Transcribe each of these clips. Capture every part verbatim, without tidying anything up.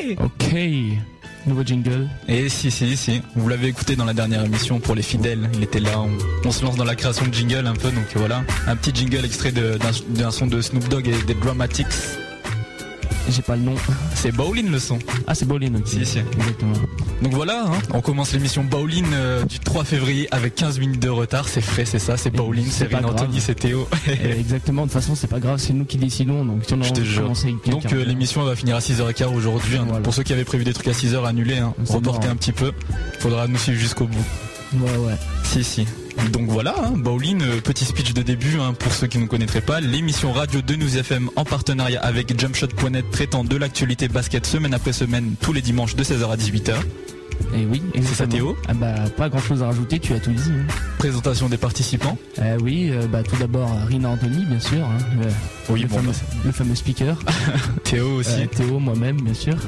Ok. Nouveau jingle. Et si, si, si. Vous l'avez écouté dans la dernière émission pour les fidèles. Il était là. On, on se lance dans la création de jingle un peu. Donc voilà. Un petit jingle extrait de, d'un, d'un son de Snoop Dogg et des Dramatics. J'ai pas le nom. C'est Bowling le son. Ah, c'est Bowling, ok. Si, si. Exactement. Donc voilà, hein, on commence l'émission Bowling euh, du trois février avec quinze minutes de retard. C'est frais, c'est ça, c'est Bowling, c'est Rine, Anthony, c'est Théo. Exactement, de toute façon, c'est pas grave, c'est nous qui décidons. Donc, si on Je te jure. Donc euh, l'émission va finir à six heures quinze aujourd'hui. Hein, voilà. Pour ceux qui avaient prévu des trucs à six heures, annulés, hein, reporter un petit peu. Faudra nous suivre jusqu'au bout. Ouais, ouais. Si, si. Donc voilà, hein, Bowling, euh, petit speech de début hein, pour ceux qui ne connaîtraient pas. L'émission radio de News F M en partenariat avec jumpshot point net traitant de l'actualité basket semaine après semaine tous les dimanches de seize heures à dix-huit heures. Et oui, c'est ça Théo. Ah bah pas grand chose à rajouter, tu as tout dit. Hein. Présentation des participants. Euh, oui, euh, bah tout d'abord Rina Anthony bien sûr. Hein, le, oui, le, bon, fameux, bah, le fameux speaker. Théo aussi. Euh, Théo, moi-même bien sûr.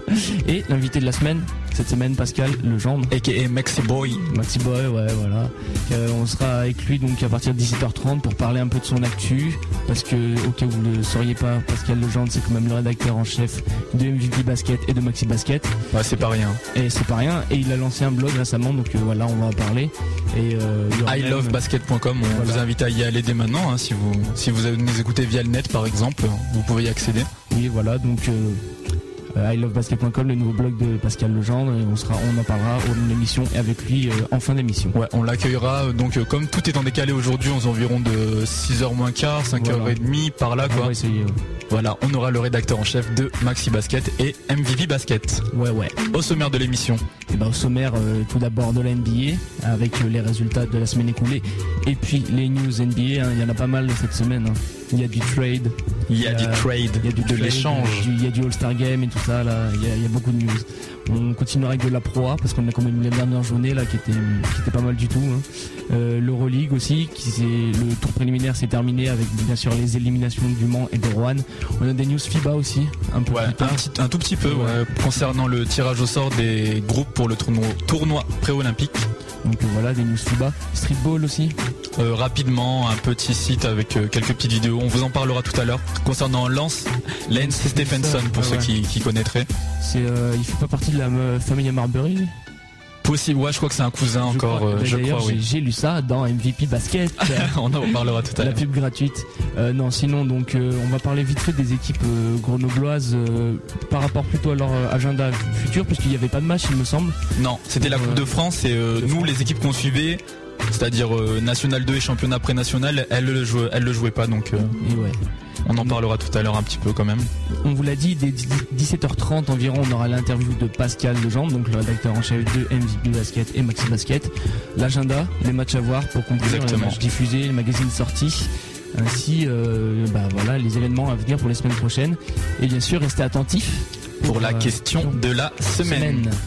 Et l'invité de la semaine, cette semaine Pascal Legendre. A K A Maxi Boy. Maxi Boy, ouais voilà. Euh, on sera avec lui donc à partir de dix-sept heures trente pour parler un peu de son actu. Parce que au cas où vous ne le sauriez pas, Pascal Legendre c'est quand même le rédacteur en chef de M V P Basket et de Maxi Basket. Ouais, c'est pas rien. Et c'est pas rien. Et il a lancé un blog récemment, donc euh, voilà, on va en parler. Et euh, I love basket point com, on voilà. vous invite à y aller dès maintenant. Hein, si vous si vous nous écoutez via le net par exemple, vous pouvez y accéder. Oui, voilà, donc euh, I love basket point com, le nouveau blog de Pascal Legendre, et on sera, on en parlera au long de l'émission et avec lui euh, en fin d'émission. Ouais, on l'accueillera. Donc euh, comme tout est en décalé aujourd'hui, aux environs de six heures moins quart, cinq heures trente par là quoi. On va essayer, ouais. Voilà, on aura le rédacteur en chef de Maxi Basket et M V P Basket. Ouais, ouais. Au sommaire de l'émission. Et bah, au sommaire, euh, tout d'abord de la N B A, avec euh, les résultats de la semaine écoulée. Et puis les news N B A, il hein, y en a pas mal cette semaine. Hein. Il y a du trade. Il y a, y a du trade, il y a du de trade, l'échange. Il y a du All-Star Game et tout ça, là. Il y a, y a beaucoup de news. On continuera avec de la Pro A, parce qu'on a quand même eu la dernière journée, là, qui était, qui était pas mal du tout. Hein. Euh, L'Euroleague aussi, qui c'est, le tour préliminaire s'est terminé avec, bien sûr, les éliminations du Mans et de Rouen. On a des news FIBA aussi, un peu ouais, plus tard. Un, petit, un tout petit peu, ouais. Ouais, concernant le tirage au sort des groupes pour le tournoi, tournoi pré-olympique. Donc euh, voilà, des news FIBA. Streetball aussi. Euh, rapidement, un petit site avec euh, quelques petites vidéos. On vous en parlera tout à l'heure. Concernant Lance, Lance Stephenson, pour ouais, ceux ouais. Qui, qui connaîtraient. C'est, euh, il fait pas partie de la euh, famille Marbury. Possible, ouais, je crois que c'est un cousin je encore, crois, euh, je crois, oui. J'ai lu ça dans M V P Basket. On en parlera tout à l'heure. La pub gratuite. Euh, non, sinon, donc, euh, on va parler vite fait des équipes euh, grenobloises euh, par rapport plutôt à leur euh, agenda futur, puisqu'il n'y avait pas de match, il me semble. Non, c'était donc, la Coupe euh, de France et euh, de nous, France. Les équipes qu'on suivait, c'est-à-dire euh, National deux et Championnat pré-national, elles le jouaient, elles le jouaient pas, donc. Euh, et ouais. On en parlera tout à l'heure un petit peu quand même. On vous l'a dit, dès dix-sept heures trente environ, on aura l'interview de Pascal Legendre, donc le rédacteur en chef de M V P Basket et Maxi Basket. L'agenda, les matchs à voir pour conclure, les matchs diffusés, les magazines sortis, ainsi euh, bah voilà, les événements à venir pour les semaines prochaines. Et bien sûr, restez attentifs pour, pour la euh, question de la semaine. semaine.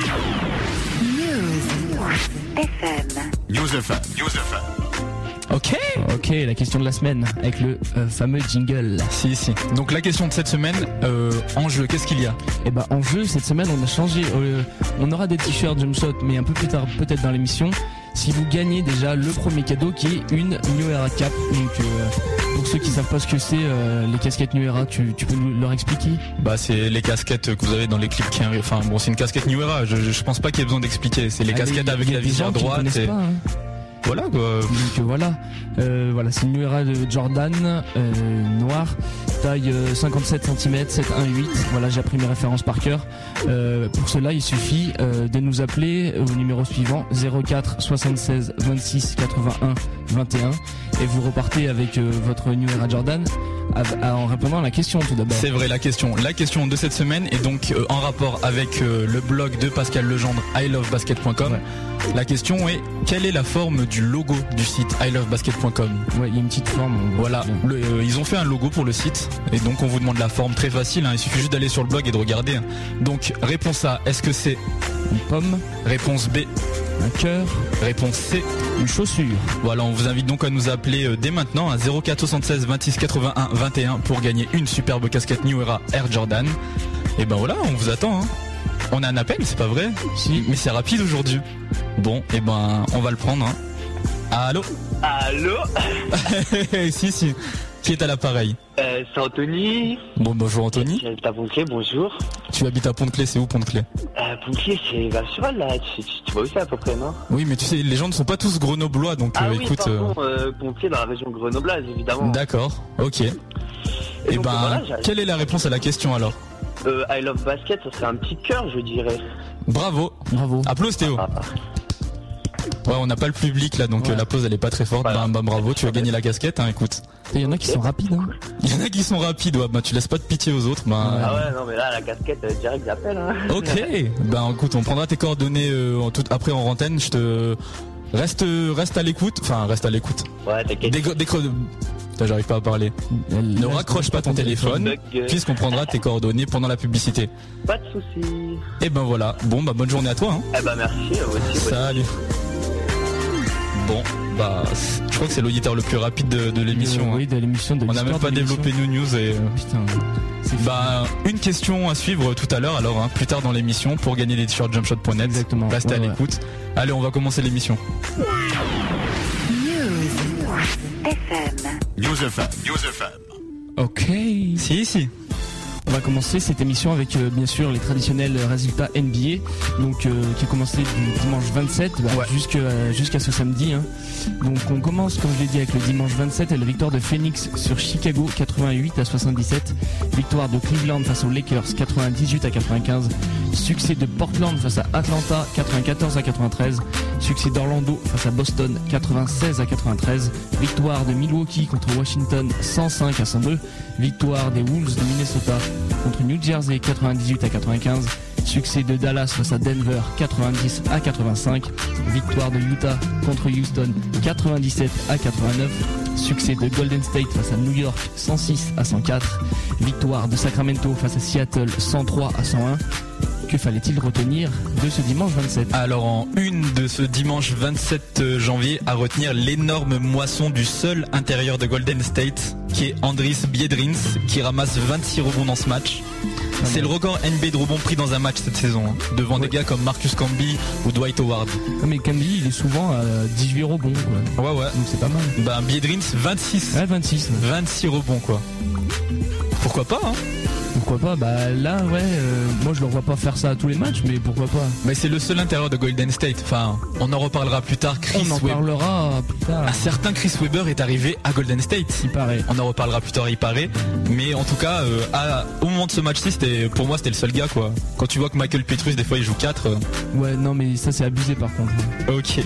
News F M. News F M. News F M. Ok. Ok, la question de la semaine avec le euh, fameux jingle. Si, si. Donc la question de cette semaine, euh, en jeu, qu'est-ce qu'il y a ? Eh ben en jeu, cette semaine, on a changé. Euh, on aura des t-shirts Jumpshot, mais un peu plus tard, peut-être dans l'émission. Si vous gagnez déjà le premier cadeau, qui est une New Era Cap. Donc euh, pour ceux qui savent pas ce que c'est, euh, les casquettes New Era, tu, tu peux leur expliquer ? Bah c'est les casquettes que vous avez dans les clips qui arrivent. Enfin bon, c'est une casquette New Era. Je, je pense pas qu'il y ait besoin d'expliquer. C'est les Allez, casquettes y, avec y la visière droite. Et... Pas, hein. Voilà quoi. Donc euh, voilà, euh, voilà, c'est une New Era de Jordan euh, noir, taille euh, cinquante-sept centimètres, sept un huit. Voilà, j'ai appris mes références par cœur. Euh, pour cela, il suffit euh, de nous appeler au numéro suivant zéro quatre soixante-seize vingt-six quatre-vingt-un vingt et un et vous repartez avec euh, votre New Era Jordan. En répondant à la question tout d'abord. C'est vrai, la question. La question de cette semaine est donc euh, en rapport avec euh, le blog de Pascal Legendre, I love basket point com. Ouais. La question est, quelle est la forme du logo du site I love basket point com ? Ouais, il y a une petite forme. Voilà, le, euh, ils ont fait un logo pour le site et donc on vous demande la forme, très facile, hein, il suffit juste d'aller sur le blog et de regarder. Donc réponse A, est-ce que c'est une pomme ? Réponse B, un cœur. Réponse C, une chaussure. Voilà, on vous invite donc à nous appeler euh, dès maintenant à zéro quatre soixante-seize vingt-six quatre-vingt-un vingt et un pour gagner une superbe casquette New Era Air Jordan. Et ben voilà, on vous attend. Hein. On a un appel, c'est pas vrai ? Si. Mais c'est rapide aujourd'hui. Bon, et ben on va le prendre. Hein. Allô ? Allô ? Si, si. Qui est à l'appareil? Euh, c'est Anthony. Bon, bonjour Anthony. J'habite à Pont-de-Clé, bonjour. Tu habites à Pont-de-Clé, c'est où Pont-de-Clé? Euh, Pont-de-Clé, c'est Val-sur-Val, là. Tu, tu, tu vois où c'est à peu près, non? Oui, mais tu sais, les gens ne sont pas tous grenoblois, donc ah euh, oui, écoute. pardon, euh, Pont-de-Clé dans la région grenobloise, évidemment. D'accord, ok. Et, Et ben, donc, voilà, quelle est la réponse à la question alors? euh, I love basket, ça serait un petit cœur, je dirais. Bravo, Bravo. Applaudisses Théo. Ah, Ouais, on n'a pas le public là, donc Ouais. euh, la pause elle est pas très forte. Voilà. Bah, bah, bravo, tu as gagné la casquette, hein, écoute. Il y en a qui sont rapides. Hein. Il y en a qui sont rapides, ouais, bah tu laisses pas de pitié aux autres. Bah, Ah ouais, non, mais là, la casquette, euh, direct, j'appelle. Hein. ok, ben écoute, on prendra tes coordonnées euh, en tout, après en antenne. Je te reste reste à l'écoute, enfin reste à l'écoute. Ouais, t'inquiète. Dès, dès que Putain, j'arrive pas à parler. Elle Ne laisse raccroche pas ton téléphone, Bug, euh, puisqu'on prendra tes coordonnées pendant la publicité. Pas de soucis. Et ben voilà. Bon bah bonne journée à toi. Hein. Eh ben, merci, euh, aussi. ouais. Salut. Bon, bah je crois que c'est l'auditeur le plus rapide de, de l'émission. Euh, hein. Oui, de l'émission de On n'a l'histoire même pas de l'émission. développé nos news et. euh, Putain. C'est fou. Bah une question à suivre tout à l'heure alors hein, plus tard dans l'émission pour gagner les t-shirts jumpshot point net. Exactement. Restez Ouais, à ouais. l'écoute. Allez, on va commencer l'émission. F M. News F M. News F M. Ok. Si si. On va commencer cette émission avec euh, bien sûr les traditionnels résultats N B A, donc euh, qui a commencé du dimanche vingt-sept bah, Ouais. jusqu'à jusqu'à ce samedi. Hein. Donc on commence comme je l'ai dit avec le dimanche vingt-sept et la victoire de Phoenix sur Chicago quatre-vingt-huit à soixante-dix-sept, victoire de Cleveland face aux Lakers quatre-vingt-dix-huit à quatre-vingt-quinze, succès de Portland face à Atlanta quatre-vingt-quatorze à quatre-vingt-treize, succès d'Orlando face à Boston quatre-vingt-seize à quatre-vingt-treize, victoire de Milwaukee contre Washington cent cinq à cent deux, victoire des Wolves de Minnesota contre New Jersey quatre-vingt-dix-huit à quatre-vingt-quinze, succès de Dallas face à Denver quatre-vingt-dix à quatre-vingt-cinq, victoire de Utah contre Houston quatre-vingt-dix-sept à quatre-vingt-neuf, succès de Golden State face à New York cent six à cent quatre, victoire de Sacramento face à Seattle cent trois à cent un. Que fallait-il retenir de ce dimanche vingt-sept? Alors en une de ce dimanche vingt-sept janvier à retenir l'énorme moisson du seul intérieur de Golden State qui est Andris Biedrins qui ramasse vingt-six rebonds dans ce match. C'est le record N B A de rebonds pris dans un match cette saison hein, devant Ouais. des gars comme Marcus Camby ou Dwight Howard. Non, mais Camby il est souvent à dix-huit rebonds quoi. Ouais ouais. Donc c'est pas mal. Bah Biedrins vingt-six. Ouais, vingt-six. Ouais. vingt-six rebonds quoi. Pourquoi pas hein. Pourquoi pas? Bah là ouais, euh, moi je le vois pas faire ça à tous les matchs, mais pourquoi pas? Mais c'est le seul intérieur de Golden State. Enfin, on en reparlera plus tard. Chris On en Webber. parlera plus tard. Un certain Chris Webber est arrivé à Golden State. Il paraît. On en reparlera plus tard, il paraît. Mais en tout cas, euh, à- au moment de ce match-ci, c'était, pour moi, c'était le seul gars, quoi. Quand tu vois que Michael Petrus, des fois, il joue quatre. euh, Ouais, non mais ça c'est abusé par contre. ok.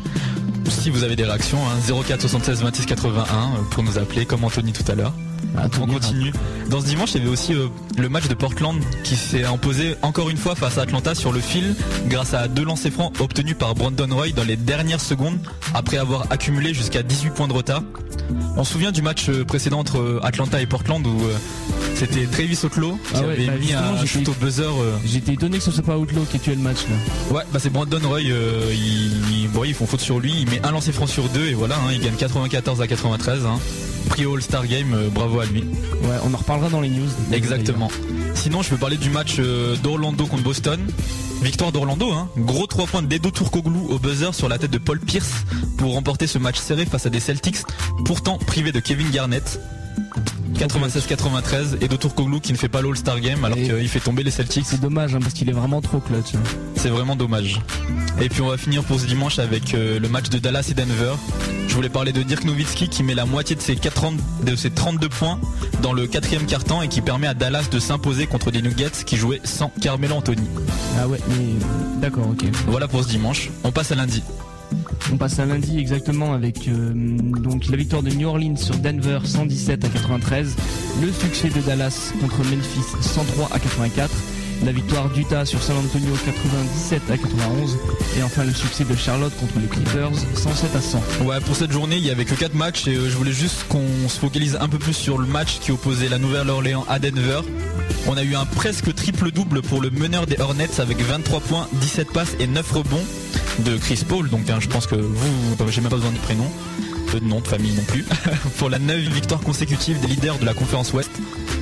Si vous avez des réactions, hein, zéro quatre soixante-seize vingt-six quatre-vingt-un euh, pour nous appeler, comme Anthony tout à l'heure. Ah, On continue. Dans ce dimanche, il y avait aussi euh, le match de Portland qui s'est imposé encore une fois face à Atlanta sur le fil grâce à deux lancers francs obtenus par Brandon Roy dans les dernières secondes après avoir accumulé jusqu'à dix-huit points de retard. On se souvient du match euh, précédent entre euh, Atlanta et Portland où euh, c'était Travis Outlaw qui Ah ouais, avait bah mis justement, un j'étais- shoot au buzzer. euh, J'étais étonné que ce soit pas Outlaw qui ait tué le match là. Ouais, bah c'est Brandon Roy, euh, ils, ils- bon, ils font faute sur lui, il met un lancer franc sur deux et voilà, hein, il gagne quatre-vingt-quatorze à quatre-vingt-treize. Hein. Prix au All-Star Game, euh, bravo à lui. Ouais, on en reparlera dans les news. Exactement. Sinon, je veux parler du match euh, d'Orlando contre Boston. Victoire d'Orlando, hein. Gros trois points d'Edo Turkoglu au buzzer sur la tête de Paul Pierce pour remporter ce match serré face à des Celtics, pourtant privés de Kevin Garnett. quatre-vingt-seize quatre-vingt-treize, Edo Turkoglu qui ne fait pas l'All-Star Game alors Et- qu'il fait tomber les Celtics. C'est dommage hein, parce qu'il est vraiment trop clutch. hein. C'est vraiment dommage. Et puis on va finir pour ce dimanche avec euh, le match de Dallas et Denver. Je voulais parler de Dirk Nowitzki qui met la moitié de ses, quatre- de ses trente-deux points dans le quatrième quart-temps et qui permet à Dallas de s'imposer contre des Nuggets qui jouaient sans Carmelo Anthony. Ah ouais, mais d'accord, ok. Voilà pour ce dimanche. On passe à lundi. On passe à lundi exactement avec euh, donc la victoire de New Orleans sur Denver cent dix-sept à quatre-vingt-treize, le succès de Dallas contre Memphis cent trois à quatre-vingt-quatre, la victoire d'Utah sur San Antonio quatre-vingt-dix-sept à quatre-vingt-onze et enfin le succès de Charlotte contre les Clippers cent sept à cent. Ouais, pour cette journée, il y avait que quatre matchs et euh, je voulais juste qu'on se focalise un peu plus sur le match qui opposait la Nouvelle-Orléans à Denver. On a eu un presque triple-double pour le meneur des Hornets avec vingt-trois points, dix-sept passes et neuf rebonds de Chris Paul. Donc hein, je pense que vous, j'ai même pas besoin de prénom, de nom, de famille non plus. Pour la neuvième victoire consécutive des leaders de la conférence Ouest.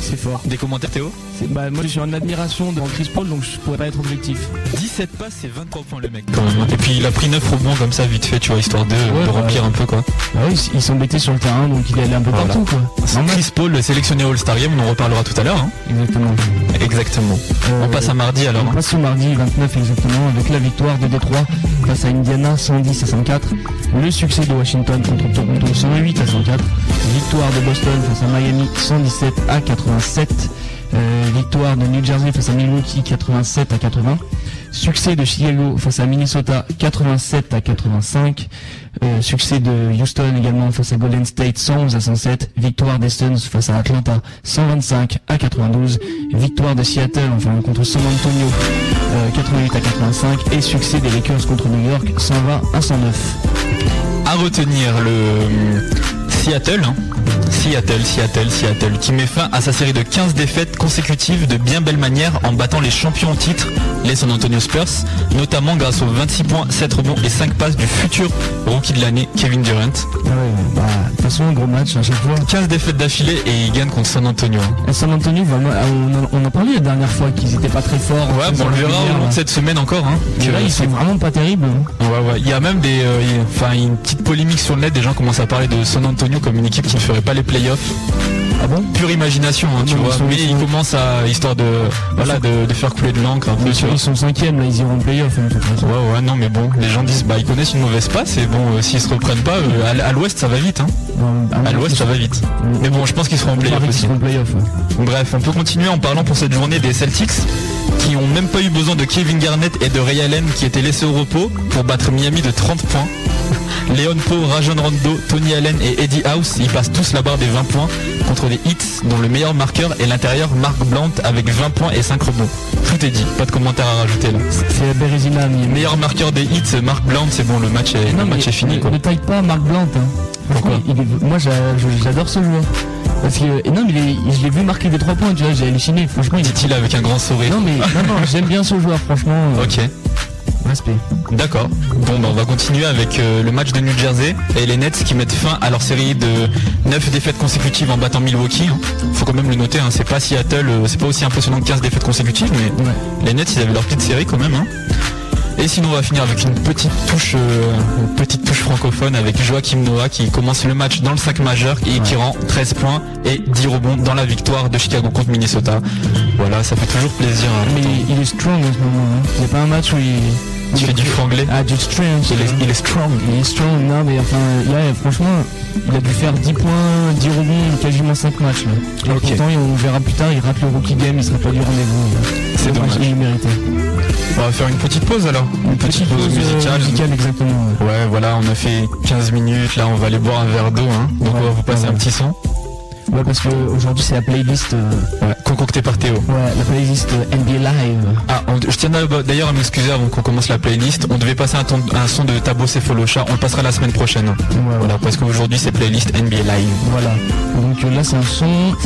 C'est fort. Des commentaires, Théo? C'est, bah, moi je suis en admiration devant Chris Paul, donc je pourrais pas être objectif. dix-sept passes et vingt-trois points le mec quand même. Et puis il a pris neuf rebonds comme ça vite fait, tu vois, histoire de, ouais, de bah, remplir un peu quoi. Bah oui, ils sont bêtés sur le terrain, donc il est allé un peu voilà. partout quoi. C'est Chris Paul, sélectionné All-Star Game, on en reparlera tout à l'heure. Hein. Exactement. Exactement. Euh, on passe à mardi alors. On hein. passe au mardi vingt-neuf exactement, avec la victoire de Détroit face à Indiana cent dix à cent quatre. Le succès de Washington contre Toronto cent huit à cent quatre. Victoire de Boston face à Miami cent dix-sept à quatre-vingt-sept. Euh, victoire de New Jersey face à Milwaukee quatre-vingt-sept à quatre-vingts. Succès de Chicago face à Minnesota quatre-vingt-sept à quatre-vingt-cinq. Euh, succès de Houston également face à Golden State cent onze à cent sept. Victoire des Suns face à Atlanta cent vingt-cinq à quatre-vingt-douze. Victoire de Seattle enfin contre San Antonio euh, quatre-vingt-huit à quatre-vingt-cinq. Et succès des Lakers contre New York cent vingt à cent neuf. À retenir le Seattle, hein. Seattle, Seattle, Seattle, qui met fin à sa série de quinze défaites consécutives de bien belle manière en battant les champions en titre, les San Antonio Spurs, notamment grâce aux vingt-six points, sept rebonds et cinq passes du futur rookie de l'année, Kevin Durant. Ah ouais, bah, de toute façon, un gros match à chaque fois. quinze défaites d'affilée et ils gagnent contre San Antonio. Et San Antonio, vraiment, on, on en parlait la dernière fois qu'ils étaient pas très forts. Ouais, bon, on le verra au long de cette semaine encore. Hein, que là, ils sont vraiment pas terribles. Ouais, ouais. Il y a même des, euh, enfin, une petite polémique sur le net, des gens commencent à parler de San Antonio comme une équipe qui ne ferait pas les playoffs. Ah bon? Pure imagination, hein, tu non, vois. Ils sont, mais ils, sont... ils commencent à, histoire de, voilà, de, de faire couler de l'encre un peu. Ils, ils sont cinquièmes, là, ils iront en playoff. Hein, ouais, ouais, non, mais bon, les gens disent, bah, ils connaissent une mauvaise passe et bon, euh, s'ils se reprennent pas, euh, à, à l'ouest, ça va vite, hein. Non, à l'ouest, ça va vite. Mais bon, je pense qu'ils seront en playoff aussi. Play-off, ouais. Bref, on peut continuer en parlant pour cette journée des Celtics, qui ont même pas eu besoin de Kevin Garnett et de Ray Allen, qui étaient laissés au repos pour battre Miami de trente points. Léon Pau, Rajon Rondo, Tony Allen et Eddie House, ils passent tous la barre des vingt points contre les Heat, dont le meilleur marqueur est l'intérieur Mark Blount avec vingt points et cinq rebonds. Tout est dit, pas de commentaire à rajouter là. C'est la Bérésina. Meilleur marqueur des Heat, Mark Blount, c'est bon, le match est, non, le match est fini. Ne, ne taille pas Mark Blount. Hein. Pourquoi il est, moi j'adore ce joueur. Parce que non mais il est, je l'ai vu marquer des trois points, tu vois, j'ai halluciné. Franchement, il dit-il avec un grand sourire. Non mais non, non j'aime bien ce joueur, franchement. Euh... Ok. Respect. D'accord. Bon bah on va continuer avec euh, le match de New Jersey et les Nets qui mettent fin à leur série de neuf défaites consécutives en battant Milwaukee. Hein. Faut quand même le noter, hein. C'est pas Seattle, euh, c'est pas aussi impressionnant que quinze défaites consécutives, mais ouais. Les Nets ils avaient leur petite série quand même. Hein. Et sinon on va finir avec une petite touche euh, une petite touche francophone avec Joachim Noah qui commence le match dans le cinq majeur et ouais. qui rend treize points et dix rebonds dans la victoire de Chicago contre Minnesota. Voilà, ça fait toujours plaisir. Hein, mais il est strong en ce moment. Hein. Il n'y a pas un match où il... Tu fais du franglais. Ah, du strong. Il est, il est strong. Il est strong, non mais enfin là franchement il a dû faire dix points, dix rebonds, quasiment cinq matchs là. Et okay. Pourtant on verra plus tard, il rate le rookie game, il sera pas du rendez-vous. C'est dommage. Il méritait. On va faire une petite pause alors. Une, une petite, petite pause, pause musicale. musicale exactement. Ouais. ouais voilà, on a fait quinze minutes, là on va aller boire un verre d'eau hein. Donc ouais, on va vous passer ouais. un petit son. Ouais parce que aujourd'hui c'est la playlist euh... ouais, concoctée par Théo. Ouais, la playlist euh, N B A Live. Ah, on, je tiens d'ailleurs à m'excuser avant qu'on commence la playlist. On devait passer un, ton, un son de Tabo Cephalosha, on le passera la semaine prochaine. Ouais, voilà, ouais. Parce qu'aujourd'hui c'est playlist N B A Live. Voilà. Donc euh, là c'est un son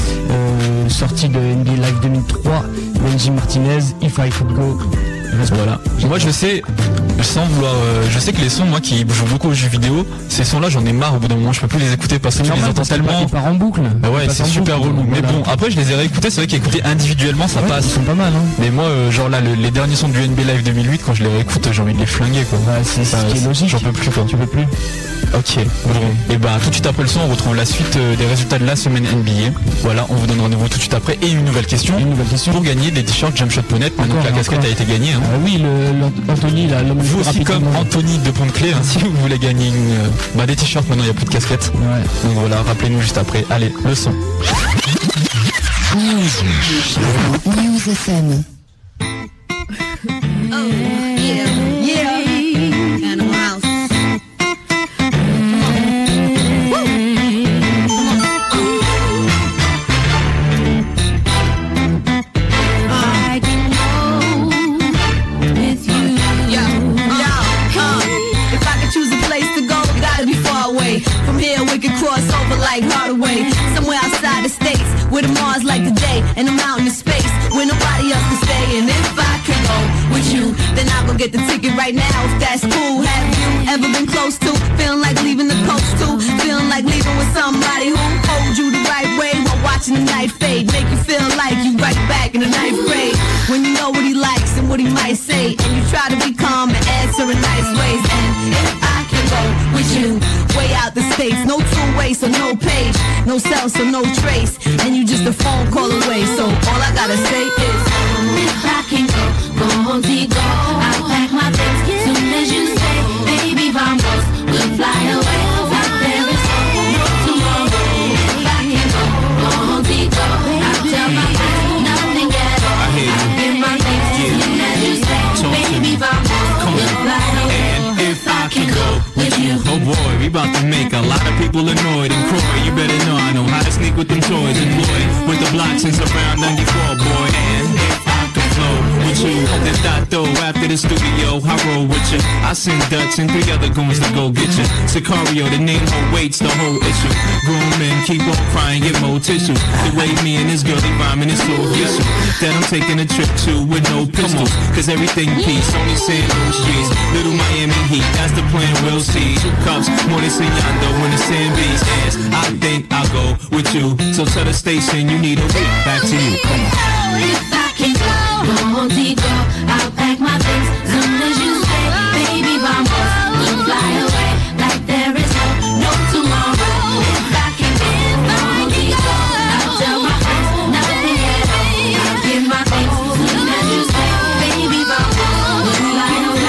euh, sorti de N B A Live deux mille trois, Benji Martinez, If I Could Go. Voilà. Moi je sais, sans vouloir, euh, je sais que les sons, moi qui joue beaucoup aux jeux vidéo, ces sons-là j'en ai marre au bout d'un moment, je peux plus les écouter parce que tu les entends tellement. Ils partent en boucle. Bah ouais, c'est super relou. Mais bon, après je les ai réécoutés, c'est vrai qu'écouter individuellement ça ouais, passe. Ils sont pas mal. Hein. Mais moi, euh, genre là, le, les derniers sons du N B A Live deux mille huit, quand je les réécoute, j'ai envie de les flinguer quoi. Bah, c'est ce qui est logique. J'en peux plus quoi. Tu peux plus. Ok, bon. Et ben tout de suite après le son, on retrouve la suite euh, des résultats de la semaine N B A. Voilà, on vous donne rendez-vous tout de suite après et une nouvelle question. Une nouvelle question pour gagner des t-shirts Jumpshot point net. Maintenant que la casquette a été gagnée. Hein. Ah oui, le, le Anthony là, l'homme vous aussi comme Anthony de Pont-de-Clé, hein, si vous voulez gagner une, euh, bah, des t-shirts. Maintenant il n'y a plus de casquette. Ouais. Donc voilà, rappelez-nous juste après. Allez, le son. News F M. Oh yeah, yeah. Animal House. From here we can cross over like Hardaway. Somewhere outside the states, where the Mars like the day and the mountain is space, where nobody else can stay. And if I could go with you, then I'll go get the ticket right now if that's cool. Have you ever been close to feeling like leaving the coast too? Feeling like leaving with somebody who holds you the right way while watching the night fade, make you feel hate, and you try to be calm and answer in nice ways. And if I can go with you, way out the states, no two ways, so no page, no cell, so no trace, and you just a phone call away. So all I gotta say is, if I can go, go home, go. I'll pack my things soon as you say, baby, vamos, we'll fly away. Like there is no tomorrow. If I can go, go home, go. I'll tell my friends nothing at all. I hear you. I'll give my things soon as you say, baby, vamos, we'll fly away. And if I can go with you, oh boy, we about to make a lot of people annoyed. And Croy, you better know I know how to sneak with them toys. And boy, with the blocks since around ninety-four, boy. And if I can flow with you, then I throw after the studio, I roll with you. I send Dutch and three other goons to go get you. Sicario, the name who waits the whole issue. Grown men keep on crying, get more tissue. The way me and this girl, they rhyming is so official that I'm taking a trip to with no pistols. Cause everything peace, only saying those streets. Little Miami Heat, that's the plan, we'll see. Two cups, more than Siando when the sand beats ass. I think I'll go with you. So tell the station you need a week. Back to you, come on. If I can go, go home, go. I'll pack my things soon as you say, baby, vamos, we'll fly away. Like there is no, no tomorrow. If I can go, go home, go. I'll tell my friends nothing at all. I'll give my things soon as you say, baby, vamos, we'll fly away.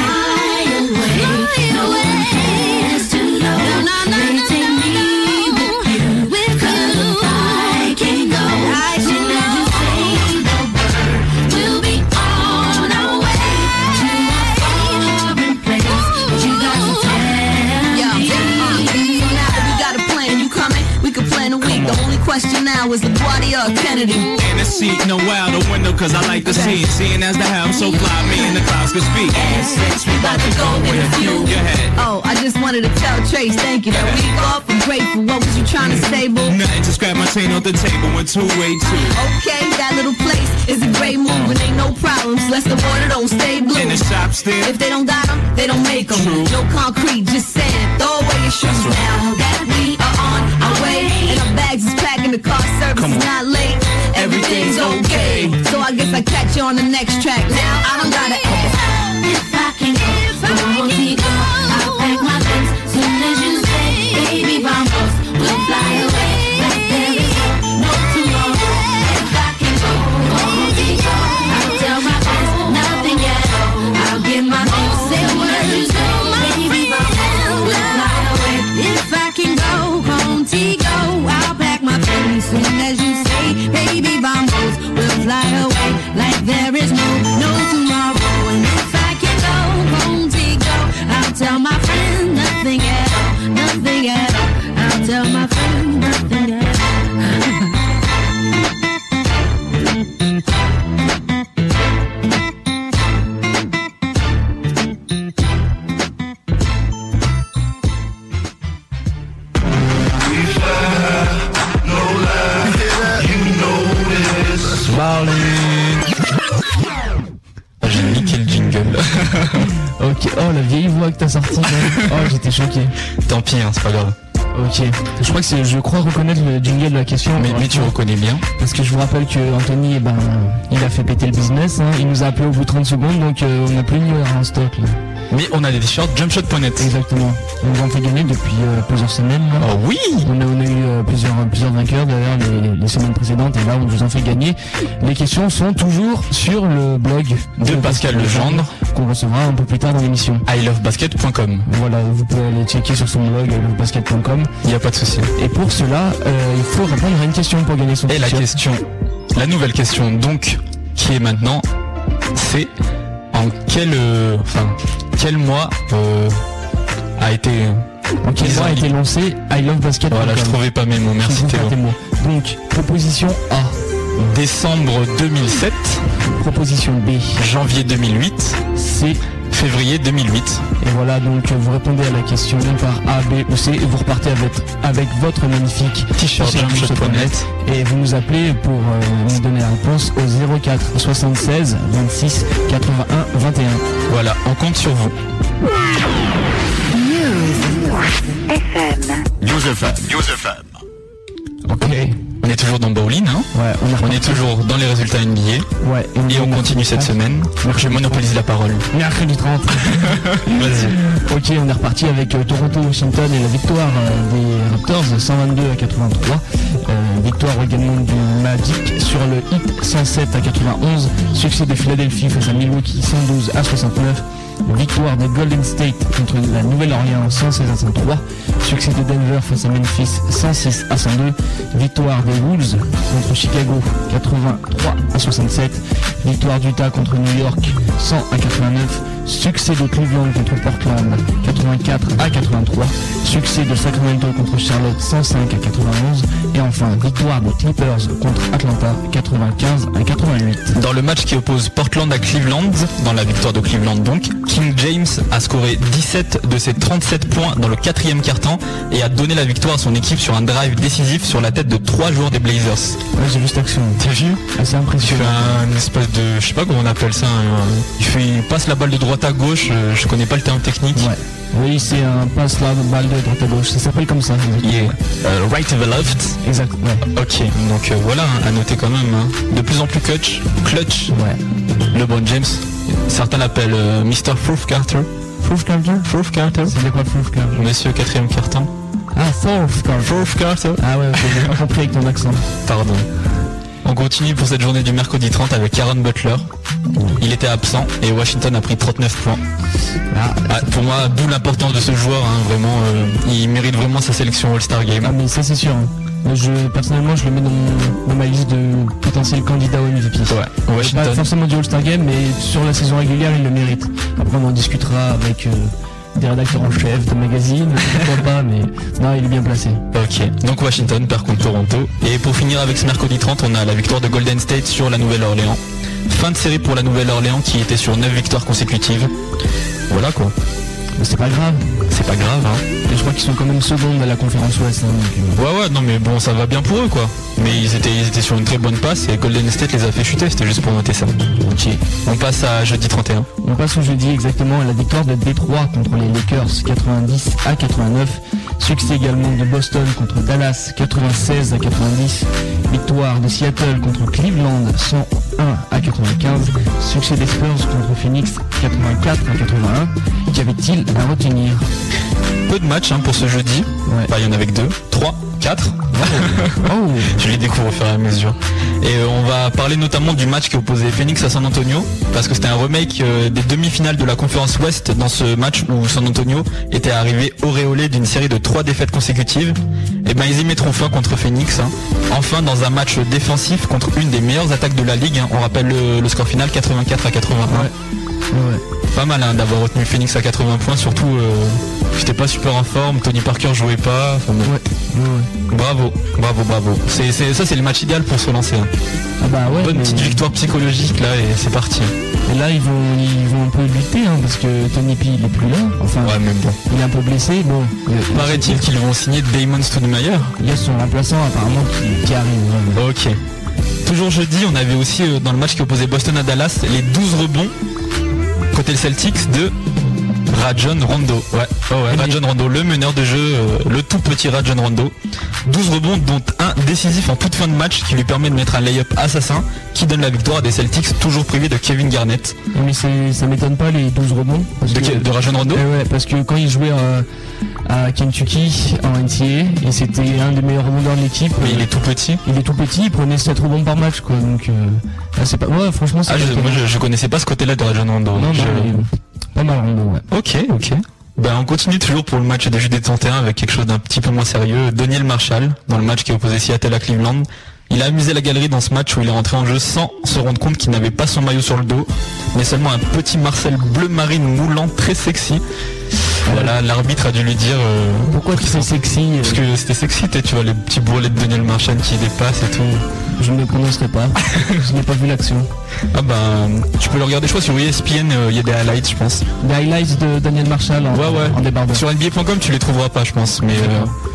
No place to go. They take me with you. Cause if I can go, soon as you say the word, we'll be on our way to a foreign place. But you got to tell me. So now that we got a plan, you coming? We can plan a week. The only question now is LaGuardia or Kennedy. And a seat, no out the window, cause I like to see it. Seeing as the hell, so fly, me and the clouds can speak. And since we about to go in a few. Go ahead. Oh, I just wanted to tell Trace, thank you. That week off, I'm grateful. What was you trying to say, boo? Nothing, just grab my chain off the table and two-way two. Okay, that little place is a great move and ain't no problems. Less the water don't stay blue. In the shop still. If they don't got them, they don't make them. True. No concrete, just sand. Throw away your shoes right. now that we are on our way. And our bags is packing, the car service Come is on. not late. Everything's okay. So I guess I catch you on the next track. Now I don't gotta ask. If I can go, go, go, I'll pack my things soon as you say, baby, vamos, we'll fly away. Like there is no tomorrow. If I can go, go, go, I'll tell my friends nothing at all. I'll give my things, say what you say, baby, vamos, we'll fly away. If I can go, contigo, I'll pack my things soon as you say, baby, vamos, we'll fly away. Like there is no, no tomorrow. And if I can go, contigo, I'll tell my friends nothing at all, nothing at all. I'll tell my friends nothing at all. J'ai niqué le jingle. Ok, oh la vieille voix que t'as sortie. Oh, j'étais choqué. Tant pis, hein, c'est pas grave. Ok, je crois que c'est, je crois reconnaître le jingle de la question. Mais, mais tu reconnais bien. Parce que je vous rappelle que Anthony, eh ben, il a fait péter le business, hein. Il nous a appelé au bout de trente secondes, donc euh, on n'a plus une heure en stock là. Mais on a des t-shirts jumpshot point net. Exactement. On nous en fait gagner depuis euh, plusieurs semaines. Là. Oh oui. On a, on a eu euh, plusieurs, plusieurs vainqueurs d'ailleurs les, les semaines précédentes et là on vous en fait gagner. Les questions sont toujours sur le blog De Pascal Legendre, qu'on recevra un peu plus tard dans l'émission. I love basket point com. Voilà, vous pouvez aller checker sur son blog i love basket point com. Il n'y a pas de souci. Et pour cela, euh, il faut répondre à une question pour gagner son Et la t-shirt. question, la nouvelle question donc, qui est maintenant, c'est en quel, euh, enfin, quel mois euh, a été... En quel mois a été lancé I love basket point com. Voilà, je trouvais pas mes mots, merci Théo. Donc, proposition A. Décembre deux mille sept. Proposition B. Janvier deux mille huit. C. Février deux mille huit. Et voilà, donc vous répondez à la question par A, B ou C et vous repartez avec, avec votre magnifique t-shirt jumpshot point net et vous nous appelez pour euh, nous donner la réponse au zéro quatre soixante-seize vingt-six quatre-vingt-un vingt et un. Voilà, on compte sur vous. News F M. News F M. News F M. Ok. On est est toujours dans Bowling, hein. Ouais, on, est on est toujours dans les résultats N B A. Ouais, et on continue cette semaine. Je monopolise la parole. Mercredi trente. Vas-y. Ok, on est reparti avec euh, Toronto-Washington et la victoire euh, des Raptors cent vingt-deux à quatre-vingt-trois. Euh, victoire également du Magic sur le Heat cent sept à quatre-vingt-onze. Succès de Philadelphie face à Milwaukee cent douze à soixante-neuf. Victoire de Golden State contre la Nouvelle-Orléans cent seize à cent trois. Succès de Denver face à Memphis cent six à cent deux. Victoire des Wolves contre Chicago quatre-vingt-trois à soixante-sept. Victoire d'Utah contre New York cent à quatre-vingt-neuf. Succès de Cleveland contre Portland quatre-vingt-quatre à quatre-vingt-trois. Succès de Sacramento contre Charlotte cent cinq à quatre-vingt-onze. Et enfin victoire des Clippers contre Atlanta quatre-vingt-quinze à quatre-vingt-huit. Dans le match qui oppose Portland à Cleveland, dans la victoire de Cleveland donc, King James a scoré dix-sept de ses trente-sept points dans le quatrième quart-temps et a donné la victoire à son équipe sur un drive décisif sur la tête de trois joueurs des Blazers. Ouais, j'ai vu cette action. T'as vu? C'est impressionnant. Il fait un espèce de, je sais pas comment on appelle ça, un, il fait, il passe la balle de droite à gauche, je connais pas le terme technique. Ouais. Oui, c'est un passe la balle de droite à gauche, ça s'appelle comme ça. Yeah. Uh, right to the left. Exact, ouais. Ok, donc euh, voilà, hein, à noter quand même. Hein. De plus en plus clutch, clutch. Ouais. LeBron James, certains l'appellent euh, mister Fourth Carter. Fourth Carter Fourth Carter. C'est quoi Fourth Carter? Monsieur quatrième carton. Ah, Fourth Carter. Fourth Carter. Ah ouais, ok, j'ai pas compris avec ton accent. Pardon. On continue pour cette journée du mercredi trente avec Aaron Butler. Il était absent et Washington a pris trente-neuf points. Ah, ah, pour moi, d'où l'importance de ce joueur, hein, vraiment, euh, il mérite vraiment sa sélection All-Star Game. Ah mais ça c'est sûr. Hein. Je, personnellement, je le mets dans, mon, dans ma liste de potentiels candidats au M V P. Ouais. Washington. Pas forcément du All-Star Game, mais sur la saison régulière, il le mérite. Après, on en discutera avec... Euh, des rédacteurs en chef de magazine, pourquoi pas, mais non, il est bien placé. Ok, donc Washington perd contre Toronto. Et pour finir avec ce mercredi trente, on a la victoire de Golden State sur la Nouvelle-Orléans. Fin de série pour la Nouvelle-Orléans qui était sur neuf victoires consécutives. Voilà quoi. Mais c'est pas grave. C'est pas grave, hein. Et je crois qu'ils sont quand même secondes à la conférence Ouest. Hein, donc, euh... Ouais, ouais, non, mais bon, ça va bien pour eux, quoi. Mais ils étaient, ils étaient sur une très bonne passe et Golden State les a fait chuter, c'était juste pour noter ça. Ok. On passe à jeudi trente et un. On passe au jeudi exactement à la victoire de Détroit contre les Lakers quatre-vingt-dix à quatre-vingt-neuf. Succès également de Boston contre Dallas quatre-vingt-seize à quatre-vingt-dix. Victoire de Seattle contre Cleveland cent un à quatre-vingt-quinze. Succès des Spurs contre Phoenix quatre-vingt-quatre à quatre-vingt-un. Qu'avait-il à retenir? Peu de matchs hein, pour ce jeudi. Ouais. Bah, il y en avait que deux, trois, quatre. Oh. Oh. Je les découvre au fur et à mesure. Et euh, on va parler notamment du match qui opposait Phoenix à San Antonio, parce que c'était un remake euh, des demi-finales de la conférence Ouest dans ce match où San Antonio était arrivé auréolé d'une série de trois défaites consécutives. Et ben ils y mettront fin contre Phoenix. Hein. Enfin dans un match défensif contre une des meilleures attaques de la ligue. Hein. On rappelle le, le score final quatre-vingt-quatre à quatre-vingt-un. Ouais. Ouais. Pas mal hein, d'avoir retenu Phoenix à quatre-vingts points, surtout euh, j'étais pas super en forme, Tony Parker jouait pas. Enfin, bon. Ouais. Ouais. Bravo, bravo, bravo. C'est, c'est, ça c'est le match idéal pour se lancer. Hein. Ah bah ouais, bonne mais... petite victoire psychologique là et c'est parti. Et là ils vont ils vont un peu lutter hein, parce que Tony P il est plus là. Enfin ouais, même bon. Il est un peu blessé. Bon. Paraît-il qu'ils vont signer Damon Stoudemire. Il y a son remplaçant apparemment qui, qui arrive. Ouais. Ok. Toujours jeudi, on avait aussi euh, dans le match qui opposait Boston à Dallas les douze rebonds côté le Celtics de Rajon Rondo. Ouais, oh ouais, Rajon Rondo, le meneur de jeu, euh, le tout petit Rajon Rondo. douze rebonds dont un décisif en toute fin de match qui lui permet de mettre un lay-up assassin qui donne la victoire à des Celtics toujours privés de Kevin Garnett. Mais c'est, ça m'étonne pas les douze rebonds. Parce de, que, de Rajon Rondo euh, ouais, parce que quand il jouait euh, à Kentucky en N C A A et c'était un des meilleurs rebondeurs de l'équipe. Mais euh, il est tout petit. Il est tout petit, il prenait sept rebonds par match quoi. Donc euh, là, c'est pas. Ouais, franchement c'est ah, je, moi je, je connaissais pas ce côté-là de Rajon Rondo. Non, je... non, pas mal Rondo, ouais. Ok, ok. Ben, on continue toujours pour le match des jeudi trente et un avec quelque chose d'un petit peu moins sérieux. Daniel Marshall, dans le match qui opposait Seattle à Cleveland. Il a amusé la galerie dans ce match où il est rentré en jeu sans se rendre compte qu'il n'avait pas son maillot sur le dos, mais seulement un petit Marcel bleu marine moulant très sexy. Voilà, l'arbitre a dû lui dire... Euh, Pourquoi tu fais sexy Parce que c'était sexy, tu vois, les petits bourrelets de Daniel Marshall qui dépassent et tout. Je ne le prononcerai pas, je n'ai pas vu l'action. Ah ben, tu peux le regarder, je crois, sur E S P N, il euh, y a des highlights, je pense. Des highlights de Daniel Marshall en, ouais, ouais. en débardeur. Sur N B A point com, tu les trouveras pas, je pense, mais... Euh,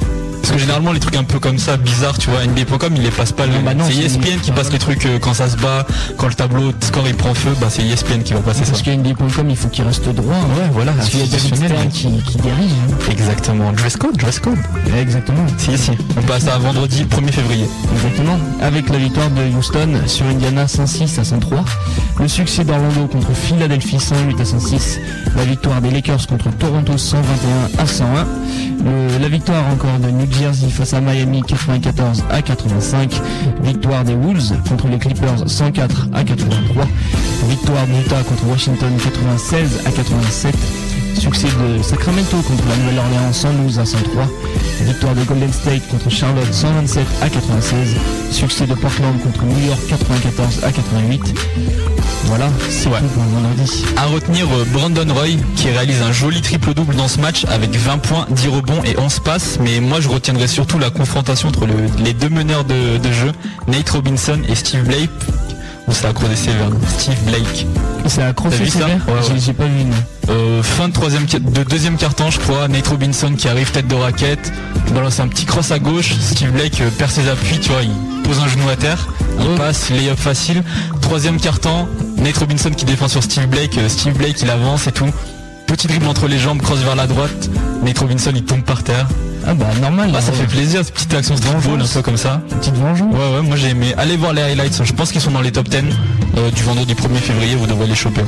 Parce que généralement les trucs un peu comme ça, bizarres, tu vois, N B A point com il les passe pas. Non, bah non, c'est E S P N c'est- qui passe les trucs euh, quand ça se bat, quand le tableau de score il prend feu, bah c'est E S P N qui va passer ça. Parce que N B A point com il faut qu'il reste droit. hein. Ouais, voilà, Parce qu'il y a David institutionnel. Stern qui, qui dirige. hein. Exactement, dress code, dress code. Exactement. Si, si. On passe à vendredi premier février. Exactement. Avec la victoire de Houston sur Indiana cent six à cent trois. Le succès d'Orlando contre Philadelphie cent huit à cent six. La victoire des Lakers contre Toronto cent vingt et un à cent un. Le- la victoire encore de New Jersey face à Miami quatre-vingt-quatorze à quatre-vingt-cinq. Victoire des Wolves contre les Clippers cent quatre à quatre-vingt-trois. Victoire de Utah contre Washington quatre-vingt-seize à quatre-vingt-sept. Succès de Sacramento contre la Nouvelle-Orléans cent douze à cent trois. Victoire de Golden State contre Charlotte cent vingt-sept à quatre-vingt-seize. Succès de Portland contre New York quatre-vingt-quatorze à quatre-vingt-huit. Voilà, c'est Ouais. tout pour vendredi. À retenir euh, Brandon Roy qui réalise un joli triple-double dans ce match avec vingt points, dix rebonds et onze passes. Mais moi je retiendrai surtout la confrontation entre le- les deux meneurs de, de jeu, Nate Robinson et Steve Blake. Où ça a creusé sévère. Steve Blake. C'est à crochet T'as vu ça? sévère. Ouais, ouais. J'ai- J'ai pas vu. non. Euh, fin de troisième qui- de deuxième quart-temps je crois, Nate Robinson qui arrive tête de raquette, balance un petit cross à gauche, Steve Blake euh, perd ses appuis, tu vois, il pose un genou à terre, il Ouais. passe, lay-up facile. Troisième quart-temps, Nate Robinson qui défend sur Steve Blake, euh, Steve Blake il avance et tout. Petit dribble entre les jambes, cross vers la droite, Nate Robinson il tombe par terre. Ah bah normal. Ah, ça ouais. fait plaisir, cette petite action streetball un peu comme ça. Petite vengeance. Ouais ouais, moi j'ai aimé. Allez voir les highlights, je pense qu'ils sont dans les top dix euh, du vendredi premier février, vous devrez les choper.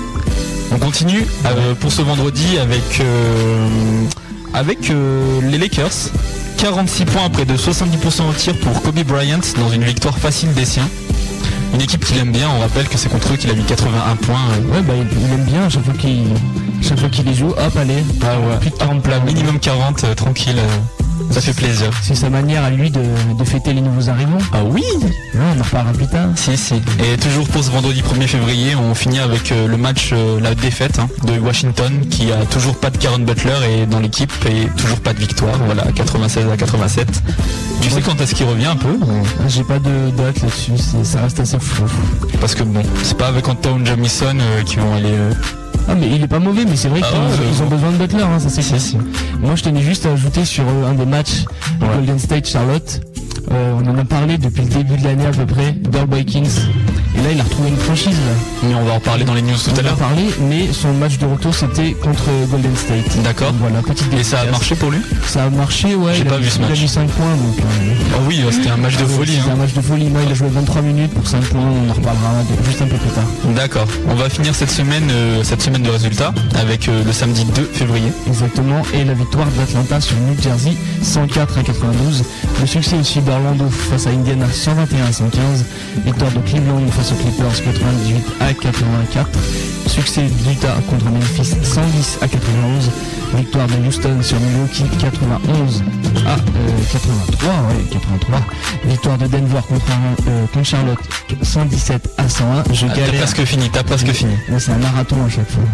On continue euh, pour ce vendredi avec euh, avec euh, les Lakers. quarante-six points après de soixante-dix pour cent au tir pour Kobe Bryant dans une victoire facile des siens. Une équipe qu'il aime bien, on rappelle que c'est contre eux qu'il a mis quatre-vingt-un points. euh. Ouais bah il, il aime bien à chaque fois qu'il chaque fois qu'il les joue, hop allez. Ah ouais, Plus de quarante plat, points. minimum quarante, euh, tranquille, euh, ça fait plaisir. C'est sa manière à lui de, de fêter les nouveaux arrivants. Ah oui. Ouais, on en reparlera plus tard. Si, si. Et toujours pour ce vendredi premier février, on finit avec euh, le match, euh, la défaite hein, de Washington qui a toujours pas de Caron Butler et dans l'équipe et toujours pas de victoire. Voilà, quatre-vingt-seize à quatre-vingt-sept. Tu sais quand est-ce qu'il revient un peu ou- J'ai pas de date là-dessus, c'est- ça reste assez flou. Parce que bon, c'est pas avec Antoine Jamison euh, qui vont aller. euh, Ah mais il est pas mauvais, mais c'est vrai Ah qu'ils ouais, ils ont ouais. besoin de Butler, hein, ça c'est Si, clair. si. Moi je tenais juste à ajouter sur euh, un des matchs de Ouais. Golden State Charlotte. Euh, on en a parlé depuis le début de l'année à peu près, Earl Boykins. Et là il a retrouvé une franchise là. Mais on va en parler dans les news tout On à en a l'heure. parlé, mais son match de retour c'était contre Golden State. D'accord. Donc Voilà, petite Et ça a dédicace. marché pour lui? Ça a marché, ouais. J'ai il pas a, vu ce il a match. mis cinq points donc. euh, Ah oui, euh, c'était un match de folie. C'était hein. un match de folie. Moi il a joué vingt-trois minutes pour cinq points, on en reparlera de- juste un peu plus tard. D'accord. On va finir cette semaine, euh, cette semaine de résultats avec euh, le samedi deux février. Exactement, et la victoire d'Atlanta sur New Jersey cent quatre à quatre-vingt-douze. Le succès aussi d'Orlando face à Indiana cent vingt et un à cent quinze. Victoire de Cleveland face aux Clippers quatre-vingt-dix-huit à quatre-vingt-quatre. Succès d'Utah contre Memphis cent dix à quatre-vingt-onze. Victoire de Houston sur Milwaukee quatre-vingt-onze à euh, quatre-vingt-trois. Ouais, quatre-vingt-trois. Victoire de Denver contre, euh, contre Charlotte cent dix-sept à cent un. Je Ah, t'as galère. presque fini, t'as presque fini. Là, c'est un marathon à chaque fois.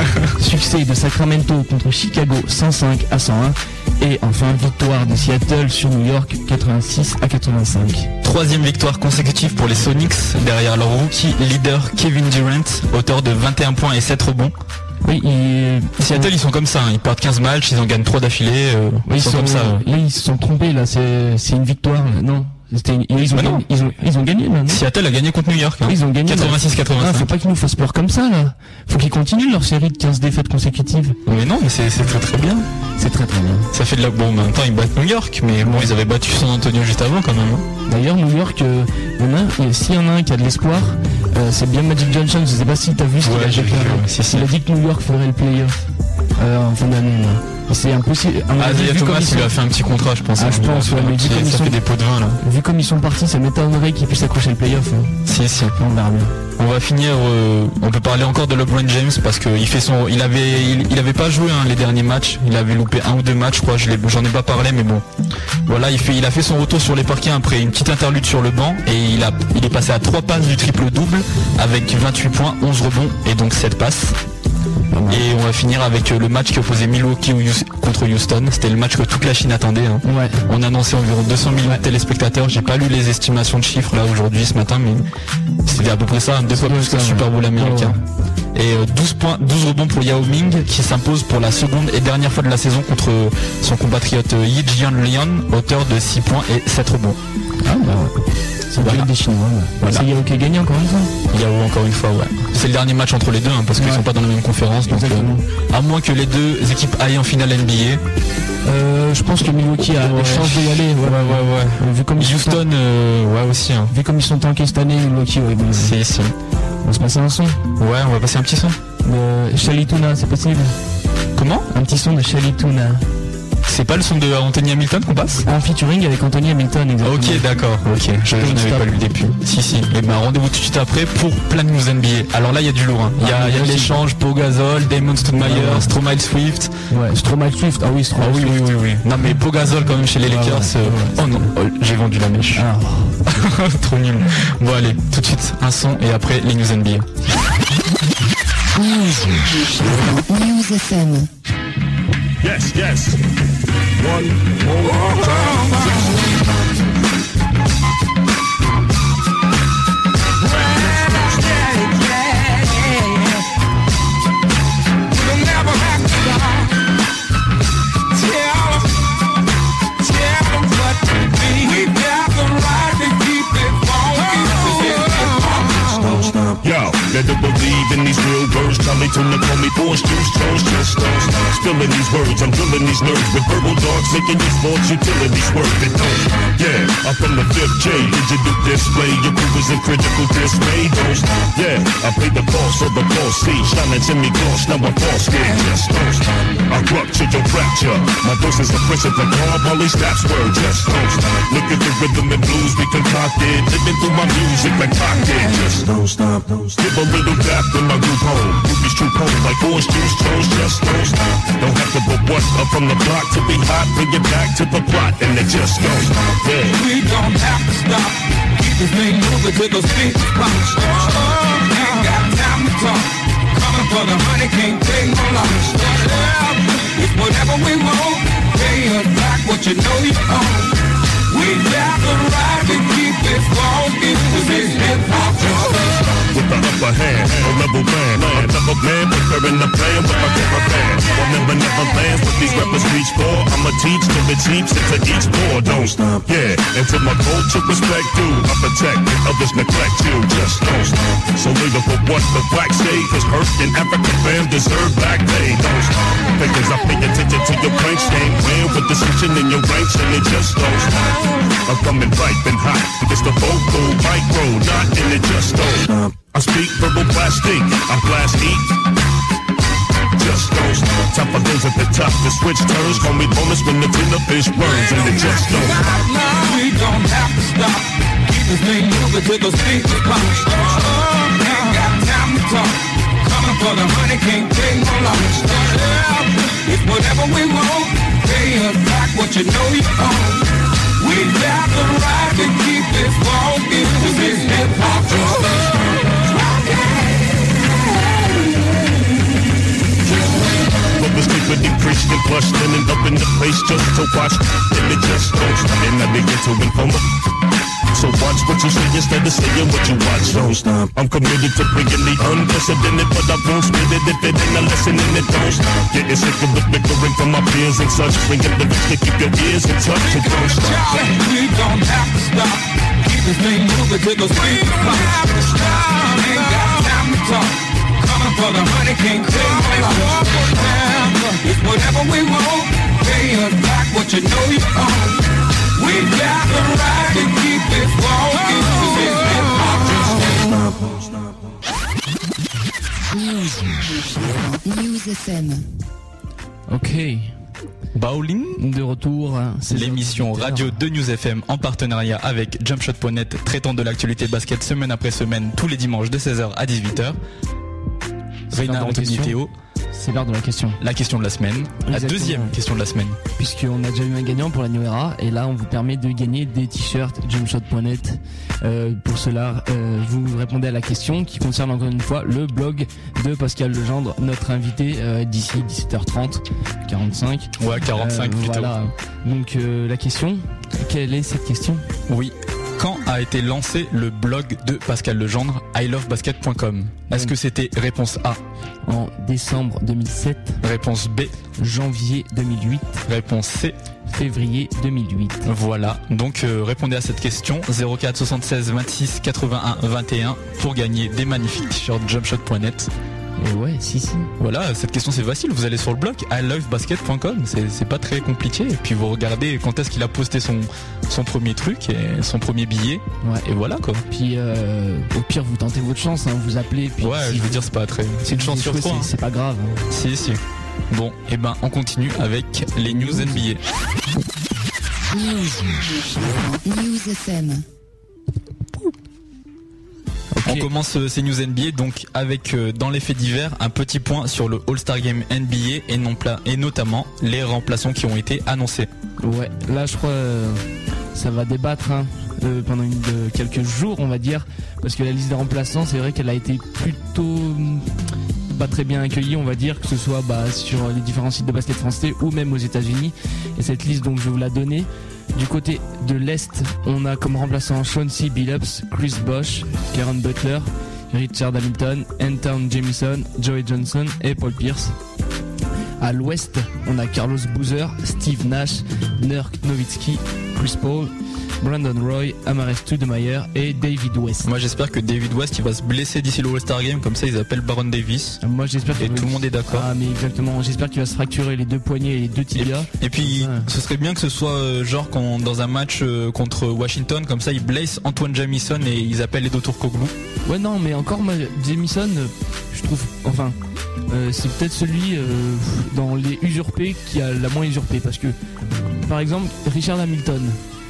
Succès de Sacramento contre Chicago cent cinq à cent un. Et enfin, victoire de Seattle sur New York quatre-vingt-six à quatre-vingt-cinq. Troisième victoire consécutive pour les Sonics derrière leur rookie leader Kevin Durant, auteur de vingt et un points et sept rebonds. Oui, ils, Seattle ils sont comme ça, hein. Ils perdent quinze matchs, ils en gagnent trois d'affilée, euh, oui, ils sont comme ça. là, ils se sont trompés, là, c'est c'est une victoire, là. Non. C'était une- ils, ont Bah non. gagné, ils, ont, ils ont gagné, là, non Seattle a gagné contre New York, hein. Ils ont gagné. là. quatre-vingt-six Ah, quatre-vingt-cinq. faut pas qu'ils nous fassent peur comme ça, là. Faut qu'ils continuent leur série de quinze défaites consécutives. Mais non, mais c'est c'est très très bien. C'est très très bien. Ça fait de la... Bon, en même temps ils battent New York, mais bon, ils avaient battu San Antonio juste avant quand même. hein. D'ailleurs, New York, euh, il y en a, et s'il y en a un qui a de l'espoir, euh, c'est bien Magic Johnson. Je sais pas si t'as vu ce qu'il Ouais, a j'ai vu, déclaré. ouais, si, si. Il a dit que New York ferait le playoff euh, en fin d'année. là. Et c'est impossible. À mon Ah, avis, Isaiah vu comme Thomas ils il lui a sont- fait un petit contrat, je pense. Ah, hein. je pense, ouais, mais Qui- vu comme ils ça sont- fait des pots de vin là. Vu comme ils sont partis, ça m'étonnerait qu'ils puissent accrocher le playoff. hein. Si, si. On verra bien. On va finir, euh, on peut parler encore de LeBron James parce qu'il fait son, il avait, il, il avait pas joué hein, les derniers matchs, il avait loupé un ou deux matchs, je crois, je l'ai- j'en ai pas parlé, mais bon. Voilà, il fait, il a fait son retour sur les parquets après une petite interlude sur le banc et il a, il est passé à trois passes du triple double avec vingt-huit points, onze rebonds et donc sept passes. Et on va finir avec euh, le match qui opposait Milwaukee au Hous- contre Houston. C'était le match que toute la Chine attendait. hein. Ouais. On a annoncé environ deux cent millions de téléspectateurs. J'ai pas lu les estimations de chiffres là aujourd'hui ce matin, mais c'était à peu près ça, deux fois Ouais, plus que ça, le ouais. Super Bowl américain. Ouais, Et euh, douze points, douze rebonds pour Yao Ming qui s'impose pour la seconde et dernière fois de la saison contre son compatriote euh, Yi Jian Lian, auteur de six points et sept rebonds. Ah bah c'est Voilà. bien des Chinois. Ouais. Voilà. C'est Yao qui a gagné encore une fois. Yao encore une fois, ouais. C'est le dernier match entre les deux hein, parce qu'ils Ouais. sont pas dans la même conférence. Donc, Exactement. euh, à moins que les deux équipes aillent en finale N B A. Euh, je pense que Milwaukee a Ouais. des chances d'y aller. Ouais, Ouais, ouais, ouais. Euh, Vu comme ils sont, Houston, euh, ouais aussi. Hein. vu comme ils sont tankés cette année, Milwaukee, ouais, bon, Si, si. on va se passer un son. Ouais, on va passer un petit son. De Chalituna, c'est possible. Comment? Un petit son de Chalituna. C'est pas le son de Anthony Hamilton qu'on passe? En featuring avec Anthony Hamilton, exactement. Ok, d'accord, ok, je, je n'avais pas lu le début. Si, si, et ben rendez-vous tout de suite après pour plein de news N B A. Alors là, il y a du lourd, hein. Il y a, Ah, il y a de aussi. l'échange, Pau Gasol, Damon Stoudemire, Ouais. Stromae Swift. Ouais, Stromae Swift. Ah oui, Ah Stromae oui, Swift. oui, oui, oui. Non mais Pau Gasol quand même chez les Ouais, Lakers. ouais, euh, ouais. Oh non, oh, j'ai vendu la mèche. Ah. Trop nul. Bon allez, tout de suite, un son et après les news N B A. News F M. Yes, yes. One more time. We'll never have to stop. Tell 'em, tell 'em what to be. We got the right to keep it funky. Don't stop. Yo, better believe in these real words. Charlie Tuna call me Force Juice Jones. Just don't stop. Spilling these words, I'm drilling these nerves with verbal dogs, making these sports utilities worth it. Don't. Yeah, up in the fifth J, digital display. Your crew is in critical dismay. Don't stop. Yeah, I played the boss of the boss C, shining to me gloss. Now I'm false scared. Just don't stop. I rupture your fracture. My dose is oppressive and calm. All these snaps were just don't stop. Look at the rhythm and blues we concocted. Living through my music like clock did. Just don't stop. Don't stop. Give a little dap in my group home. Ruby's true home like Orange Juice Jones. Just don't stop. Don't have to put what up from the block to be hot. Bring it back to the plot and it just don't stop. Yeah. We don't have to stop. Keep this thing moving till those speakers pop. Ain't got time to talk. Coming for the money, can't take no loss. It's whatever we want. Pay us back what you know you own. We got the right to keep it funky. This is hip hop. With the upper hand, a rebel man, a double man, preparing the plan with my caravan. One never never lands what these rappers reach for. I'ma teach till it cheaps into each board. Don't stop, yeah. Until my culture respect you, I protect and others neglect you. Just don't stop. So later for what the black say, cause hurt and African fam deserve back pay. Don't stop. Because I pay attention to your pranks, game plan with distinction in your ranks, and it just don't stop. I'm coming ripe and hot. It's the vocal micro, not in it just don't stop. I speak verbal plastic, I blast heat. Just don't stop. Top of those at the top, the switch turns. Call me bonus when the tuna fish burns, and it just don't stop. We don't have to stop. Keep this thing moving till those speakers pop. Ain't got time to talk. Coming for the money, can't take no loss. It's whatever we want. Pay us back what you know you own. We got the right to keep it funky. This is hip hop. But was keeping preached and plushed in and up in the place just to watch. And it just don't stop. And I begin to inform them. So watch what you say instead of saying what you watch. Don't stop. I'm committed to bringing the unprecedented, but I won't spit it if it ain't a lesson and it don't stop. Getting sick of the bickering from my peers and such. Bringing the lyrics to keep your ears in touch. So don't stop. We don't have to stop. Keep this thing moving till those speakers pop. Ain't got time to talk. Coming for the money, can't take no loss. It's whatever we want. Pay us back what you know you own. We got the right to keep it funky. This is hip hop. News F M. Ok. Bowling, de retour. C'est l'émission radio de News F M en partenariat avec jumpshot point net, traitant de l'actualité basket semaine après semaine, tous les dimanches de seize heures à dix-huit heures. Reina, Anthony, Théo. C'est l'heure de la question. La question de la semaine. Exactement. La deuxième question de la semaine. Puisqu'on a déjà eu un gagnant pour la New Era, et là on vous permet de gagner des t-shirts jumpshot point net. Euh, pour cela, euh, vous répondez à la question qui concerne encore une fois le blog de Pascal Legendre, notre invité euh, d'ici dix-sept heures trente, quarante-cinq. Ouais, quarante-cinq euh, plutôt. Voilà. Donc euh, la question, quelle est cette question? Oui. Quand a été lancé le blog de Pascal Legendre, i love basket point com? Est-ce que c'était réponse A? En décembre deux mille sept. Réponse B. Janvier deux mille huit. Réponse C. Février deux mille huit. Voilà, donc euh, répondez à cette question zéro quatre soixante-seize vingt-six quatre-vingt-un vingt et un pour gagner des magnifiques t-shirts jumpshot point net. Et ouais, si si. Voilà, cette question c'est facile, vous allez sur le blog i love basket point com, c'est, c'est pas très compliqué, et puis vous regardez quand est-ce qu'il a posté son, son premier truc, et son premier billet, ouais. Et voilà quoi. Puis euh, au pire vous tentez votre chance, hein, vous appelez. Puis ouais, si je veux vous... dire c'est pas très... C'est une chance sur trois. C'est, c'est pas grave. Hein. Si si. Bon, et ben on continue avec les news N B A. News. News F M. Okay. On commence euh, ces news N B A donc avec euh, dans les faits divers un petit point sur le All-Star Game N B A et, non pla- et notamment les remplaçants qui ont été annoncés. Ouais, là je crois euh, ça va débattre hein, euh, pendant une, de, quelques jours on va dire, parce que la liste des remplaçants c'est vrai qu'elle a été plutôt pas très bien accueillie on va dire, que ce soit bah, sur les différents sites de basket français ou même aux États-Unis. Et cette liste donc je vais vous la donner. Du côté de l'Est, on a comme remplaçants Chauncey Billups, Chris Bosh, Caron Butler, Richard Hamilton, Anton Jamison, Joey Johnson et Paul Pierce. À l'Ouest, on a Carlos Boozer, Steve Nash, Dirk Nowitzki, Chris Paul, Brandon Roy, Amar'e Stoudemire et David West. Moi j'espère que David West il va se blesser d'ici le All-Star Game, comme ça ils appellent Baron Davis. Moi j'espère et tout le monde est d'accord. Ah mais exactement, j'espère qu'il va se fracturer les deux poignets et les deux tibias. Et, et puis ouais. Ce serait bien que ce soit euh, genre quand, dans un match euh, contre Washington, comme ça ils blessent Antoine Jamison et ils appellent Edo Turkoglu. Ouais non mais encore moi, Jamison euh, je trouve, enfin euh, c'est peut-être celui euh, dans les usurpés qui a la moins usurpé, parce que par exemple Richard Hamilton,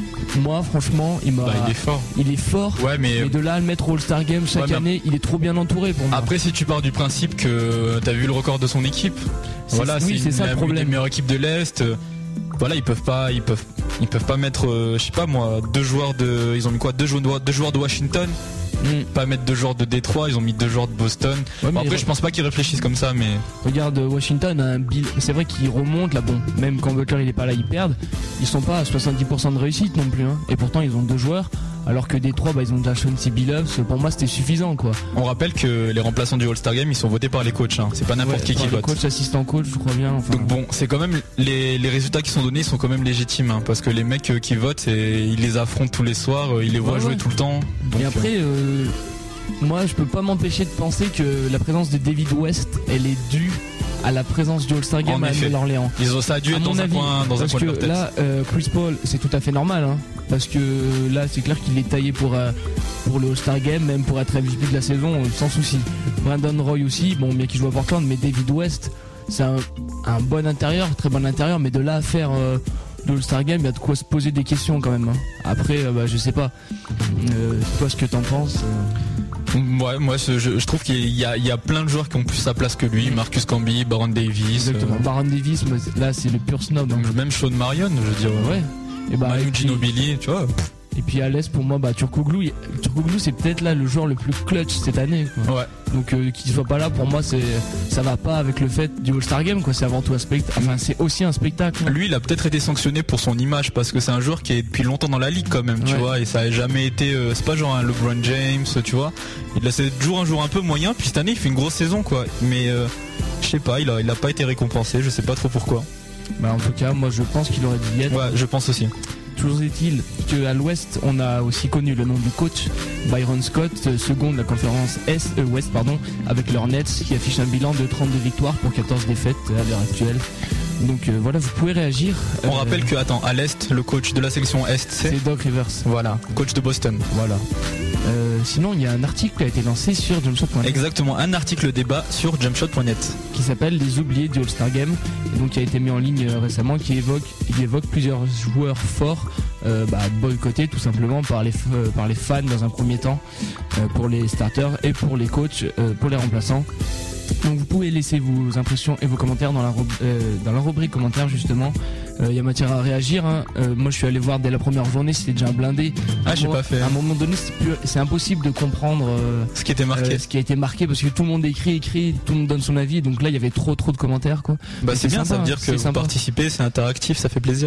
moi franchement il m'a bah, il est fort il est fort ouais mais, mais de là à le mettre au All-Star Game chaque ouais, année il est trop bien entouré pour moi. Après si tu pars du principe que t'as vu le record de son équipe, c'est, voilà oui, c'est, c'est ça le problème, les meilleures équipes de l'Est, voilà ils peuvent pas ils peuvent ils peuvent pas mettre euh, je sais pas moi deux joueurs de ils ont mis quoi deux joueurs deux joueurs de Washington. Mmh. Pas mettre deux joueurs de Détroit, ils ont mis deux joueurs de Boston. Ouais, bon, après, re... je pense pas qu'ils réfléchissent comme ça, mais. Regarde, Washington a un bill. C'est vrai qu'ils remontent là, bon. Même quand Butler il est pas là, ils perdent. Ils sont pas à soixante-dix pour cent de réussite non plus, hein. Et pourtant, ils ont deux joueurs. Alors que Détroit, bah, ils ont déjà Chauncey Billups. Pour moi, c'était suffisant, quoi. On rappelle que les remplaçants du All-Star Game, ils sont votés par les coachs, hein. C'est pas n'importe ouais, qui qui vote. Coach, assistant coach, je crois bien. Enfin... Donc bon, c'est quand même les, les résultats qui sont donnés, ils sont quand même légitimes, hein, parce que les mecs qui votent, c'est, ils les affrontent tous les soirs, ils les voient ouais, jouer ouais. tout le temps. Donc, et après. Euh... Moi je peux pas m'empêcher de penser que la présence de David West elle est due à la présence du All-Star Game à Nouvelle-Orléans. Ils ont ça a dû être dans un coin dans un coin de leur tête. Là euh, Chris Paul c'est tout à fait normal hein, parce que là c'est clair qu'il est taillé pour euh, pour le All-Star Game, même pour être M V P de la saison euh, sans souci. Brandon Roy aussi, bon bien qu'il joue à Portland, mais David West c'est un, un bon intérieur, très bon intérieur, mais de là à faire euh, de l'All-Star Game, il y a de quoi se poser des questions quand même hein. Après euh, bah, je sais pas euh, toi ce que t'en penses euh... Ouais, moi je, je trouve qu'il y a, il y a plein de joueurs qui ont plus sa place que lui. Marcus Camby, Baron Davis. Exactement. Euh... Baron Davis, là c'est le pur snob. Hein. Même Sean Marion, je veux dire. Ouais. Et bah, Manu Ginobili, tu vois. Et puis à l'Est pour moi, bah Turkoglu, Turkoglu c'est peut-être là le joueur le plus clutch cette année. Quoi. Ouais. Donc euh, qu'il soit pas là pour moi c'est ça va pas avec le fait du All-Star Game quoi. C'est avant tout un spectacle. Enfin c'est aussi un spectacle. Hein. Lui il a peut-être été sanctionné pour son image parce que c'est un joueur qui est depuis longtemps dans la ligue quand même, tu ouais. vois. Et ça a jamais été, euh, c'est pas genre un LeBron James, tu vois. Il a c'est toujours un joueur un peu moyen. Puis cette année il fait une grosse saison quoi. Mais euh, je sais pas, il a il a pas été récompensé. Je sais pas trop pourquoi. Bah en tout cas moi je pense qu'il aurait dû y être. Ouais, je pense aussi. Toujours est-il qu'à l'Ouest, on a aussi connu le nom du coach Byron Scott, second de la conférence S, euh, Ouest, pardon, avec leurs Nets, qui affiche un bilan de trente-deux victoires pour quatorze défaites à l'heure actuelle. Donc euh, voilà, vous pouvez réagir. On euh, rappelle que, attends, à l'Est, le coach de la section Est, c'est, c'est Doc Rivers. Voilà, coach de Boston. Voilà. Euh, sinon, il y a un article qui a été lancé sur jumpshot point net. Exactement, un article débat sur jumpshot point net. Qui s'appelle Les oubliés du All-Star Game, et donc qui a été mis en ligne euh, récemment, qui évoque, qui évoque plusieurs joueurs forts euh, bah, boycottés tout simplement par les, euh, par les fans dans un premier temps, euh, pour les starters et pour les coachs, euh, pour les remplaçants. Donc vous pouvez laisser vos impressions et vos commentaires dans la, euh, dans la rubrique commentaires justement. Il euh, y a matière à réagir. Hein. Euh, moi je suis allé voir dès la première journée, c'était déjà blindé. Ah j'ai pas fait. À un moment donné c'est, plus, c'est impossible de comprendre euh, ce qui était marqué. Euh, ce qui a été marqué parce que tout le monde écrit, écrit, tout le monde donne son avis. Donc là il y avait trop trop de commentaires quoi. Bah c'est, c'est bien, sympa, ça veut dire hein, que vous sympa. participez, c'est interactif, ça fait plaisir.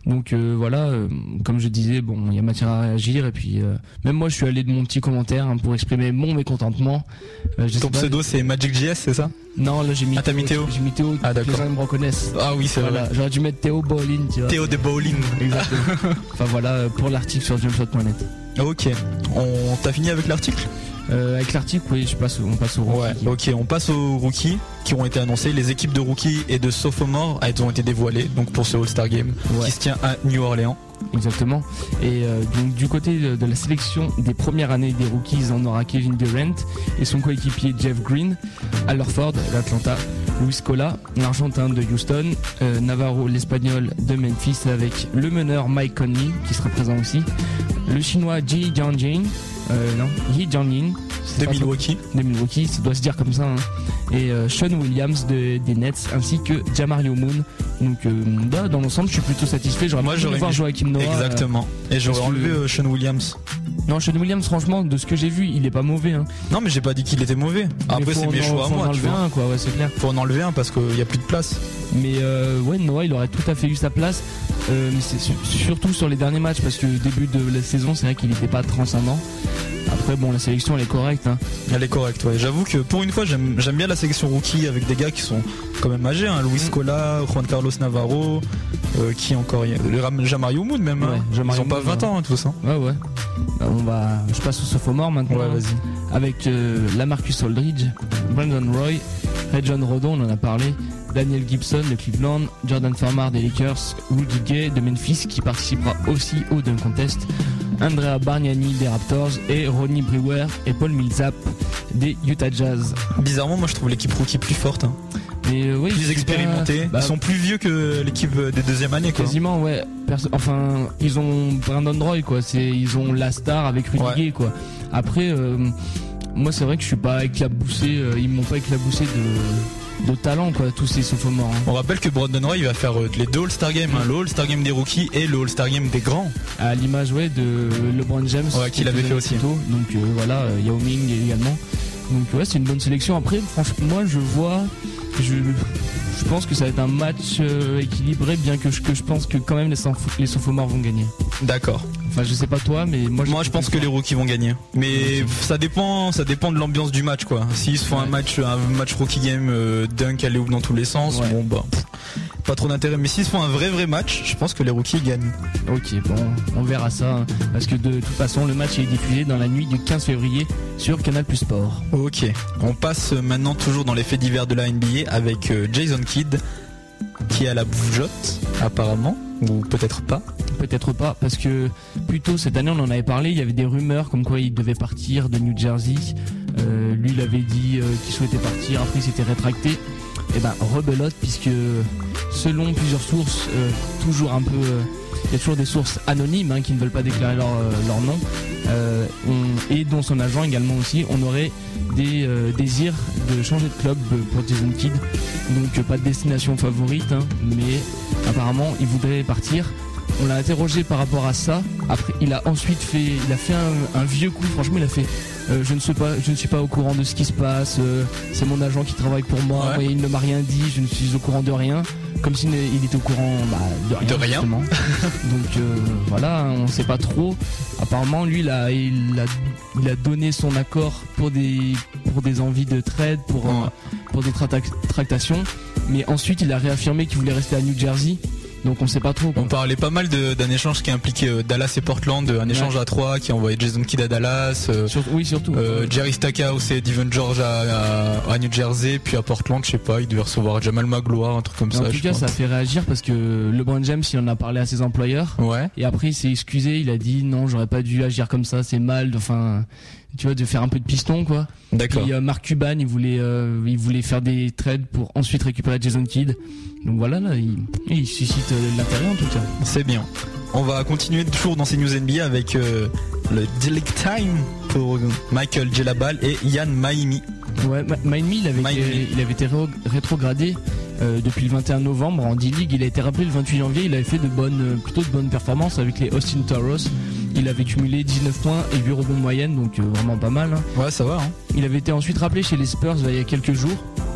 Donc euh, voilà, euh, comme je disais, bon, il y a matière à réagir et puis euh, même moi je suis allé de mon petit commentaire hein, pour exprimer mon mécontentement. Euh, Ton pseudo c'est Magic J S, c'est ça? Non, là j'ai mis, ah, t'as mis Théo. J'ai mis Théo, ah, d'accord. Les gens me reconnaissent. Ah oui, c'est voilà, vrai. J'aurais dû mettre Théo Bowling, tu vois. Théo de Bowling. Exactement. Enfin voilà, pour l'article sur jumpshot point net. Ok, on t'a fini avec l'article? Euh, avec l'article, oui, je passe, on passe aux rookies. Ouais, ok, on passe aux rookies qui ont été annoncés. Les équipes de rookies et de sophomores elles ont été dévoilées donc pour ce All-Star Game ouais. qui se tient à New Orleans. Exactement. Et euh, donc du côté de, de la sélection des premières années des rookies, on aura Kevin Durant et son coéquipier Jeff Green, Al Horford d'Atlanta, Luis Scola, l'Argentin de Houston, euh, Navarro l'espagnol de Memphis avec le meneur Mike Conley qui sera présent aussi, le chinois Ji Jianjing, euh, non, Yi Jianjin de Milwaukee, de Milwaukee, ça doit se dire comme ça, hein. Et euh, Sean Williams de, des Nets ainsi que Jamario Moon. Donc euh, bah, dans l'ensemble, je suis plutôt satisfait. J'aurais Moi, j'aurais voir mis... Joachim Noah. Exactement. Euh, et j'aurais enlevé euh, Sean Williams. Non, Sean Williams, franchement, de ce que j'ai vu, il est pas mauvais. Hein. Non, mais j'ai pas dit qu'il était mauvais. Après, c'est mes choix à moi. Faut en enlever un, quoi. Ouais, c'est clair. Faut en enlever un parce qu'il y a plus de place. Mais euh, ouais, Noah, il aurait tout à fait eu sa place. Euh, mais c'est surtout sur les derniers matchs parce que début de la saison, c'est vrai qu'il n'était pas transcendant. Après bon, la sélection elle est correcte hein. Elle est correcte, ouais. J'avoue que pour une fois j'aime j'aime bien la sélection rookie avec des gars qui sont quand même âgés hein. Luis Scola, Juan Carlos Navarro, euh, qui encore le Jamario Moon même ouais, hein. Ils ont pas vingt ans hein, tout ça. Ouais ouais. Bah, on va je passe au sophomore maintenant. Ouais, vas-y. Avec euh, Lamarcus Aldridge, Brandon Roy, Rajon Rondo, on en a parlé, Daniel Gibson de Cleveland, Jordan Farmar des Lakers, Rudy Gay de Memphis qui participera aussi au Dunk Contest, Andrea Bargnani des Raptors et Ronnie Brewer et Paul Millsap des Utah Jazz. Bizarrement, moi je trouve l'équipe rookie plus forte. Hein. Mais euh, oui, plus expérimentés. Pas... Bah, ils sont plus vieux que l'équipe des deuxième année. Quoi. Quasiment, ouais. Perso... Enfin, ils ont Brandon Roy, quoi. C'est... Ils ont la star avec Rudy ouais. Gay, quoi. Après, euh, moi c'est vrai que je suis pas éclaboussé. Euh, ils m'ont pas éclaboussé de. de talent quoi, tous ces sophomores hein. On rappelle que Brandon Roy il va faire euh, les deux All-Star Games, hein, le All-Star Game des rookies et le All-Star Game des grands. À l'image ouais de LeBron James ouais, qu'il avait fait aussi. Tôt. Donc euh, voilà, euh, Yao Ming également. Donc ouais, c'est une bonne sélection. Après, franchement, moi je vois, je, je pense que ça va être un match euh, équilibré, bien que je, que je pense que quand même les, les sophomores vont gagner. D'accord. Enfin, je sais pas toi, mais moi. Moi, je pense que les rookies vont gagner. Mais okay. ça dépend, ça dépend de l'ambiance du match, quoi. S'ils se font ouais. un match, un match rookie game, euh, dunk, aller ou dans tous les sens, ouais. bon bah, pff, pas trop d'intérêt. Mais s'ils se font un vrai vrai match, je pense que les rookies gagnent. Ok, bon, on verra ça, hein, parce que de toute façon, le match est diffusé dans la nuit du quinze février sur Canal Plus Sport. Ok, on passe maintenant toujours dans les faits divers de la N B A avec euh, Jason Kidd, qui est à la bougeotte, apparemment, ou peut-être pas. Peut-être pas, parce que plus tôt cette année on en avait parlé, il y avait des rumeurs comme quoi il devait partir de New Jersey. Euh, lui il avait dit euh, qu'il souhaitait partir, après il s'était rétracté. Et ben rebelote, puisque selon plusieurs sources, euh, toujours un peu, il euh, y a toujours des sources anonymes hein, qui ne veulent pas déclarer leur, euh, leur nom, euh, on, et dont son agent également aussi, on aurait des euh, désirs de changer de club pour Jason Kidd. Donc euh, pas de destination favorite, hein, mais apparemment il voudrait partir. On l'a interrogé par rapport à ça. Après, il a ensuite fait, il a fait un, un vieux coup. Franchement, il a fait. Euh, je ne suis pas, je ne suis pas au courant de ce qui se passe. Euh, c'est mon agent qui travaille pour moi. Ouais. Et il ne m'a rien dit. Je ne suis au courant de rien. Comme s'il il était au courant bah, de rien. De rien. Donc euh, voilà, on ne sait pas trop. Apparemment, lui, il a, il a, il a donné son accord pour des, pour des envies de trade, pour, ouais. euh, pour des tractations. Mais ensuite, il a réaffirmé qu'il voulait rester à New Jersey. Donc on sait pas trop quoi. On parlait pas mal de, d'un échange qui impliquait euh, Dallas et Portland, un échange ouais. à trois qui a envoyé Jason Kidd à Dallas, euh, Sur, oui surtout euh, Jerry Stackhouse et Devin George à, à, à New Jersey, puis à Portland je sais pas, il devait recevoir Jamal Magloire, un truc comme mais ça. En tout cas crois. Ça a fait réagir parce que LeBron James il en a parlé à ses employeurs ouais. et après il s'est excusé, il a dit non j'aurais pas dû agir comme ça, c'est mal, enfin tu vois, de faire un peu de piston quoi. D'accord. Puis euh, Mark Cuban il voulait euh, il voulait faire des trades pour ensuite récupérer Jason Kidd. Donc voilà là il, il suscite euh, l'intérêt en tout cas. C'est bien. On va continuer toujours dans ces news N B A avec euh, le Delete Time pour Michael Gelabal et Ian Mahinmi. Ouais, Ma- Mahinmi il avait Mahinmi. été, il avait été ré- rétrogradé euh, depuis le vingt et un novembre en D-League. Il a été rappelé le vingt-huit janvier. Il avait fait de bonnes, plutôt de bonnes performances avec les Austin Toros. Il avait cumulé dix-neuf points et huit rebonds moyenne, donc euh, vraiment pas mal. Hein. Ouais, ça va. Hein. Il avait été ensuite rappelé chez les Spurs là, il y a quelques jours.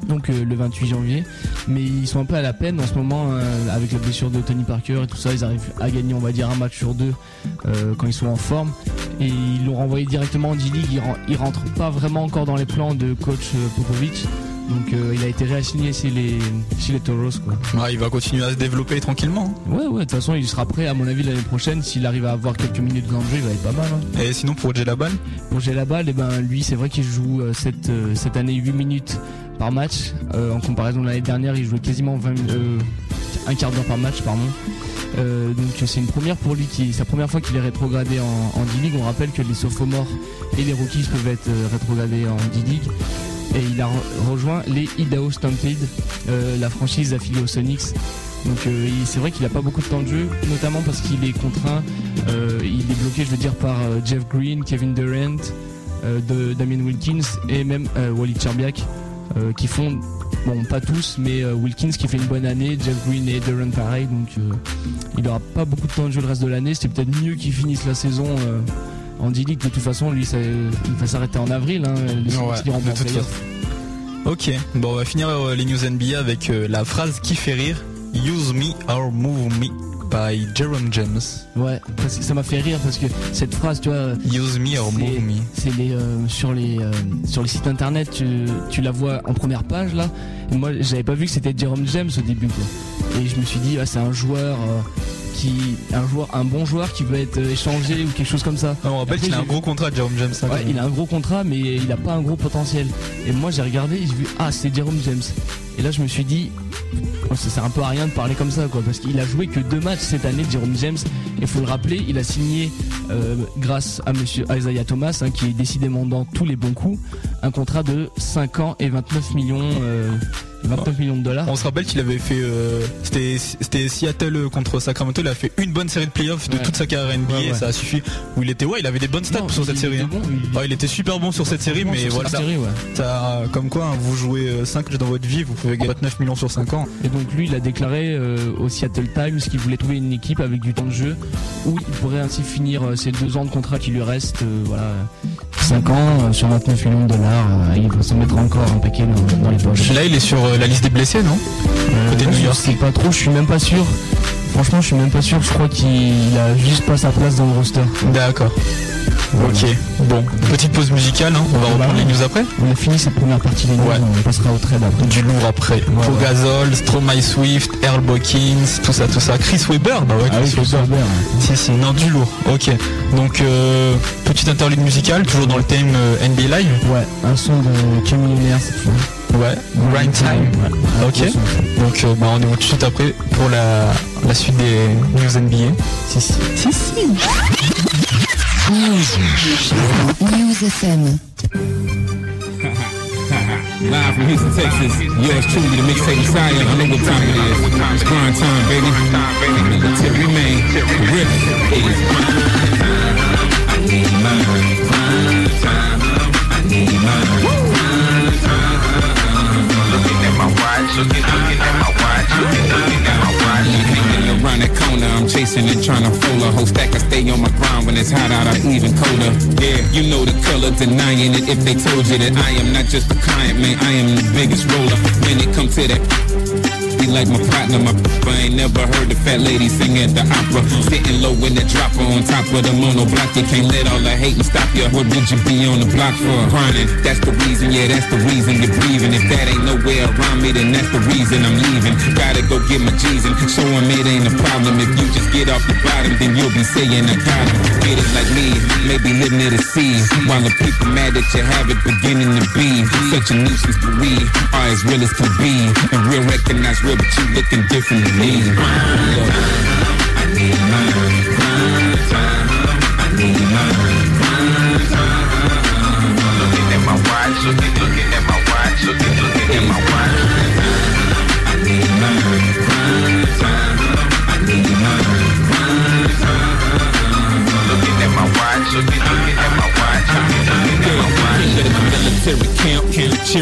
donc euh, le vingt-huit janvier, mais ils sont un peu à la peine en ce moment euh, avec la blessure de Tony Parker et tout ça. Ils arrivent à gagner, on va dire, un match sur deux euh, quand ils sont en forme, et ils l'ont renvoyé directement en D-League. Il, ren- il rentre pas vraiment encore dans les plans de coach euh, Popovich. Donc euh, il a été réassigné chez les, chez les Toros, quoi. Ouais, il va continuer à se développer tranquillement. Ouais, ouais, de toute façon il sera prêt à mon avis l'année prochaine. S'il arrive à avoir quelques minutes dans le jeu, il va être pas mal, hein. Et sinon pour Jelabal Pour Jelabal, eh ben, lui c'est vrai qu'il joue euh, cette, euh, cette année huit minutes par match. Euh, en comparaison de l'année dernière, il jouait quasiment vingt, euh, un quart d'heure par match, pardon. Euh, donc c'est une première pour lui, qui, c'est la première fois qu'il est rétrogradé en, en D-League. On rappelle que les sophomores et les rookies peuvent être euh, rétrogradés en D-League. Et il a re- rejoint les Idaho Stampede, euh, la franchise affiliée aux Sonics. Donc euh, il- c'est vrai qu'il n'a pas beaucoup de temps de jeu, notamment parce qu'il est contraint, euh, il est bloqué, je veux dire, par euh, Jeff Green, Kevin Durant, euh, de, Damien Wilkins et même euh, Wally Szczerbiak, euh, qui font, bon pas tous, mais euh, Wilkins qui fait une bonne année, Jeff Green et Durant pareil, donc euh, il n'aura pas beaucoup de temps de jeu le reste de l'année. C'était peut-être mieux qu'il finisse la saison euh, en D-League. De toute façon, lui, ça, il va s'arrêter en avril, hein, les Ouais, qui iront de en toute playoff. façon. Ok, bon on va finir euh, les news N B A avec euh, la phrase qui fait rire, Use me or move me by Jerome James. Ouais, parce que ça m'a fait rire parce que cette phrase, tu vois, Use me or c'est- move me. c'est les euh, sur les euh, sur les sites internet, tu, tu la vois en première page là. Et moi, j'avais pas vu que c'était Jerome James au début, quoi. Et je me suis dit, ah, c'est un joueur euh, qui un joueur un bon joueur qui veut être euh, échangé ou quelque chose comme ça. Ah, on rappelle Après, qu'il a un j'ai gros vu- contrat, Jerome James. hein, quand Ouais, même. il a un gros contrat, mais il a pas un gros potentiel. Et moi, j'ai regardé, et j'ai vu, ah, c'est Jerome James. Et là, je me suis dit, oh, ça sert un peu à rien de parler comme ça, quoi, parce qu'il a joué que deux matchs cette année, Jerome James. Il faut le rappeler, il a signé, euh, grâce à Monsieur Isaiah Thomas, hein, qui est décidément dans tous les bons coups, un contrat de cinq ans et vingt-neuf millions, euh, vingt-neuf millions de dollars. On se rappelle qu'il avait fait, euh, c'était, c'était Seattle contre Sacramento, il a fait une bonne série de playoffs de Ouais. toute sa carrière N B A, Ouais, ouais. ça a suffi. Où il était, ouais, il avait des bonnes stats Non, sur il- cette il série. était hein. bon, il- Ouais, il était super bon sur cette série, Franchement, mais sur voilà, cette série, ouais. ça, comme quoi, hein, vous jouez euh, cinq matchs dans votre vie, vous pouvez gagner vingt-neuf millions sur cinq ans. Et donc lui, il a déclaré euh, au Seattle Times qu'il voulait trouver une équipe avec du temps de jeu où il pourrait ainsi finir euh, ses deux ans de contrat qui lui restent. euh, voilà, cinq ans euh, sur vingt-neuf millions de dollars. euh, il va s'en mettre encore un paquet dans, dans les poches. Là, il est sur euh, la liste des blessés, non Euh, côté New je York. sais pas trop, je suis même pas sûr. Franchement, je suis même pas sûr. Je crois qu'il a juste pas sa place dans le roster. D'accord. Ok. Bon, petite pause musicale, hein. On va reprendre Bah, les news après. On a fini cette première partie des news, Ouais. on passera au trade après. Du lourd après. Ouais, Pau ouais. Gasol, Stromae Swift, Earl Boykins, tout ça, tout ça. Chris Webber, bah ouais, Ah oui, Chris c'est Webber. Si, si, non, du lourd. Ok. Donc, euh, petite interlude musicale, toujours dans le thème euh, N B A Live. Ouais, un son de King Millionaire cette fois. Ouais. Grind Time. Ouais. Ok. Un gros son. Donc, euh, bah, on est tout de suite après pour la, la suite des news N B A. Si, si. Si, si. News F M. Live from Houston, Texas. Yours truly, the mixtape Messiah. I know what time it is. It's grind time, baby. Until we remain. The riff is grind time. I need mine. Grind time. I need mine. Grind time. Looking at my watch. Looking, looking at my watch. Looking, looking at my watch. Hanging around that corner, I'm chasing and trying to fold a whole stack. I stay on my grind when it's hot out, I'm even colder. Yeah, you know the color, denying it if they told you that I am not just a client, man, I am the biggest roller. When it comes to that, be like my partner, my I ain't never heard the fat lady sing at the opera. Sitting low in the dropper on top of the mono block. You can't let all the hating stop you. What would you be on the block for? Grinding, that's the reason, yeah, that's the reason you're breathing. If that ain't nowhere around me, then that's the reason I'm leaving. Gotta go get my G's and show them it ain't a problem. If you just get off the bottom, then you'll be saying I got it. Get it like me, maybe living it a sea. While the people mad that you have it beginning to be such a nuisance to we are as real as can be. And real recognize real, but you looking different than me. I need mine. Grind time. I need mine. Grind time. Looking at my watch. Looking, looking at my watch. Looking, looking at my watch. I need mine. Grind time. I need mine. Grind time. Looking at my watch. Looking, looking at my watch. Looking, looking at my watch. Military camp, camp, cheering for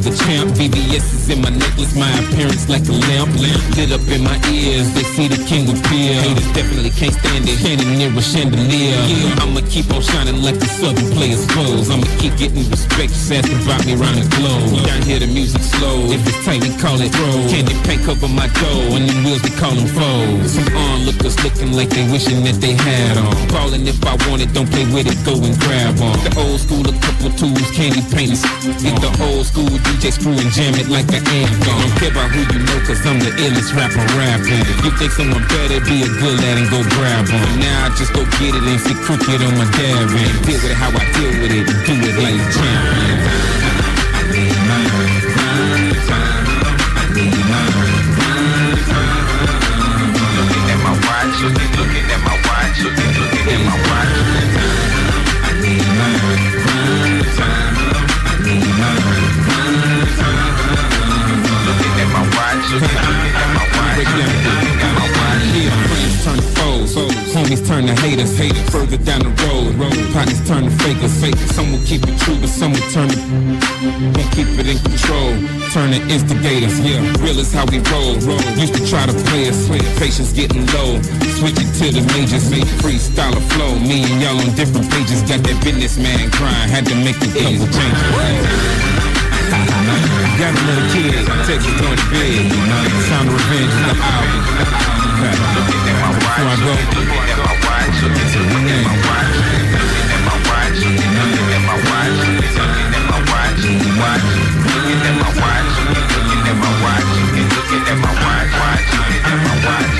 the champ. V V S is in my necklace, my appearance like a lamp. Lit up in my ears, they see the king appear. Haters definitely can't stand it, standing near a chandelier. Yeah, I'ma keep on shining like the southern players' clothes. I'ma keep getting respect, just asking about me around the globe. Down here the music slow, if it's tight we call it throw. Candy paint cover my dough, and them wheels we call them foes. Some onlookers looking like they wishing that they had on. Calling if I want it, don't play with it, go and grab on. The old school, a couple tools, candy paint. Get the old school D J screw and jam it like an amp. Don't care about who you know, cause I'm the illest rapper rapping. If you think someone better, be a good lad and go grab on. Now I just go get it and sit crooked on my dab and deal with it how I deal with it and do it like a champion. I need my grind time. I need my grind time. Looking at my watch, looking, looking at my watch, looking, looking at my watch. I need my grind time. I need my grind time. Looking at my watch, looking, looking at my watch, looking, looking at my watch. Yeah, friends turn to foes, homies turn to haters, haters further down the road, road. Partners turn to fakers, fakers. Some will keep it true, but some will turn to won't keep it in control. Turn to instigators, yeah. Real is how we roll, roll. Used to try to play us, patience getting low. Switch it to the majors, make freestyle a flow. Me and y'all on different pages, got that businessman grind. Had to make a couple changes. Got a little kid, Texas going to bed. Sound of Revenge is the album. Before I go, looking at my watch, looking at my watch, looking at my watch, looking at my watch, looking at my watch, looking at my watch, looking at my watch, looking at my watch, watch, looking at my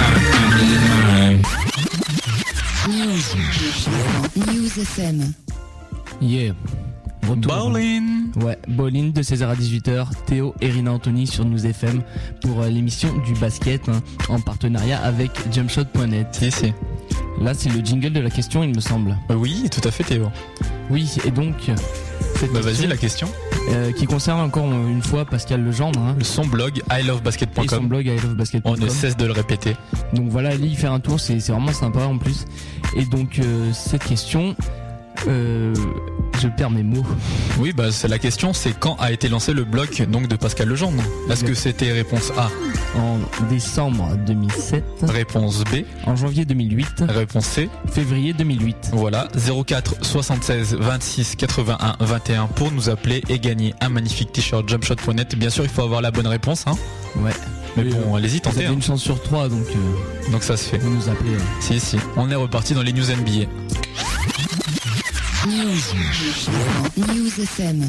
watch. News. News F M. Yeah. Retour. Bowling. Ouais, Bowling de seize heures à dix-huit heures. Théo et Rina Anthony sur News F M pour euh, l'émission du basket hein, en partenariat avec jumpshot point net. Si, si. Là, c'est le jingle de la question, il me semble. Euh, oui, tout à fait, Théo. Oui, et donc. Cette bah, question, vas-y, la question. Euh, qui concerne encore une fois Pascal Legendre. Hein. Son blog i love basket point com. Et son blog i love basket point com. On ne cesse de le répéter. Donc voilà, allez y faire un tour, c'est, c'est vraiment sympa en plus. Et donc, euh, cette question. Euh, je perds mes mots. Oui, bah c'est la question, c'est quand a été lancé le blog donc de Pascal Legendre. Est-ce que c'était réponse A en décembre deux mille sept, réponse B en janvier deux mille huit, réponse C février deux mille huit. Voilà, zéro quatre soixante-seize vingt-six quatre-vingt-un vingt et un pour nous appeler et gagner un magnifique t-shirt jumpshot point net. Bien sûr, il faut avoir la bonne réponse hein. Ouais. Mais bon, euh, allez-y, tentez. Vous avez hein. une chance sur trois, donc euh, donc ça se fait. Vous nous appelez. Euh. Si si, on est reparti dans les news N B A. News. News F M.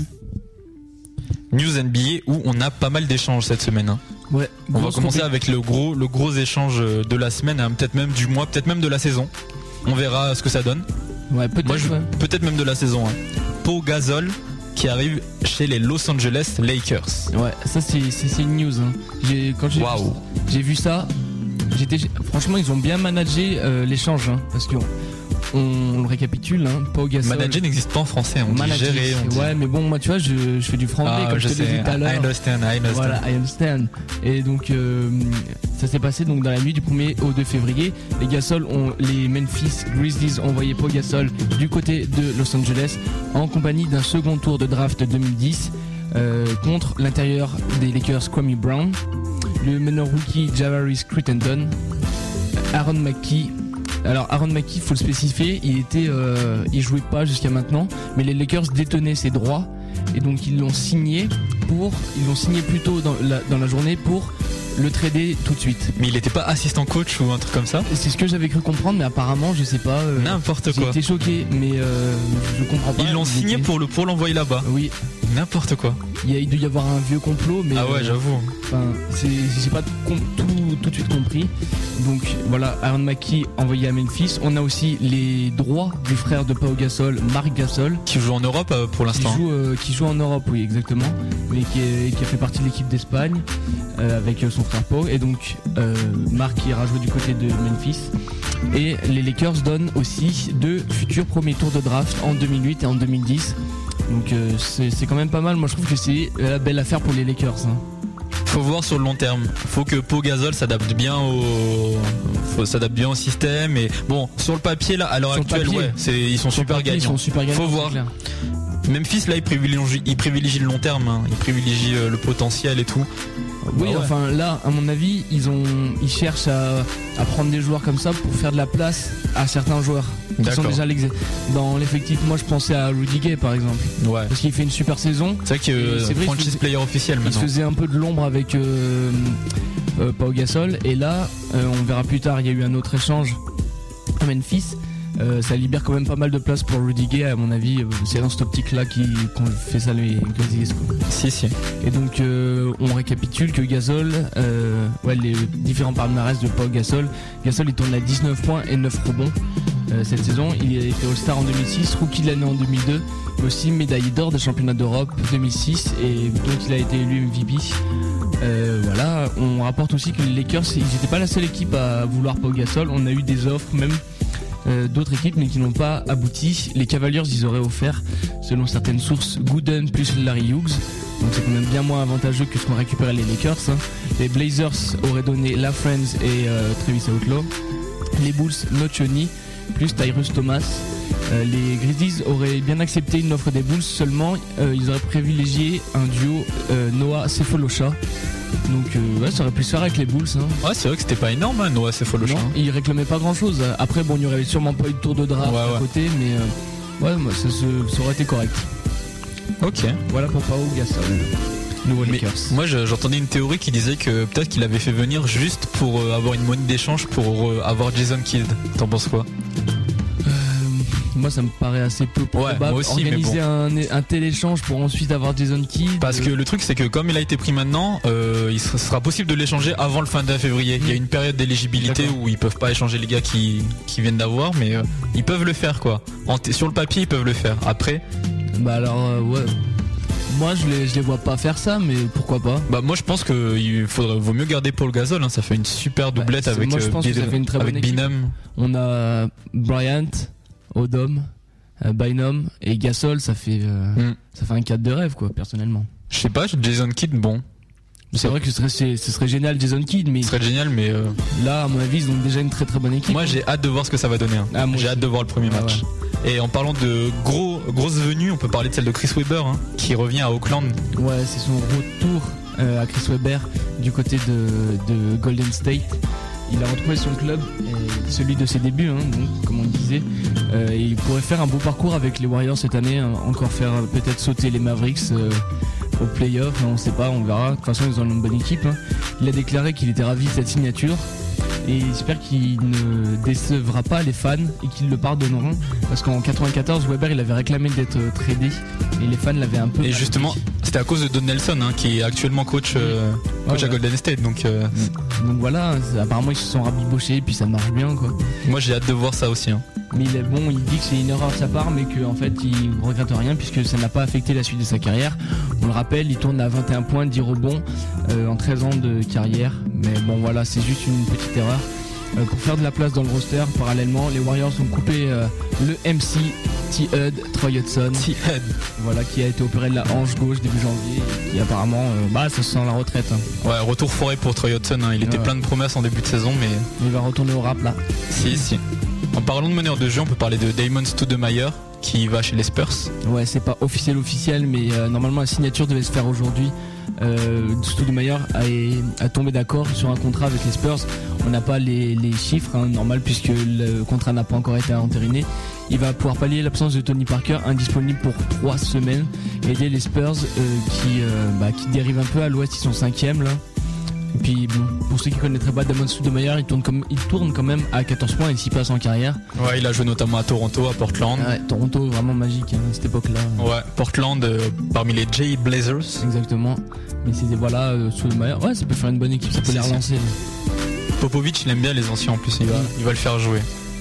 News N B A où on a pas mal d'échanges cette semaine. Hein. Ouais. On va commencer avec le gros, le gros échange de la semaine, hein, peut-être même du mois, peut-être même de la saison. On verra ce que ça donne. Ouais, peut-être. Moi, je, ouais. peut-être même de la saison. Hein. Pau Gasol qui arrive chez les Los Angeles Lakers. Ouais, ça c'est, c'est, c'est une news. Hein. J'ai, quand j'ai, wow. vu, j'ai vu ça, j'étais, franchement, ils ont bien managé euh, l'échange, hein, parce que. On, on le récapitule, hein, Pau Gasol. Manager n'existe pas en français, on Manager, dit gérer. On dit... Ouais, mais bon, moi tu vois, je, je fais du franglais ah, comme je, je te l'ai dit tout à l'heure. I understand, I understand. Voilà, I understand. Et donc, euh, ça s'est passé donc dans la nuit du premier au deux février. Les Gasol ont, les Memphis Grizzlies ont envoyé Pau Gasol du côté de Los Angeles en compagnie d'un second tour de draft deux mille dix euh, contre l'intérieur des Lakers Kwame Brown, le meneur rookie Javaris Crittenden, Aaron McKie. Alors Aaron McKie, faut le spécifier, il était, euh, il jouait pas jusqu'à maintenant, mais les Lakers détenaient ses droits et donc ils l'ont signé pour, ils l'ont signé plus tôt dans la, dans la journée pour le trader tout de suite. Mais il était pas assistant coach ou un truc comme ça ? C'est ce que j'avais cru comprendre, mais apparemment je sais pas. Euh, N'importe quoi. J'ai été choqué, mais euh, je comprends pas. Ils l'ont signé était... pour le pour l'envoyer là-bas. Oui. N'importe quoi. Il, y a, il doit y avoir un vieux complot, mais ah ouais, euh, j'avoue. Enfin, c'est, j'ai pas tout, tout, tout de suite compris. Donc voilà, Aaron McKie envoyé à Memphis. On a aussi les droits du frère de Pau Gasol, Marc Gasol, qui joue en Europe euh, pour l'instant. Qui joue, euh, qui joue en Europe, oui, exactement, mais qui, est, qui a fait partie de l'équipe d'Espagne euh, avec son frère Pau. Et donc euh, Marc ira jouer du côté de Memphis. Et les Lakers donnent aussi deux futurs premiers tours de draft en deux mille huit et en deux mille dix. Donc euh, c'est, c'est quand même pas mal. Moi je trouve que c'est la belle affaire pour les Lakers. Hein. Faut voir sur le long terme. Faut que Pau Gasol s'adapte bien au, faut s'adapte bien au système. Et bon, sur le papier là, à l'heure sur actuelle, papier, ouais, c'est ils sont super papier, gagnants. Ils sont super gagnants. Faut voir. Memphis là il privilégie, il privilégie le long terme, hein. Il privilégie euh, le potentiel et tout. Oui, Bah ouais. enfin là, à mon avis, ils ont, ils cherchent à, à prendre des joueurs comme ça pour faire de la place à certains joueurs qui D'accord. sont déjà l'exé- dans l'effectif. Moi, je pensais à Rudy Gay par exemple, Ouais. parce qu'il fait une super saison. C'est vrai que euh, Et c'est vrai franchise qu'il- player officiel Il se maintenant. faisait un peu de l'ombre avec euh, euh, Pau Gasol, et là, euh, on verra plus tard. Il y a eu un autre échange à Memphis. Euh, ça libère quand même pas mal de place pour Rudy Gay, à mon avis. euh, C'est dans cette optique-là qui- qu'on fait ça les Grizzlies, quoi. Si si. Et donc euh, on récapitule que Gasol, euh, ouais, les différents palmarès de Pau Gasol. Gasol il tourne à dix-neuf points et neuf rebonds euh, cette saison. Il a été All-Star en deux mille six, Rookie de l'année en deux mille deux, mais aussi médaille d'or des championnats d'Europe deux mille six, et donc il a été élu M V P. Euh, voilà, on rapporte aussi que les Lakers, ils n'étaient pas la seule équipe à vouloir Pau Gasol. On a eu des offres même euh, d'autres équipes, mais qui n'ont pas abouti. Les Cavaliers, ils auraient offert, selon certaines sources, Gooden plus Larry Hughes. Donc c'est quand même bien moins avantageux que ce qu'ont récupéré les Lakers, hein. Les Blazers auraient donné La Friends et euh, Travis Outlaw. Les Bulls, Nocioni plus Tyrus Thomas. Euh, les Grizzlies auraient bien accepté une offre des Bulls, seulement euh, ils auraient privilégié un duo euh, Noah Sefolosha. Donc euh, ouais, ça aurait pu se faire avec les Bulls, hein. Ouais, c'est vrai que c'était pas énorme, hein, Noah Sefolosha. Non, ils réclamaient pas grand chose. Après bon, il n'y aurait sûrement pas eu de tour de draft Ouais, à ouais. côté, mais euh, ouais, moi, ça, se- ça aurait été correct. Ok. Voilà pour Pau Gasol, nouveau Mais Lakers. moi je- j'entendais une théorie qui disait que peut-être qu'il avait fait venir juste pour euh, avoir une monnaie d'échange pour euh, avoir Jason Kidd. T'en penses quoi? Euh, moi ça me paraît assez peu probable. moi aussi, mais Organiser un, un tel échange pour ensuite avoir Jason Kidd. Parce que le truc c'est que comme il a été pris maintenant, euh, il sera- sera possible de l'échanger avant le fin de février. Il y a une période d'éligibilité D'accord. où ils peuvent pas échanger les gars qui, qui viennent d'avoir, mais euh, ils peuvent le faire quoi. En t- sur le papier ils peuvent le faire. Après, Bah alors euh, ouais. Moi je les, je les vois pas faire ça, mais pourquoi pas. bah moi je pense qu'il faudrait vaut mieux garder Paul Gasol. Hein, ça fait une super doublette Bah, c'est- avec moi, je euh, pense que ça Bin- fait une très bonne avec équipe. Bynum. On a Bryant, Odom, euh, Bynum et Gasol, ça fait euh, Mm. ça fait un cadre de rêve quoi, personnellement. Je sais pas, Jason Kidd, bon, C'est vrai que ce serait, c'est- ce serait génial Jason Kidd, mais ce serait génial, mais euh, là à mon avis ils ont déjà une très très bonne équipe. moi j'ai hâte de voir ce que ça va donner. Hein. Ah, moi j'ai aussi. hâte de voir le premier Ah, match. Et en parlant de gros grosses venues, on peut parler de celle de Chris Webber, hein, qui revient à Auckland. Ouais, c'est son retour euh, à Chris Webber du côté de, de Golden State. Il a retrouvé son club, euh, celui de ses débuts, hein, donc, comme on le disait. Euh, et il pourrait faire un beau parcours avec les Warriors cette année, hein, encore faire euh, peut-être sauter les Mavericks euh, au playoff, hein, on sait pas, on verra. De toute façon, ils ont une bonne équipe, hein. Il a déclaré qu'il était ravi de cette signature. Et j'espère qu'il ne décevra pas les fans et qu'ils le pardonneront. Parce qu'en quatre-vingt-quatorze, Weber il avait réclamé d'être tradé et les fans l'avaient un peu. Et justement, c'était à cause de Don Nelson, hein, qui est actuellement coach, euh, coach Ouais, à ouais. Golden State. Donc euh, Donc voilà, c'est- apparemment ils se sont rabibochés et puis ça marche bien quoi. moi j'ai hâte de voir ça aussi. Hein. Mais il est bon, il dit que c'est une erreur de sa part, mais qu'en fait il regrette rien puisque ça n'a pas affecté la suite de sa carrière. On le rappelle, il tourne à vingt et un points, dix rebonds euh, en treize ans de carrière. Mais bon voilà, c'est juste une petite erreur. Euh, pour faire de la place dans le roster, parallèlement, les Warriors ont coupé euh, le M C T-Hud, Troy Hudson, T-Head. voilà, qui a été opéré de la hanche gauche début janvier et qui apparemment, euh, bah ça sent la retraite. Hein. Ouais, retour forêt pour Troy Hudson. Hein. Il était Ouais. plein de promesses en début de saison, mais Il va retourner au rap là. si, si. En parlant de meneur de jeu, on peut parler de Damon Stoudemire qui va chez les Spurs. Ouais, c'est pas officiel officiel, mais euh, normalement la signature devait se faire aujourd'hui. Euh, Stoudemire a, a tombé d'accord sur un contrat avec les Spurs. On n'a pas les, les chiffres, hein, normal, puisque le contrat n'a pas encore été entériné. Il va pouvoir pallier l'absence de Tony Parker, indisponible pour trois semaines, et aider les Spurs euh, qui, euh, bah, qui dérivent un peu à l'ouest, ils sont cinquième là. Et puis bon, pour ceux qui connaîtraient pas Damon Stoudemire, il tourne, comme, il tourne quand même à quatorze points et six passes en carrière. Ouais, il a joué notamment à Toronto, à Portland. Ouais, Toronto vraiment magique hein, à cette époque-là. Ouais, Portland euh, parmi les Jay Blazers. Exactement. Mais c'était voilà, euh, Stoudemire, ouais, ça peut faire une bonne équipe, ça peut Si, les si. relancer. Popovic, il aime bien les anciens en plus, il va, il va le faire jouer.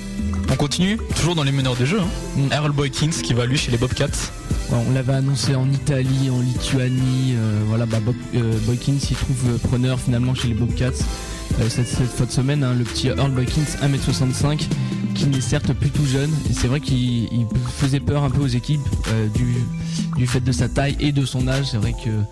On continue, toujours dans les meneurs de jeu. Hein. Mm. Earl Boykins qui va lui chez les Bobcats. Ouais, on l'avait annoncé en Italie, en Lituanie. Euh, voilà, bah, Bob, euh, Boykins s'y trouve euh, preneur finalement chez les Bobcats euh, cette, cette fois de semaine. Hein, le petit Earl Boykins, un mètre soixante-cinq, qui n'est certes plus tout jeune. Et c'est vrai qu'il il faisait peur un peu aux équipes euh, du, du fait de sa taille et de son âge. C'est vrai que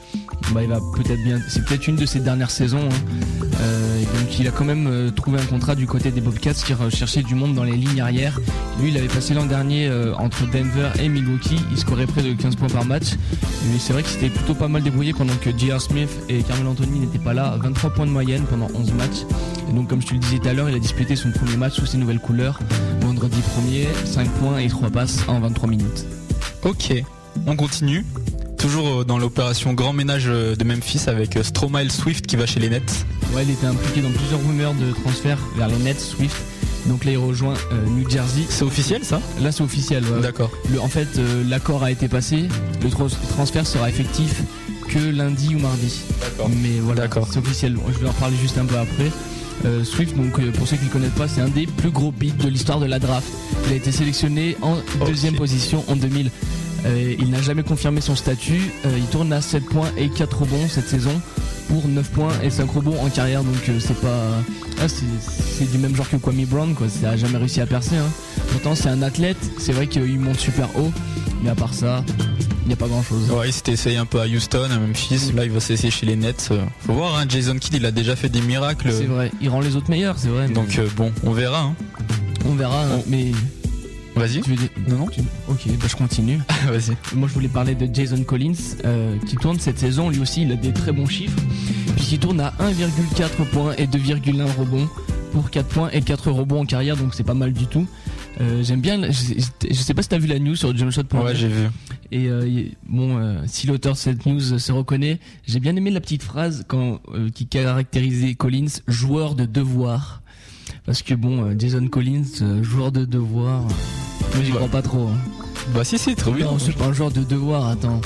bah, il va peut-être bien. C'est peut-être une de ses dernières saisons. Hein. Euh, et donc il a quand même euh, trouvé un contrat du côté des Bobcats qui recherchait du monde dans les lignes arrière. Lui, il avait passé l'an dernier euh, entre Denver et Milwaukee. Il scorait près de quinze points par match. Mais c'est vrai qu'il s'était plutôt pas mal débrouillé pendant que J R. Smith et Carmelo Anthony n'étaient pas là. vingt-trois points de moyenne pendant onze matchs. Et donc, comme je te le disais tout à l'heure, il a disputé son premier match sous ses nouvelles couleurs. Vendredi premier, cinq points et trois passes en vingt-trois minutes. Ok, on continue. Toujours dans l'opération grand ménage de Memphis avec Stromile Swift qui va chez les Nets. Ouais, il était impliqué dans plusieurs rumeurs de transfert vers les Nets, Swift. Donc là, il rejoint euh, New Jersey. C'est officiel, ça ? Là, c'est officiel. Ouais. D'accord. Le, en fait, euh, l'accord a été passé. Le tra- transfert sera effectif que lundi ou mardi. D'accord. Mais voilà, D'accord. c'est officiel. Je vais en reparler juste un peu après. Euh, Swift, donc euh, pour ceux qui ne le connaissent pas, c'est un des plus gros beats de l'histoire de la draft. Il a été sélectionné en okay. deuxième position en deux mille. Euh, il n'a jamais confirmé son statut. Euh, il tourne à sept points et quatre rebonds cette saison pour neuf points et cinq rebonds en carrière. Donc euh, c'est pas ah, c'est, c'est du même genre que Kwame Brown, quoi. Ça a jamais réussi à percer. Hein. Pourtant c'est un athlète. C'est vrai qu'il monte super haut, mais à part ça, il n'y a pas grand chose. Ouais, il s'était essayé un peu à Houston, à Memphis. Là, il va s'essayer chez les Nets. Faut voir, hein, Jason Kidd, il a déjà fait des miracles. C'est vrai. Il rend les autres meilleurs, c'est vrai. Donc euh, bon, on verra. Hein. On verra. Hein, on... mais Vas-y. Tu veux dire... Non, non. Tu... Ok, bah je continue. Vas-y. Moi, je voulais parler de Jason Collins, euh, qui tourne cette saison. Lui aussi, il a des très bons chiffres, puisqu'il tourne à un virgule quatre points et deux virgule un rebonds pour quatre points et quatre rebonds en carrière, donc c'est pas mal du tout. Euh, j'aime bien. Je, je sais pas si t'as vu la news sur jumpshot point net. Ouais, j'ai vu. Et euh, bon, euh, si l'auteur de cette news se reconnaît, j'ai bien aimé la petite phrase quand euh, qui caractérisait Collins, joueur de devoir. Parce que bon, euh, Jason Collins, euh, joueur de devoir, euh, moi j'y crois pas trop. Hein. Bah si si, très bien. Non, c'est pas un joueur de devoir, attends.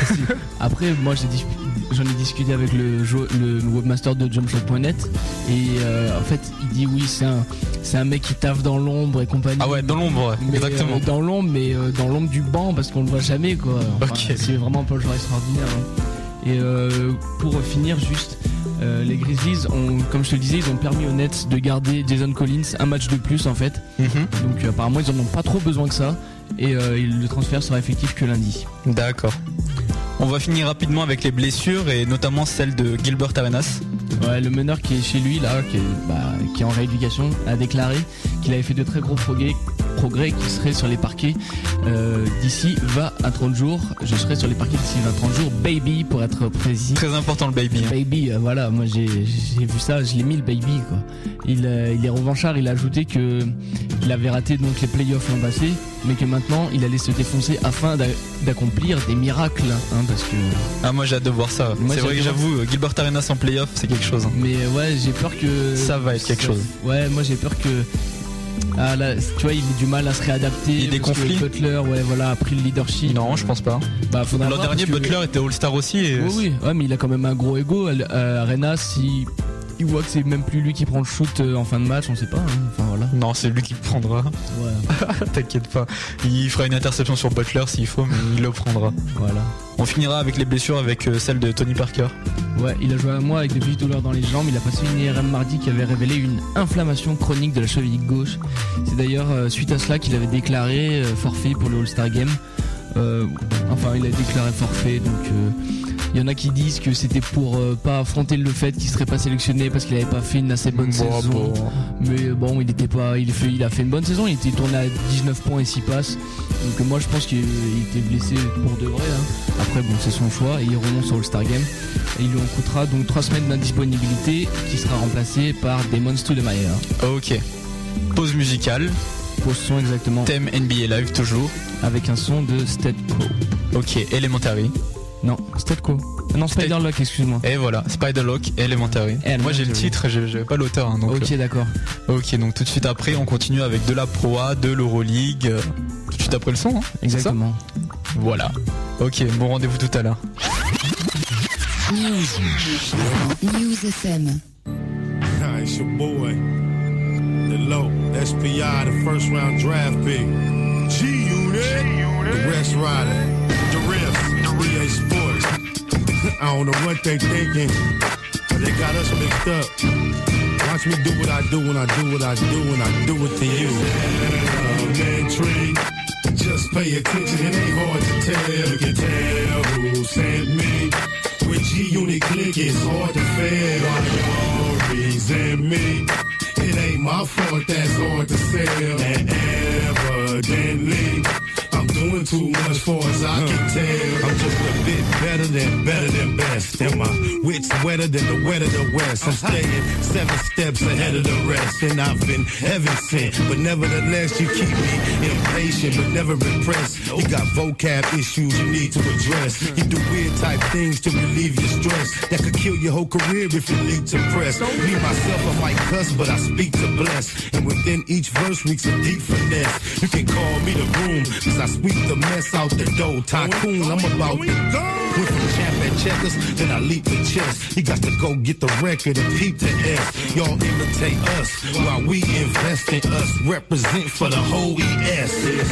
Après, moi j'ai dis- j'en ai discuté avec le, jo- le webmaster de jumpshot point net et euh, en fait il dit oui c'est un c'est un mec qui taffe dans l'ombre et compagnie. Ah ouais, dans l'ombre, ouais, mais, exactement. Euh, dans l'ombre, mais euh, dans l'ombre du banc parce qu'on le voit jamais quoi. Enfin, okay. C'est vraiment pas un joueur extraordinaire. Hein. Et euh, pour finir juste. Euh, les Grizzlies ont, comme je te le disais, ils ont permis aux Nets de garder Jason Collins un match de plus en fait. Mm-hmm. Donc euh, apparemment ils en ont pas trop besoin que ça. Et euh, le transfert sera effectif que lundi. D'accord. On va finir rapidement avec les blessures et notamment celle de Gilbert Arenas. Ouais, le meneur qui est chez lui là, qui est, bah, qui est en rééducation, a déclaré qu'il avait fait de très gros progrès, progrès qui serait sur les parquets euh, d'ici vingt à trente jours. Je serai sur les parquets d'ici vingt à trente jours, baby pour être précis. Très important le baby. Hein. Baby, euh, voilà, moi j'ai, j'ai vu ça, je l'ai mis le baby quoi. Il, euh, il est revanchard, il a ajouté que il avait raté donc les playoffs l'an passé, mais que maintenant il allait se défoncer afin d'a- d'accomplir des miracles, hein, parce que. Ah moi j'ai hâte de voir ça. Moi, c'est vrai que j'avoue, voir... Gilbert Arenas en playoff c'est quelque chose. Hein. Mais ouais, j'ai peur que. Ça va être quelque ça... chose. Ouais, moi j'ai peur que. Ah là, tu vois, il a du mal à se réadapter. Il y a des conflits. Butler, ouais, voilà, a pris le leadership. Non, je pense pas. Bah, L'an dernier, que... Butler était All-Star aussi. Et... Oui, oui, ouais, mais il a quand même un gros ego. Euh, Arenas, il... il voit que c'est même plus lui qui prend le shoot en fin de match, on sait pas. Hein. Enfin voilà. Non, c'est lui qui le prendra. Ouais. T'inquiète pas. Il fera une interception sur Butler s'il faut, mais il le prendra. Voilà. On finira avec les blessures avec celle de Tony Parker. Ouais, il a joué un mois avec des vives douleurs dans les jambes. Il a passé une I R M mardi qui avait révélé une inflammation chronique de la cheville gauche. C'est d'ailleurs euh, suite à cela qu'il avait déclaré euh, forfait pour le All-Star Game. Euh, enfin, il a déclaré forfait, donc il euh, y en a qui disent que c'était pour euh, pas affronter le fait qu'il serait pas sélectionné parce qu'il avait pas fait une assez bonne bon, saison. Bon. Mais bon, il était pas, il, fait, il a fait une bonne saison. Il était tourné à dix-neuf points et six passes. Donc moi, je pense qu'il était blessé pour de vrai. Hein. Après, bon, c'est son choix et il renonce au All-Star Game. Et il lui en coûtera donc trois semaines d'indisponibilité qui sera remplacé par Damon Stoudemire. Ok. Pause musicale. Pause son exactement. Thème N B A Live toujours. Avec un son de Stetco. Ok, Elementary. Non, Stetco. Non, Spiderlock, excuse-moi. Et voilà, Spiderlock, Elementary. Et Moi j'ai le titre, j'ai, j'ai pas l'auteur. Hein, donc, ok, euh... d'accord. Ok, donc tout de suite après, on continue avec de la Pro A, de l'Euroleague. Euh, tout de suite après le son, hein. Exactement. Voilà. Ok, bon rendez-vous tout à l'heure. News. News F M. Hi, it's your boy. The low S P I, the first round draft pick. G-Unit, the West Rider, the Riffs, E A Sports. I don't know what they thinking, but they got us mixed up. Watch me do what I do when I do what I do when I do it to you. Elementary, just pay attention, it ain't hard to tell. You can tell who sent me. With G click, it's hard to fail. Why y'all resent me? It ain't my fault, that's hard to sell. And evidently, I'm doing too much for as I can tell. I'm just a bit better than better than best. And my wits wetter than the wet of the west. I'm staying seven steps ahead of the rest. And I've been heaven sent, but nevertheless you keep me impatient but never impressed. You got vocab issues you need to address. You do weird type things to relieve your stress. That could kill your whole career if you lead to press. Me myself, I might cuss, but I speak to bless. And within each verse reeks a deep finesse. You can call me the broom, cause I sweep the mess out the dough. Tycoon, I'm about to go. Went from champ at checkers, then I leap the chest. You got to go get the record and peep the S. Y'all imitate us while we invest in us. Represent for the whole E S. It's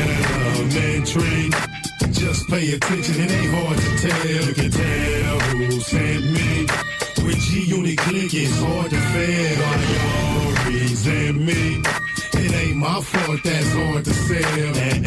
elementary. Just pay attention, it ain't hard to tell. You can tell who sent me. With G-Unit click, it's hard to fail. Why y'all resent me? It ain't my fault, that's hard to sell. And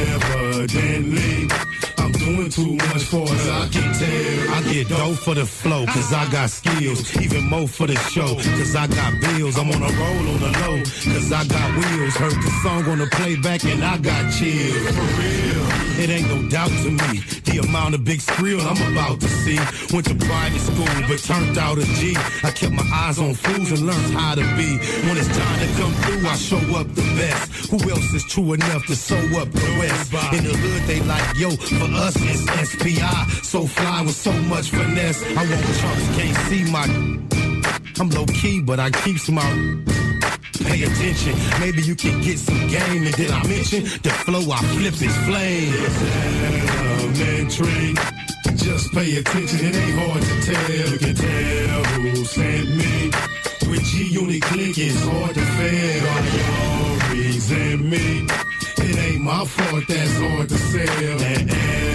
evidently, I'm doing too much for as I can tell. I get dough for the flow, cause I got skills. Even more for the show, cause I got bills. I'm on a roll on the low, cause I got wheels. Heard the song on the playback and I got chills. For real, it ain't no doubt to me. The amount of big skrill I'm about to see. Went to private school, but turned out a G. I kept my eyes on fools and learned how to be. When it's time to come through, I show up the best. Who else is true enough to sew up the West? In the hood, they like, yo, for us it's S P I. So fly with so much finesse. I want chunks, can't see my... I'm low key, but I keep my... Pay attention, maybe you can get some game. And did I mention the flow I flip is flame? It's elementary. Just pay attention, it ain't hard to tell. You can tell who sent me. With G-Unit click, it's hard to fail. Why y'all resent me? It ain't my fault, that's hard to sell. And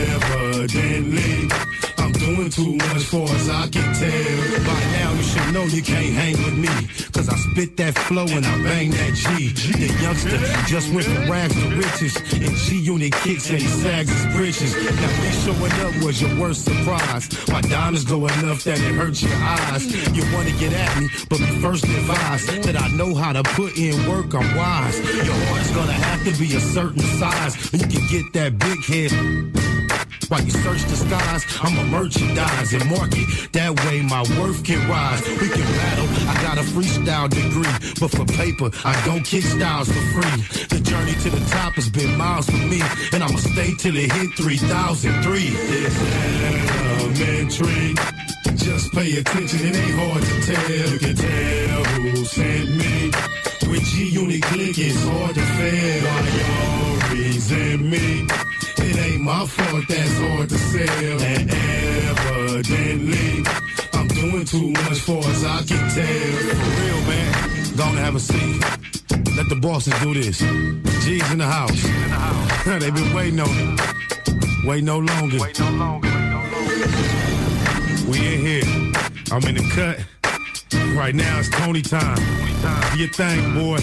evidently, I'm doing too much for as I can tell. By now you should know you can't hang with me, cause I spit that flow and I bang that G. The youngster just went from rags to riches, and G-Unit kicks and he sags his britches. Now me showing up was your worst surprise. My diamonds glow enough that it hurts your eyes. You wanna get at me, but be first advised that I know how to put in work, I'm wise. Your heart's gonna have to be a certain size, and you can get that big head. While you search the skies, I'ma merchandise and market. That way my worth can rise. We can battle, I got a freestyle degree, but for paper, I don't kick styles for free. The journey to the top has been miles for me, and I'ma stay till it hit three thousand three. It's elementary. Just pay attention, it ain't hard to tell. You can tell who sent me. With G-Unit click, it's hard to fail. Why y'all resent me? It ain't my fault, that's hard to sell. And evidently, I'm doing too much for as I can tell. For real, man, gonna have a seat. Let the bosses do this. G's in the house. They been waiting on it. Wait no longer. Wait no longer. We in here. I'm in the cut. Right now it's Tony time. Do your thing, boy.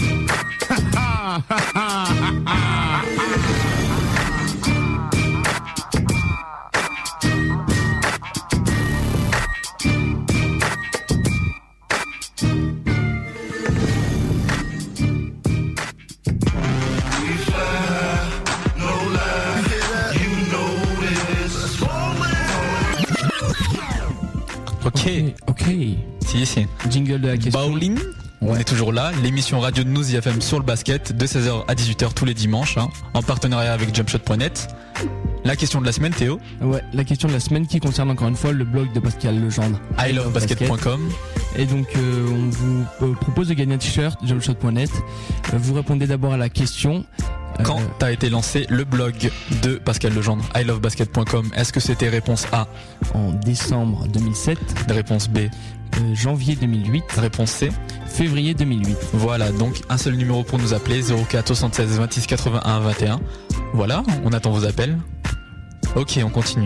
Ok, ok. Si, si. Jingle de la question. Bowling, on est toujours là. L'émission radio de Nouzi F M sur le basket de seize heures à dix-huit heures tous les dimanches, hein, en partenariat avec jumpshot point net. La question de la semaine, Théo. Ouais, la question de la semaine qui concerne encore une fois le blog de Pascal Legendre. I love basket point com. Et donc euh, on vous euh, propose de gagner un t-shirt jumpshot point net. Euh, vous répondez d'abord à la question. Quand euh, a été lancé le blog de Pascal Legendre, I love basket point com? Est-ce que c'était réponse A en décembre deux mille sept? Réponse B euh, janvier deux mille huit. Réponse C février deux mille huit. Voilà, donc un seul numéro pour nous appeler, zéro quatre soixante-seize vingt-six quatre-vingt-un vingt et un. Voilà, on attend vos appels. Ok, on continue.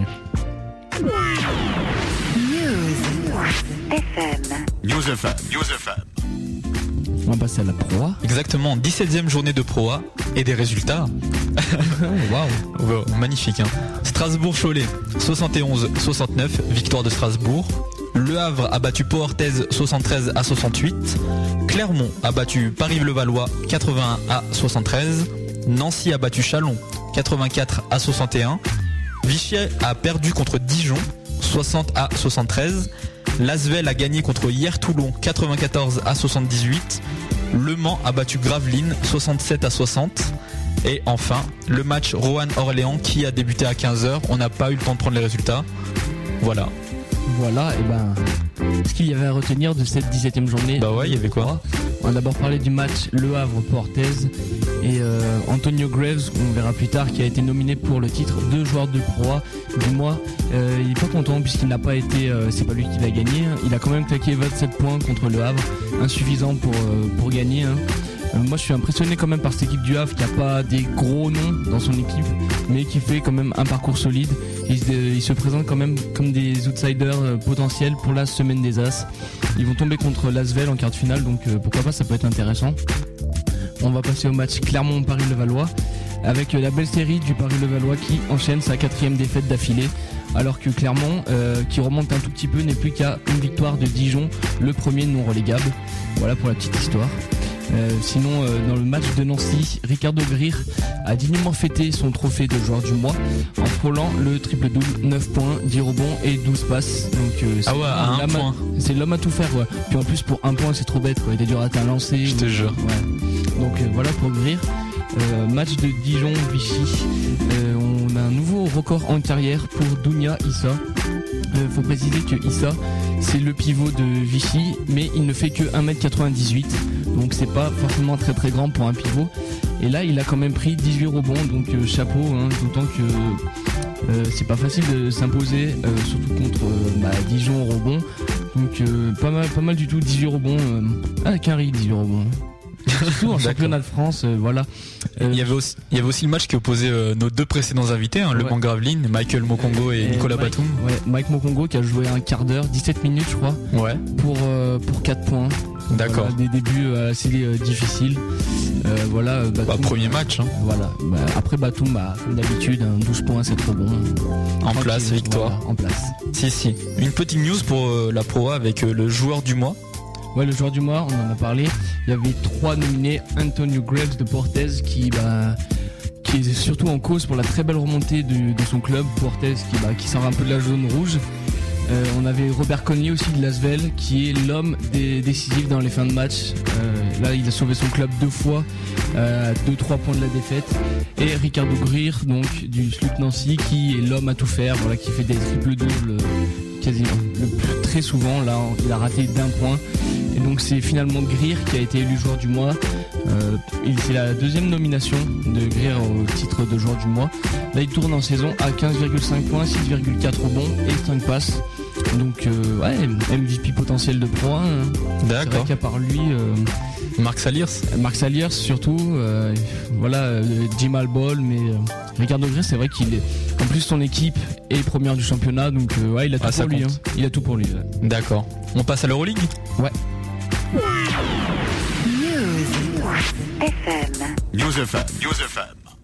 News F M. News F M. News F M. On va passer à la Pro A. Exactement, dix-septième journée de Pro A et des résultats. Waouh, wow, magnifique. Hein. Strasbourg-Cholet, soixante et onze soixante-neuf, victoire de Strasbourg. Le Havre a battu Pau Orthez soixante-treize à soixante-huit. Clermont a battu Paris-le-Valois quatre-vingt-un à soixante-treize. Nancy a battu Châlons quatre-vingt-quatre à soixante et un. Vichy a perdu contre Dijon soixante à soixante-treize. L'Asvel a gagné contre Hier-Toulon quatre-vingt-quatorze à soixante-dix-huit. Le Mans a battu Gravelines soixante-sept à soixante. Et enfin, le match Roanne-Orléans qui a débuté à quinze heures. On n'a pas eu le temps de prendre les résultats. Voilà. Voilà, et ben, ce qu'il y avait à retenir de cette dix-septième journée. Bah ouais, il y avait quoi? On a d'abord parlé du match Le Havre-Pau Orthez et euh, Antonio Graves, on verra plus tard, qui a été nominé pour le titre de joueur de Pro A du mois. Euh, il est pas content puisqu'il n'a pas été, euh, c'est pas lui qui l'a gagné. Il a quand même claqué vingt-sept points contre Le Havre, insuffisant pour euh, pour gagner. Hein. Euh, moi, je suis impressionné quand même par cette équipe du Havre qui a pas des gros noms dans son équipe, mais qui fait quand même un parcours solide. Ils se, ils se présentent quand même comme des outsiders euh, potentiels pour la semaine des As. Ils vont tomber contre l'Asvel en quart de finale, donc euh, pourquoi pas, ça peut être intéressant. On va passer au match Clermont-Paris-Levallois avec euh, la belle série du Paris-Levallois qui enchaîne sa quatrième défaite d'affilée, alors que Clermont, euh, qui remonte un tout petit peu, n'est plus qu'à une victoire de Dijon, le premier non relégable. Voilà pour la petite histoire. Euh, sinon, euh, dans le match de Nancy, Ricardo Greer a dignement fêté son trophée de joueur du mois en frôlant le triple-double, neuf points, dix rebonds et douze passes. Donc, euh, c'est, ah ouais, à un point. C'est l'homme à tout faire, ouais. Puis en plus, pour un point, c'est trop bête, quoi. Il a dû rater un lancer. Je te ou... jure. Ouais. Donc euh, voilà pour Greer. Euh, match de Dijon-Vichy. Euh, on a un nouveau record en carrière pour Dounia Issa. Euh, faut préciser que Issa, c'est le pivot de Vichy, mais il ne fait que un mètre quatre-vingt-dix-huit, donc c'est pas forcément très très grand pour un pivot. Et là, il a quand même pris dix-huit rebonds, donc euh, chapeau, hein, d'autant que euh, c'est pas facile de s'imposer, euh, surtout contre euh, bah, Dijon au rebond. Donc euh, pas mal, pas mal du tout, dix-huit rebonds. Euh, ah, Carrie, dix-huit rebonds. Surtout en championnat de France, euh, voilà. Euh, il, y avait aussi, il y avait aussi le match qui opposait euh, nos deux précédents invités, hein, ouais. Le Mans Gravelines, Michael Mokongo et, et Nicolas Mike, Batum. Ouais, Mike Mokongo qui a joué un quart d'heure, dix-sept minutes je crois, ouais. pour, euh, pour quatre points. D'accord. Voilà, des débuts assez euh, difficiles. Euh, voilà, Batum, bah, premier match. Hein. Voilà. Bah, après Batum, bah, comme d'habitude, hein, douze points, c'est trop bon. En Tranquille, place, victoire. Voilà, en place. Si, si. Une petite news pour euh, la Pro A avec euh, le joueur du mois. Ouais, le joueur du mois, on en a parlé. Il y avait trois nominés. Antonio Graves de Portez qui, bah, qui est surtout en cause pour la très belle remontée de, de son club. Portez qui, bah, qui sort un peu de la zone rouge. Euh, on avait Robert Conley aussi de L'Asvel qui est l'homme des, décisif dans les fins de match. Euh, là, il a sauvé son club deux fois, euh, deux trois points de la défaite. Et Ricardo Greer, donc du S L U C Nancy, qui est l'homme à tout faire, voilà, qui fait des triples doubles quasiment le plus, très souvent. Là, il a raté d'un point. Et donc c'est finalement Greer qui a été élu joueur du mois. Euh, c'est la deuxième nomination de Greer au titre de joueur du mois. Là, il tourne en saison à quinze virgule cinq points, six virgule quatre rebonds et cinq passes. Donc euh, ouais, M V P potentiel de Pro un. Hein. D'accord. C'est vrai qu'à part lui, euh, Marc Saliers. Marc Saliers surtout. Euh, voilà, euh, Jim Albol, mais euh, Ricardo Greer, c'est vrai qu'il est. En plus, son équipe est première du championnat, donc euh, ouais, il a tout ah, pour lui. Hein. Il a tout pour lui. Ouais. D'accord. On passe à l'Euroleague. Ouais. News F M. News F M. News F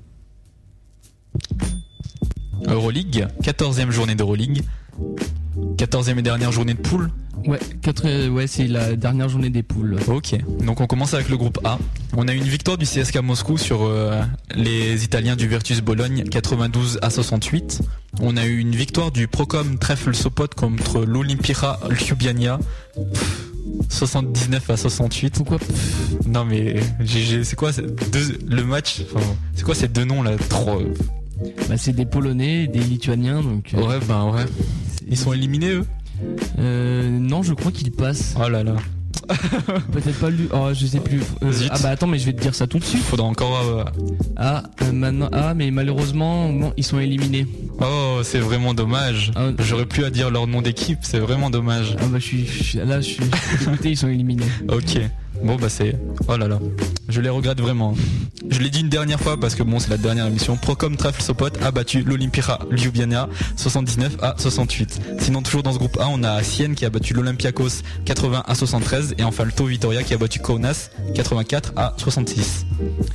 M. Euroleague, quatorzième journée d'Euroleague. quatorzième et dernière journée de poule. Ouais, quatre, ouais, c'est la dernière journée des poules. Ok, donc on commence avec le groupe A. On a une victoire du C S K à Moscou sur euh, les Italiens du Virtus Bologne, quatre-vingt-douze à soixante-huit. On a eu une victoire du Procom Trefl Sopot contre l'Olimpija Ljubljana, soixante-dix-neuf à soixante-huit. Pourquoi? Non mais G G, c'est quoi deux, le match, enfin, c'est quoi ces deux noms là? Trop. Bah, c'est des Polonais, des Lituaniens, donc. Euh, ouais, bah ouais. Ils sont éliminés eux? Euh, non, je crois qu'ils passent. Oh là là. Peut-être pas lui. Oh, je sais plus. Euh, ah bah attends, mais je vais te dire ça tout de suite. Faudra encore. Euh... Ah, euh, maintenant. Ah, mais malheureusement, bon, ils sont éliminés. Oh, c'est vraiment dommage. Ah, j'aurais pu à dire leur nom d'équipe. C'est vraiment dommage. Ah bah je suis, je suis là, je suis. Écoutez, ils sont éliminés. Ok. Bon bah c'est. Oh là là. Je les regrette vraiment. Je l'ai dit une dernière fois parce que bon, c'est la dernière émission. Procom Trèfle Sopot a battu l'Olimpija Ljubljana soixante-dix-neuf à soixante-huit. Sinon, toujours dans ce groupe A, on a Sienne qui a battu l'Olympiakos quatre-vingts à soixante-treize et enfin le Tau Vitoria qui a battu Kaunas quatre-vingt-quatre à soixante-six.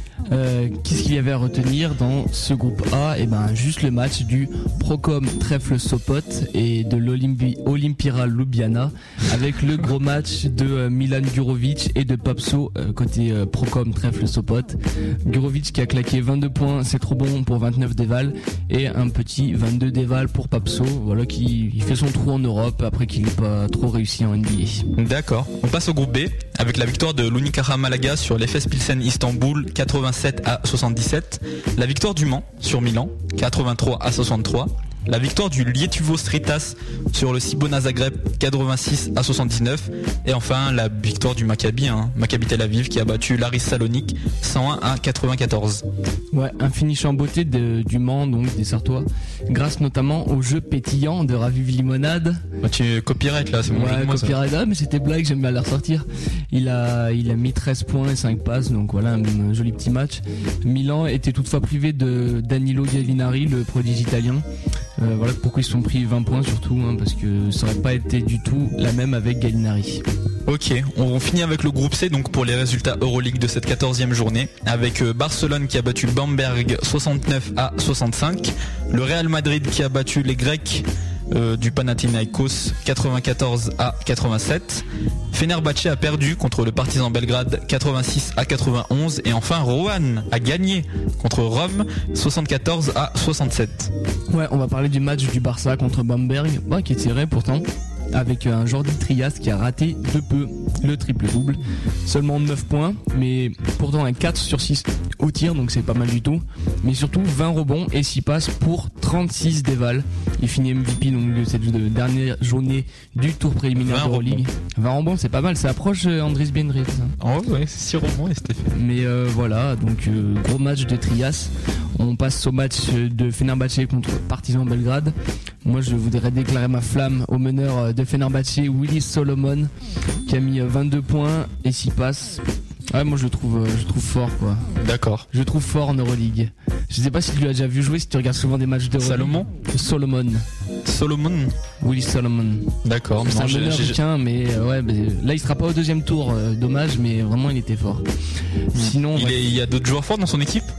Euh, qu'est-ce qu'il y avait à retenir dans ce groupe A? Et ben juste le match du Procom Trèfle Sopot et de l'Olimpija Ljubljana avec le gros match de euh, Milan Gurovic et de Papso euh, côté euh, Procom Trèfle Sopot. Gurovic qui a claqué vingt-deux points, c'est trop bon pour vingt-neuf d'éval et un petit vingt-deux d'éval pour Papso, voilà qui il fait son trou en Europe après qu'il n'ait pas trop réussi en N B A. D'accord. On passe au groupe B avec la victoire de l'Unicaja Malaga sur l'Efes Pilsen Istanbul quatre-vingt-sept à soixante-dix-sept, la victoire du Mans sur Milan quatre-vingt-trois à soixante-trois, la victoire du Lietuvo Stritas sur le Cibona Zagreb quatre-vingt-six à soixante-dix-neuf et enfin la victoire du Maccabi, hein, Maccabi Tel Aviv qui a battu l'Aris Salonique cent un à quatre-vingt-quatorze. Ouais, un finish en beauté de, du Mans, donc des Sartois, grâce notamment au jeu pétillant de Raviv Limonade. Bah, tu copyright là, c'est mon ouais, jeu de mots, copyright, ah, mais c'était blague, j'aime bien la ressortir. Il a, il a mis treize points et cinq passes, donc voilà un, un joli petit match. Milan était toutefois privé de Danilo Gallinari, le prodige italien. Euh, voilà pourquoi ils se sont pris vingt points surtout, hein, parce que ça aurait pas été du tout la même avec Gallinari. Ok, on finit avec le groupe C donc pour les résultats Euroleague de cette quatorzième journée avec Barcelone qui a battu Bamberg soixante-neuf à soixante-cinq, le Real Madrid qui a battu les Grecs euh, du Panathinaikos quatre-vingt-quatorze à quatre-vingt-sept, Fenerbahçe a perdu contre le Partizan Belgrade quatre-vingt-six à quatre-vingt-onze et enfin Roanne a gagné contre Rome soixante-quatorze à soixante-sept. Ouais, on va parler du match du Barça contre Bamberg, bah, qui est tiré pourtant, avec un Jordi Trias qui a raté de peu le triple-double. Seulement neuf points, mais pourtant un quatre sur six au tir, donc c'est pas mal du tout. Mais surtout vingt rebonds et six passes pour trente-six d'éval. Il finit M V P donc de cette dernière journée du tour préliminaire d'Euroleague. vingt rebonds, c'est pas mal, ça approche Andris Bendrit. Oh ouais, c'est six rebonds et c'était fait. Mais euh, voilà, donc euh, gros match de Trias. On passe au match de Fenerbahçe contre Partizan Belgrade. Moi je voudrais déclarer ma flamme au meneur de Fenerbahçe, Willis Solomon, qui a mis vingt-deux points et six passes. Ouais, moi je le trouve, je le trouve fort quoi. D'accord. Je le trouve fort en Euroleague. Je sais pas si tu l'as déjà vu jouer, si tu regardes souvent des matchs d'Euroleague. Salomon Solomon. Solomon. Willis Solomon. D'accord. C'est non, un j'ai, meneur j'ai... ricain, mais euh, ouais, mais là il sera pas au deuxième tour, euh, dommage, mais vraiment il était fort. Sinon, il, ouais. est, il y a d'autres joueurs forts dans son équipe.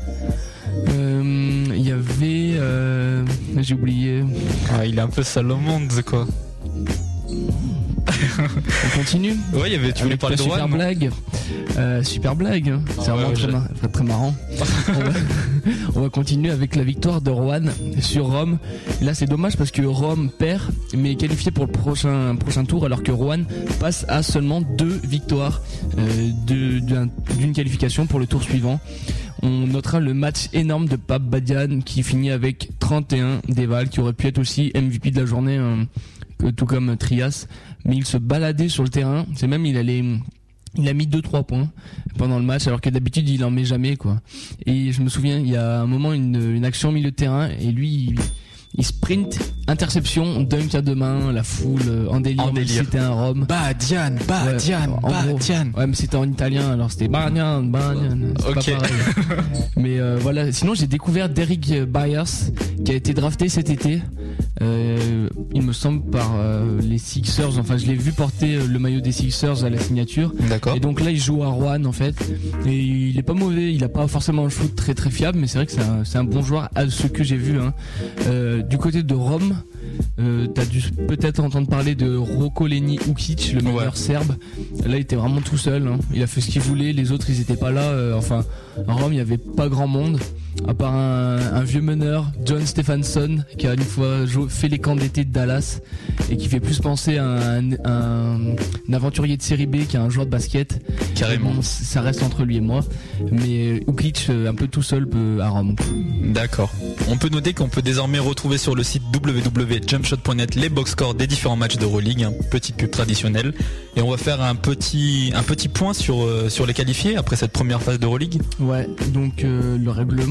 Euh, il y avait, euh, j'ai oublié. Ah, il est un peu Salomon, quoi. On continue. Ouais, il y avait. Tu voulais Avec parler de super Rouen, blague. Euh, super blague. Hein. C'est ah, vraiment ouais, très, ouais, mar- très, très marrant. on, va, on va continuer avec la victoire de Rouen sur Rome. Là, c'est dommage parce que Rome perd, mais est qualifié pour le prochain prochain tour, alors que Rouen passe à seulement deux victoires euh, de, d'un, d'une qualification pour le tour suivant. On notera le match énorme de Pape Badian qui finit avec trente et un d'éval, qui aurait pu être aussi M V P de la journée, hein, tout comme Trias. Mais il se baladait sur le terrain. C'est même, il allait, il a mis deux trois points pendant le match, alors que d'habitude il en met jamais quoi. Et je me souviens, il y a un moment une, une action au milieu de terrain et lui il, il sprint, interception, dunk à deux mains, la foule en délire. En délire. C'était un Rome. Badian, Badian, ouais, Badian. Ouais, mais c'était en italien, alors c'était Badian, Badian. C'est okay. pas pareil. Mais euh, voilà. Sinon, j'ai découvert Derrick Byers qui a été drafté cet été. Euh, il me semble par euh, les Sixers. Enfin, je l'ai vu porter euh, le maillot des Sixers à la signature. D'accord. Et donc là, il joue à Rouen en fait. Et il est pas mauvais. Il a pas forcément un shoot très très fiable, mais c'est vrai que c'est un, c'est un bon joueur à ce que j'ai vu. Hein. Euh, du côté de Rome, euh, t'as dû peut-être entendre parler de Rokoleni Ukic, le meneur ouais. serbe. Là, il était vraiment tout seul. Hein. Il a fait ce qu'il voulait. Les autres, ils étaient pas là. Euh, enfin, à Rome, il y avait pas grand monde. À part un, un vieux meneur, John Stephenson, qui a une fois joué, fait les camps d'été de Dallas et qui fait plus penser à un, un, un aventurier de série B qu'à un joueur de basket. Carrément. Bon, ça reste entre lui et moi. Mais Ukic, un peu tout seul, peut, à Rome. D'accord. On peut noter qu'on peut désormais retrouver sur le site w w w point jumpshot point net les box scores des différents matchs d'Euroleague, hein, petite pub traditionnelle. Et on va faire un petit, un petit point sur, euh, sur les qualifiés après cette première phase d'Euroleague. Ouais, donc euh, le règlement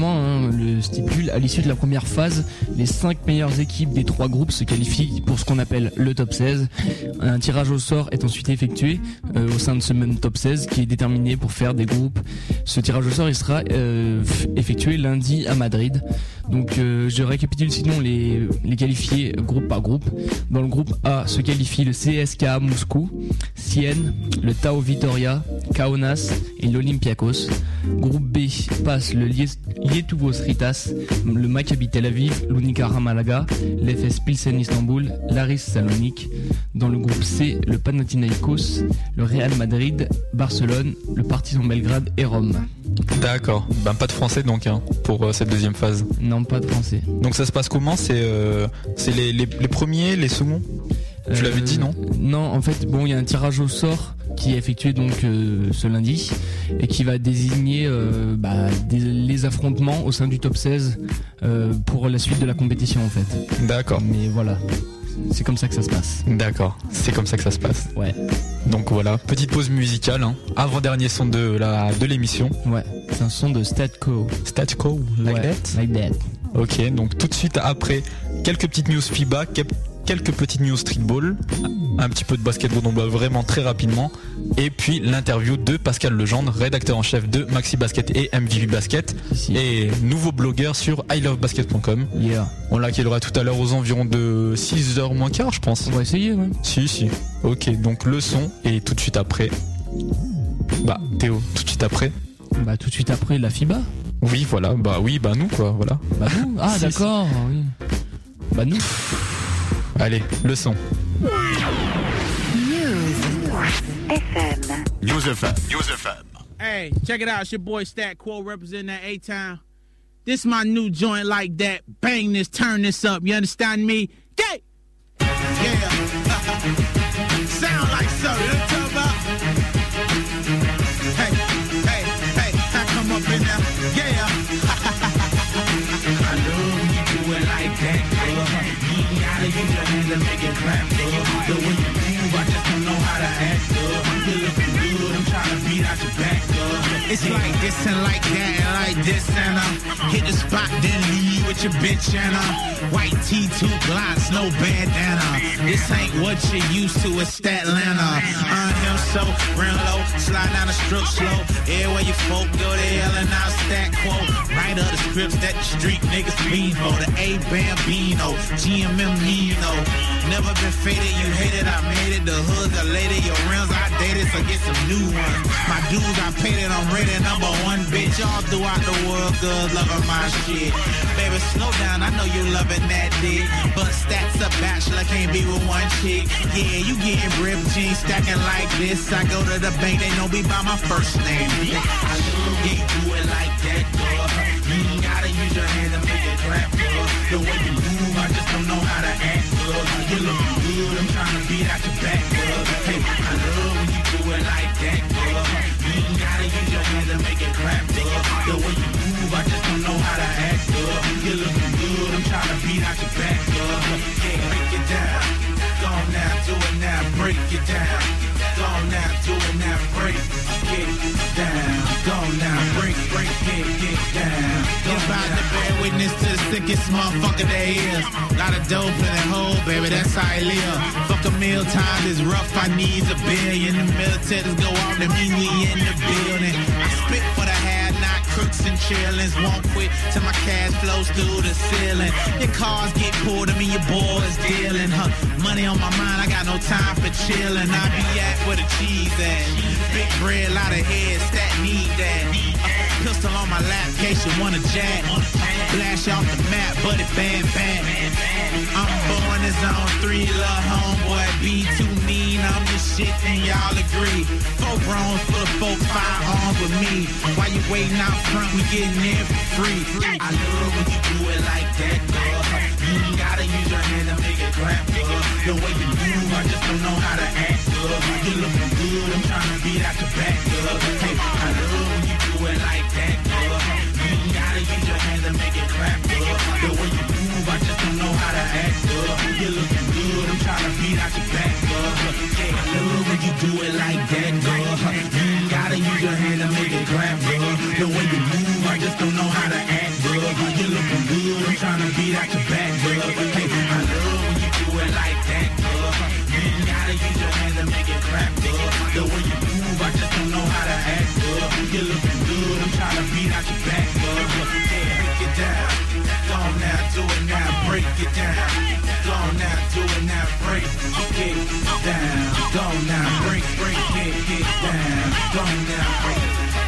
règlement hein, le stipule, à l'issue de la première phase, les cinq meilleures équipes des trois groupes se qualifient pour ce qu'on appelle le top seize. Un tirage au sort est ensuite effectué euh, au sein de ce même top seize qui est déterminé pour faire des groupes. Ce tirage au sort il sera euh, effectué lundi à Madrid. Donc euh, je récapitule sinon les, les qualifiés groupe par groupe. Dans le groupe A se qualifie le C S K A Moscou, Sienne, le Tau Vitoria, Kaunas et l'Olympiakos. Groupe B passe le Lietuvos Rytas, le Maccabi Tel Aviv, l'Unicaja Malaga, l'F S Pilsen Istanbul, l'Aris Salonique. Dans le groupe C, le Panathinaikos, le Real Madrid, Barcelone, le Partizan Belgrade et Rome. D'accord, ben pas de français donc hein, pour euh, cette deuxième phase. Non, pas de français. Donc ça se passe comment? C'est euh, c'est les, les, les premiers, les seconds? Tu euh, l'avais dit non? Non, en fait, bon, il y a un tirage au sort qui est effectué donc euh, ce lundi et qui va désigner euh, bah, des, les affrontements au sein du top seize euh, pour la suite de la compétition en fait. D'accord. Mais voilà. C'est comme ça que ça se passe. D'accord, c'est comme ça que ça se passe. Ouais. Donc voilà, petite pause musicale, hein. Avant-dernier son de la de l'émission. Ouais, c'est un son de Statco. Statco, like ouais, that. Like that. Ok, donc tout de suite après, quelques petites news FIBA, quelques petites news streetball, un petit peu de basketball, donc vraiment très rapidement, et puis l'interview de Pascal Legendre, rédacteur en chef de Maxi Basket et M V B Basket, si. Et nouveau blogueur sur i love basket point com. Yeah. On l'accueillera tout à l'heure aux environs de six heures moins quart, je pense. On va essayer, ouais. Si, si. Ok, donc le son, et tout de suite après. Bah, Théo, tout de suite après. Bah, tout de suite après la FIBA. Oui, voilà, bah oui, bah nous, quoi, voilà. Bah nous Ah, si, d'accord, si. Oui. Bah nous. Allez, le son. News F M. News F M. News F M. Hey, check it out. It's your boy Stat Quo representing that A-Town. This my new joint like that. Bang this, turn this up. You understand me? Gay! Yeah. Sound like so. You know what I'm talking about? Hey, hey, hey. I come up in there. Yeah. I love when you do it like that, girl. You ain't gotta use your hands to make it clap, girl. The way you move, I just don't know how to act, girl. You looking good, I'm trying to beat out your back, girl. It's like this and like that and like this and uh hit the spot, then leave with your bitch and uh white tee, two glocks, no bandana. This ain't what you're used to, it's Statlanta. On him so, real low, slide down the strip slow. Everywhere you folk go, they yelling out Stat Quo. Write up the scripts that the street niggas fiend for. The A Bambino, G M M Nino. Never been faded, you hate it, I made it. The hood's a lady, your rims I dated, so get some new ones. My dues I paid it, I'm rated number one, bitch. All throughout the world, good, loving my shit. Baby, slow down, I know you loving that dick. But Stat's a bachelor, can't be with one chick. Yeah, you getting ripped jeans, stacking like this. I go to the bank, they know me by my first name. I sure ain't do it like that, girl. You ain't gotta use your hand to make it clap, girl. The way you move, I just don't know how to act, girl. You looking good, I'm trying to beat out your back, girl. Hey, I love when you do it like that, girl. You ain't gotta use your hand to make it clap, girl. The way you move, I just don't know how to act, girl. You looking good, I'm trying to beat out your back, girl. Yeah, break it down. Go on now, do it now, break it down. Go on now, do it now, break, get down. Go on now, break, break, get, get down. You're about to bear witness to the sickest motherfucker there is. Lot of dope in that hole, baby, that's how I live. Fuck a meal time is rough, I need a billion. The militaries go off, that mean we in the building. I spit for the half, not crooks and chillins. Won't quit till my cash flows through the ceiling. Your cars get pulled, I mean your boys dealing, huh? Money on my mind, I got no time for chillin'. I be at where the cheese at. Big bread, lot of heads, Stat need that. Uh, pistol on my lap, case you wanna jack. Uh, flash off the map, but it bam bam. I'm born as on three, lil' homeboy, be too mean. I'm the shit, and y'all agree. Four bronze full of folks, firearms with me. While you waiting out front, we getting in for free. I love when you do it like that, girl. You ain't gotta use your hand to make it clap, girl. The way you move, I just don't know how to act, girl. You looking good, I'm trying to beat out your back, girl. Hey, I love when you do it like that, girl. You ain't gotta use your hand to make it clap, girl. The way you move, I just don't know how to act, girl. You looking good, I'm trying to beat out your back, girl. Yeah, I love when you do it like that, girl. You ain't gotta use your hand to make it clap, girl. The way you move, I just don't know how to act, girl. it down. Go now, doing that break, get down. Go now, break, break, get, get down. Go now, break.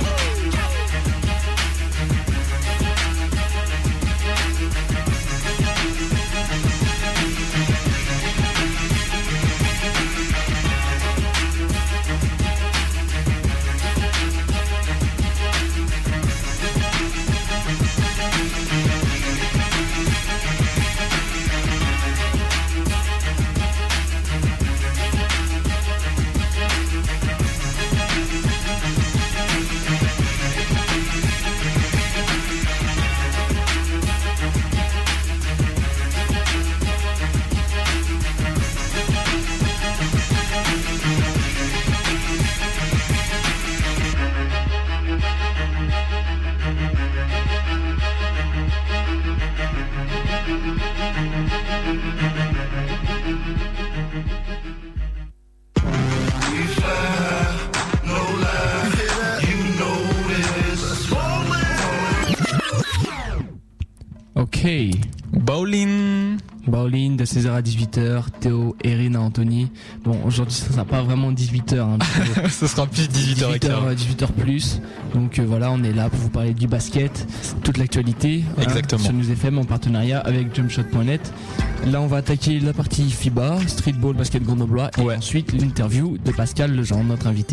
Ok. Bowling. Bowling de seize heures à dix-huit heures. Théo, Erin, Anthony. Bon, aujourd'hui, ça sera pas vraiment dix-huit heures. Hein, Ce sera plus dix-huit heures quinze. dix-huit heures plus. Donc euh, voilà, on est là pour vous parler du basket, toute l'actualité. Exactement. Hein, sur News F M en partenariat avec jumpshot point net. Là, on va attaquer la partie FIBA, Streetball Basket Grenoblois, et ouais. ensuite l'interview de Pascal Lejean, notre invité.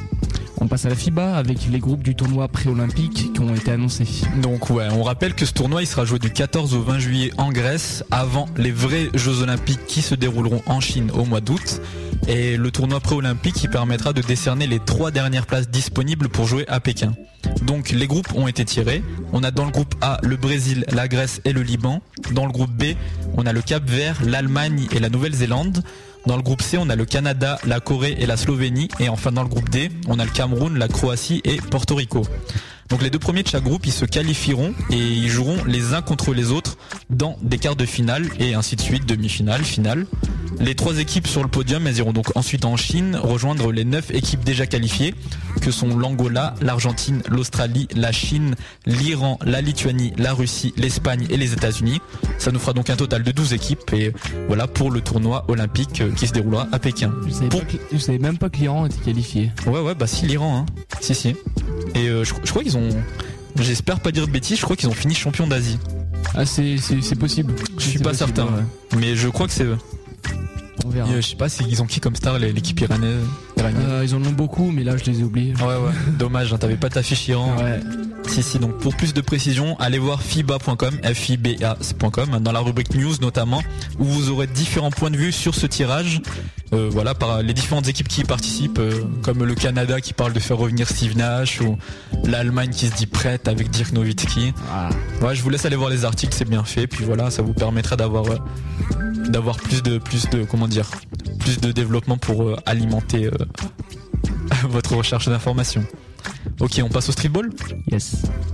On passe à la FIBA avec les groupes du tournoi pré-olympique qui ont été annoncés. Donc ouais, on rappelle que ce tournoi il sera joué du quatorze au vingt juillet en Grèce, avant les vrais Jeux Olympiques qui se dérouleront en Chine au mois d'août. Et le tournoi pré-olympique il permettra de décerner les trois dernières places disponibles pour jouer à Pékin. Donc les groupes ont été tirés. On a dans le groupe A le Brésil, la Grèce et le Liban. Dans le groupe B, on a le Cap-Vert, l'Allemagne et la Nouvelle-Zélande. Dans le groupe C, on a le Canada, la Corée et la Slovénie. Et enfin dans le groupe D, on a le Cameroun, la Croatie et Porto Rico. Donc les deux premiers de chaque groupe, ils se qualifieront et ils joueront les uns contre les autres dans des quarts de finale et ainsi de suite, demi-finale, finale. Les trois équipes sur le podium, elles iront donc ensuite en Chine rejoindre les neuf équipes déjà qualifiées que sont l'Angola, l'Argentine, l'Australie, la Chine, l'Iran, la Lituanie, la Russie, l'Espagne et les États-Unis. Ça nous fera donc un total de douze équipes et voilà pour le tournoi olympique qui se déroulera à Pékin. Je savais, pour... que, je savais même pas que l'Iran était qualifié. Ouais ouais bah si l'Iran hein. Si si. Et euh, je, je crois qu'ils ont, j'espère pas dire de bêtises, je crois qu'ils ont fini champion d'Asie. Ah c'est c'est, c'est possible. Je suis c'est pas possible, certain, ouais. Mais je crois que c'est eux. On verra. Et, euh, je sais pas s'ils ont qui comme star l'équipe iranienne. Euh, ils en ont beaucoup mais là je les ai oubliés. Ouais ouais. Dommage, hein, t'avais pas ta fiche Iran. Ouais. Si si, donc pour plus de précision, allez voir fiba point com, F I B A point com, dans la rubrique news notamment, où vous aurez différents points de vue sur ce tirage. Euh, voilà, par les différentes équipes qui y participent, euh, comme le Canada qui parle de faire revenir Steve Nash, ou l'Allemagne qui se dit prête avec Dirk Nowitzki. Ah. Ouais, je vous laisse aller voir les articles, c'est bien fait, puis voilà, ça vous permettra d'avoir euh, d'avoir plus de plus de comment dire, plus de développement pour euh, alimenter euh, votre recherche d'informations. Ok, on passe au streetball. Yes.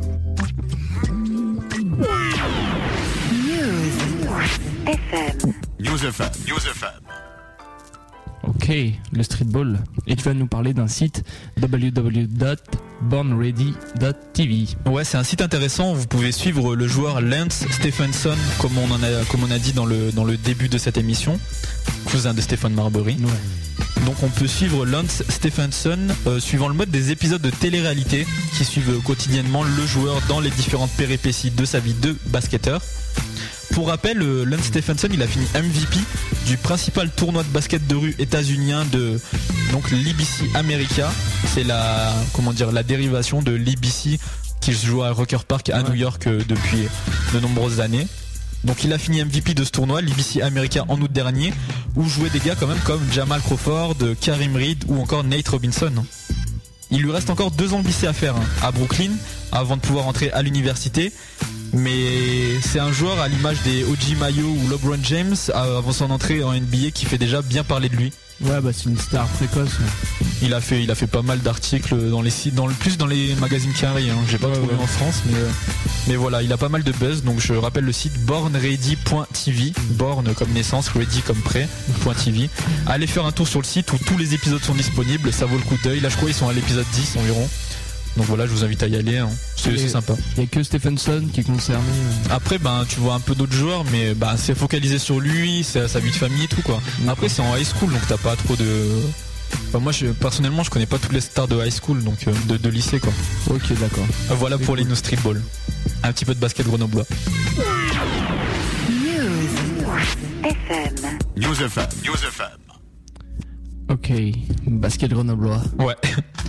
F M. News F M. News F M. Ok, le streetball. Et tu vas nous parler d'un site w w w point born ready point t v. Ouais, c'est un site intéressant. Vous pouvez suivre le joueur Lance Stephenson, comme on en a, comme on a dit dans le dans le début de cette émission, cousin de Stephen Marbury. Ouais. Donc on peut suivre Lance Stephenson euh, suivant le mode des épisodes de télé-réalité qui suivent quotidiennement le joueur dans les différentes péripéties de sa vie de basketteur. Pour rappel, euh, Lance Stephenson, il a fini M V P du principal tournoi de basket de rue états-unien de donc l'I B C America. C'est la comment dire la dérivation de l'I B C qui se joue à Rucker Park à ouais. New York euh, depuis de nombreuses années. Donc il a fini M V P de ce tournoi, l'I B C America en août dernier, où jouaient des gars quand même comme Jamal Crawford, Karim Reed ou encore Nate Robinson. Il lui reste encore deux ans de lycée à faire hein, à Brooklyn avant de pouvoir entrer à l'université. Mais c'est un joueur à l'image des O G Mayo ou LeBron James avant son entrée en N B A qui fait déjà bien parler de lui. Ouais bah c'est une star précoce. Ouais. Il a fait il a fait pas mal d'articles dans les sites, dans le plus dans les magazines Carré. Hein. J'ai pas ouais, trouvé ouais. en France, mais euh, mais voilà, il a pas mal de buzz. Donc je rappelle le site born ready point t v, born comme naissance, ready comme prêt .tv. Allez faire un tour sur le site où tous les épisodes sont disponibles. Ça vaut le coup d'œil. Là je crois ils sont à l'épisode dix environ. Donc voilà, je vous invite à y aller, hein. c'est, c'est sympa. Il y a que Stephenson qui est concerné. Après, ben tu vois un peu d'autres joueurs, mais bah c'est focalisé sur lui, c'est sa vie de famille et tout quoi. Après c'est en high school, donc t'as pas trop de. Enfin, moi je, personnellement je connais pas toutes les stars de high school, donc euh, de, de lycée quoi. Ok, d'accord. Euh, voilà c'est pour cool. Les No Streetball. Un petit peu de basket grenoblois. News F M. News F M. News F M. Ok, basket grenoblois. Ouais. Alors ?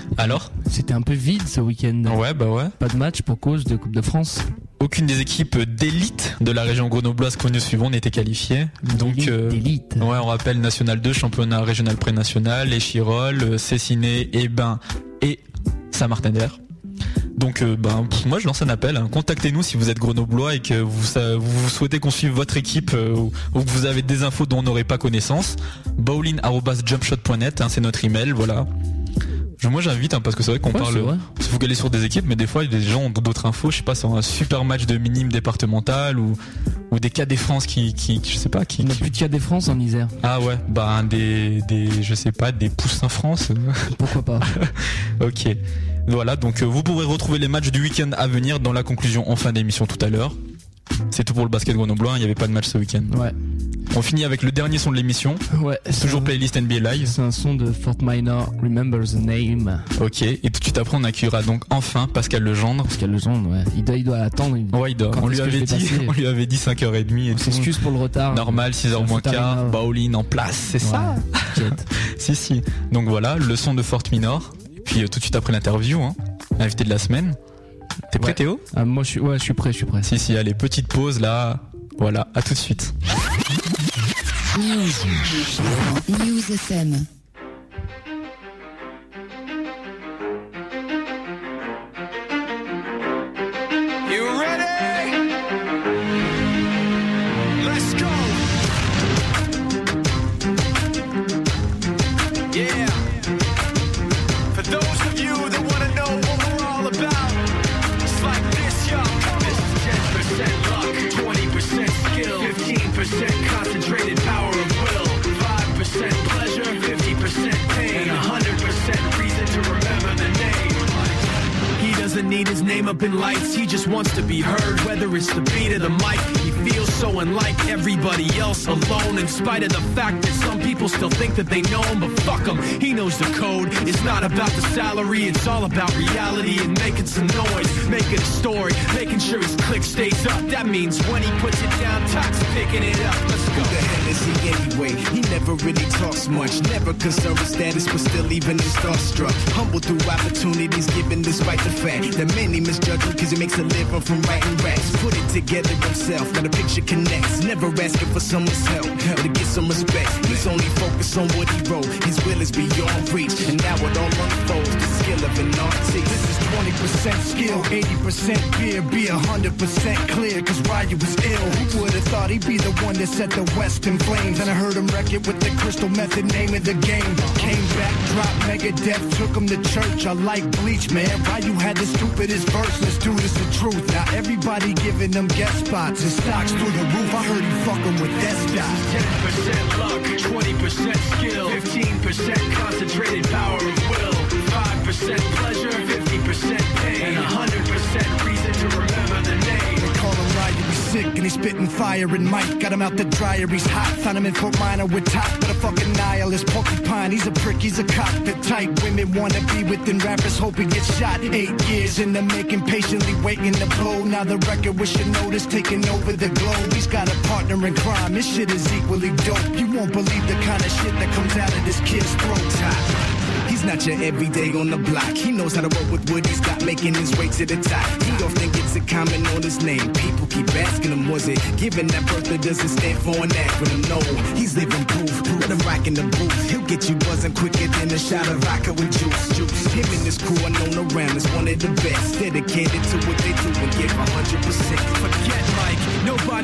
C'était un peu vide ce week-end. Ouais, bah ouais. Pas de match pour cause de Coupe de France. Aucune des équipes d'élite de la région grenobloise que nous suivons n'était qualifiée. Donc, d'élite, euh, d'élite. Ouais, on rappelle National deux, championnat régional pré-national, Échirolles, Cessiné, Hébin et Saint-Martin-d'Air. Donc euh, ben, pff, moi je lance un appel, hein. Contactez-nous si vous êtes grenoblois et que vous, ça, vous souhaitez qu'on suive votre équipe euh, ou, ou que vous avez des infos dont on n'aurait pas connaissance. bowling arobase jumpshot point net, hein, c'est notre email, voilà. Je, moi j'invite hein, parce que c'est vrai qu'on ouais, parle, on se focalise sur des équipes, mais des fois il y a des gens ont d'autres infos, je sais pas, sur un super match de minime départemental ou, ou des Cadets France qui, qui, je sais pas, qui. Il n'y a plus de Cadets France en Isère. Ah ouais, bah des, des, je sais pas, des Poussins France. Pourquoi pas. Ok. Voilà, donc euh, vous pourrez retrouver les matchs du week-end à venir dans la conclusion en fin d'émission tout à l'heure. C'est tout pour le basket grenoblois, il n'y avait pas de match ce week-end. Ouais. On finit avec le dernier son de l'émission. Ouais. Toujours un... playlist N B A Live. C'est un son de Fort Minor, Remember the Name. Ok, et tout de suite après on accueillera donc enfin Pascal Legendre. Pascal Legendre, ouais. Il doit, il doit attendre. Il... Ouais, il doit. On lui, avait dit, on lui avait dit cinq heures trente. On s'excuse pour le retard. Normal, six heures moins quart, bowling en place, c'est ouais, ça. Si, si. Donc voilà, le son de Fort Minor. Puis euh, tout de suite après l'interview, hein, l'invité de la semaine. T'es prêt, ouais. Théo? Ah, moi je suis, ouais, je suis prêt, je suis prêt. Si, si, allez, petite pause là. Voilà, à tout de suite. News. News F M. You ready? Let's go. Yeah. For those of you that want to know what we're all about, it's like this, yo. This is ten percent luck, twenty percent skill, fifteen percent concentrated power of will, five percent pleasure, fifty percent pain, one hundred percent reason to remember the name. He doesn't need his name up in lights, he just wants to be heard, whether it's the beat or the mic. He feels so unlike everybody else, alone, in spite of the fact that some people still think that they know him, but fuck him, he knows the code. It's not about the salary, it's all about reality and making some noise, making a story, making sure his click stays up. That means when he puts it down, Tox picking it up. Let's go. Who the hell is he anyway? He never really talks much, never concerned with status, but still even him starstruck. Humble through opportunities given despite the fact that many misjudge him because he makes a living from writing raps. Put it together himself, now the picture connects. Never asking for someone's help or to get some respect. He's only focused on what he wrote. His will is beyond reach, and now it all unfolds. The skill of an artist. This is twenty percent skill, eighty percent fear. Be one hundred percent clear, cause Ryu was ill. Who would've thought he'd be the one that set the West in flames? And I heard him wreck it with the crystal method, name of the game. Came back, dropped Megadeth, took him to church. I like Bleach, man. Ryu had the stupidest verse. Let's do this the truth. Now everybody giving them guest spots and stocks through the roof. I heard he fucking with that stock. ten percent luck, twenty percent skill, fifteen percent concentrated power of will, five percent pleasure, fifty percent pain, and one hundred percent reason to remember the name. They call him Ryu, he's sick and he's spitting fire and Mike got him out the dryer, he's hot. Found him in Fort Minor with top, but a fucking nihilist porcupine. He's a prick, he's a cockpit type. Women wanna be within rappers, hope he gets shot. Eight years in the making, patiently waiting to blow. Now the record with your notice taking over the globe. He's got a partner in crime, this shit is equally dope. You won't believe the kind of shit that comes out of this kid's throat. He's not your everyday on the block. He knows how to roll with what he's got, making his way to the top. He don't think it's a comment on his name. People keep asking him, was it given that birth that doesn't stand for an acronym? No, he's living proof. Let him rock in the booth. He'll get you buzzing quicker than a shot of vodka with juice. juice. Him and his crew are known around as one of the best. Dedicated to what they do and give one hundred percent. Forget Mike, nobody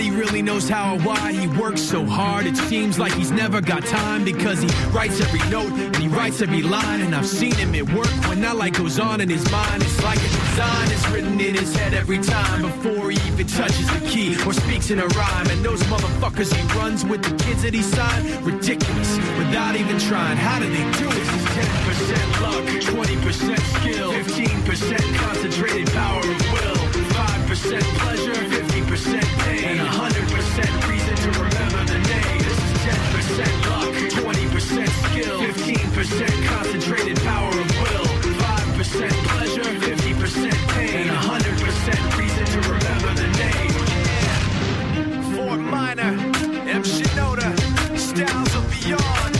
Nobody really knows how or why he works so hard. It seems like he's never got time because he writes every note and he writes every line. And I've seen him at work when that light goes on in his mind. It's like a design is written in his head every time before he even touches the key or speaks in a rhyme. And those motherfuckers he runs with, the kids that he signed, ridiculous, without even trying. How do they do it? ten percent luck, twenty percent skill, fifteen percent concentrated power of will, five percent pleasure, fifty percent pain, and one hundred percent reason to remember the name. This is ten percent luck, twenty percent skill, fifteen percent concentrated power of will, five percent pleasure, fifty percent pain, and one hundred percent reason to remember the name. Fort Minor, M. Shinoda, Styles of Beyond,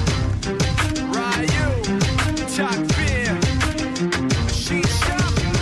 Ryu, Talk Beer, Shisha.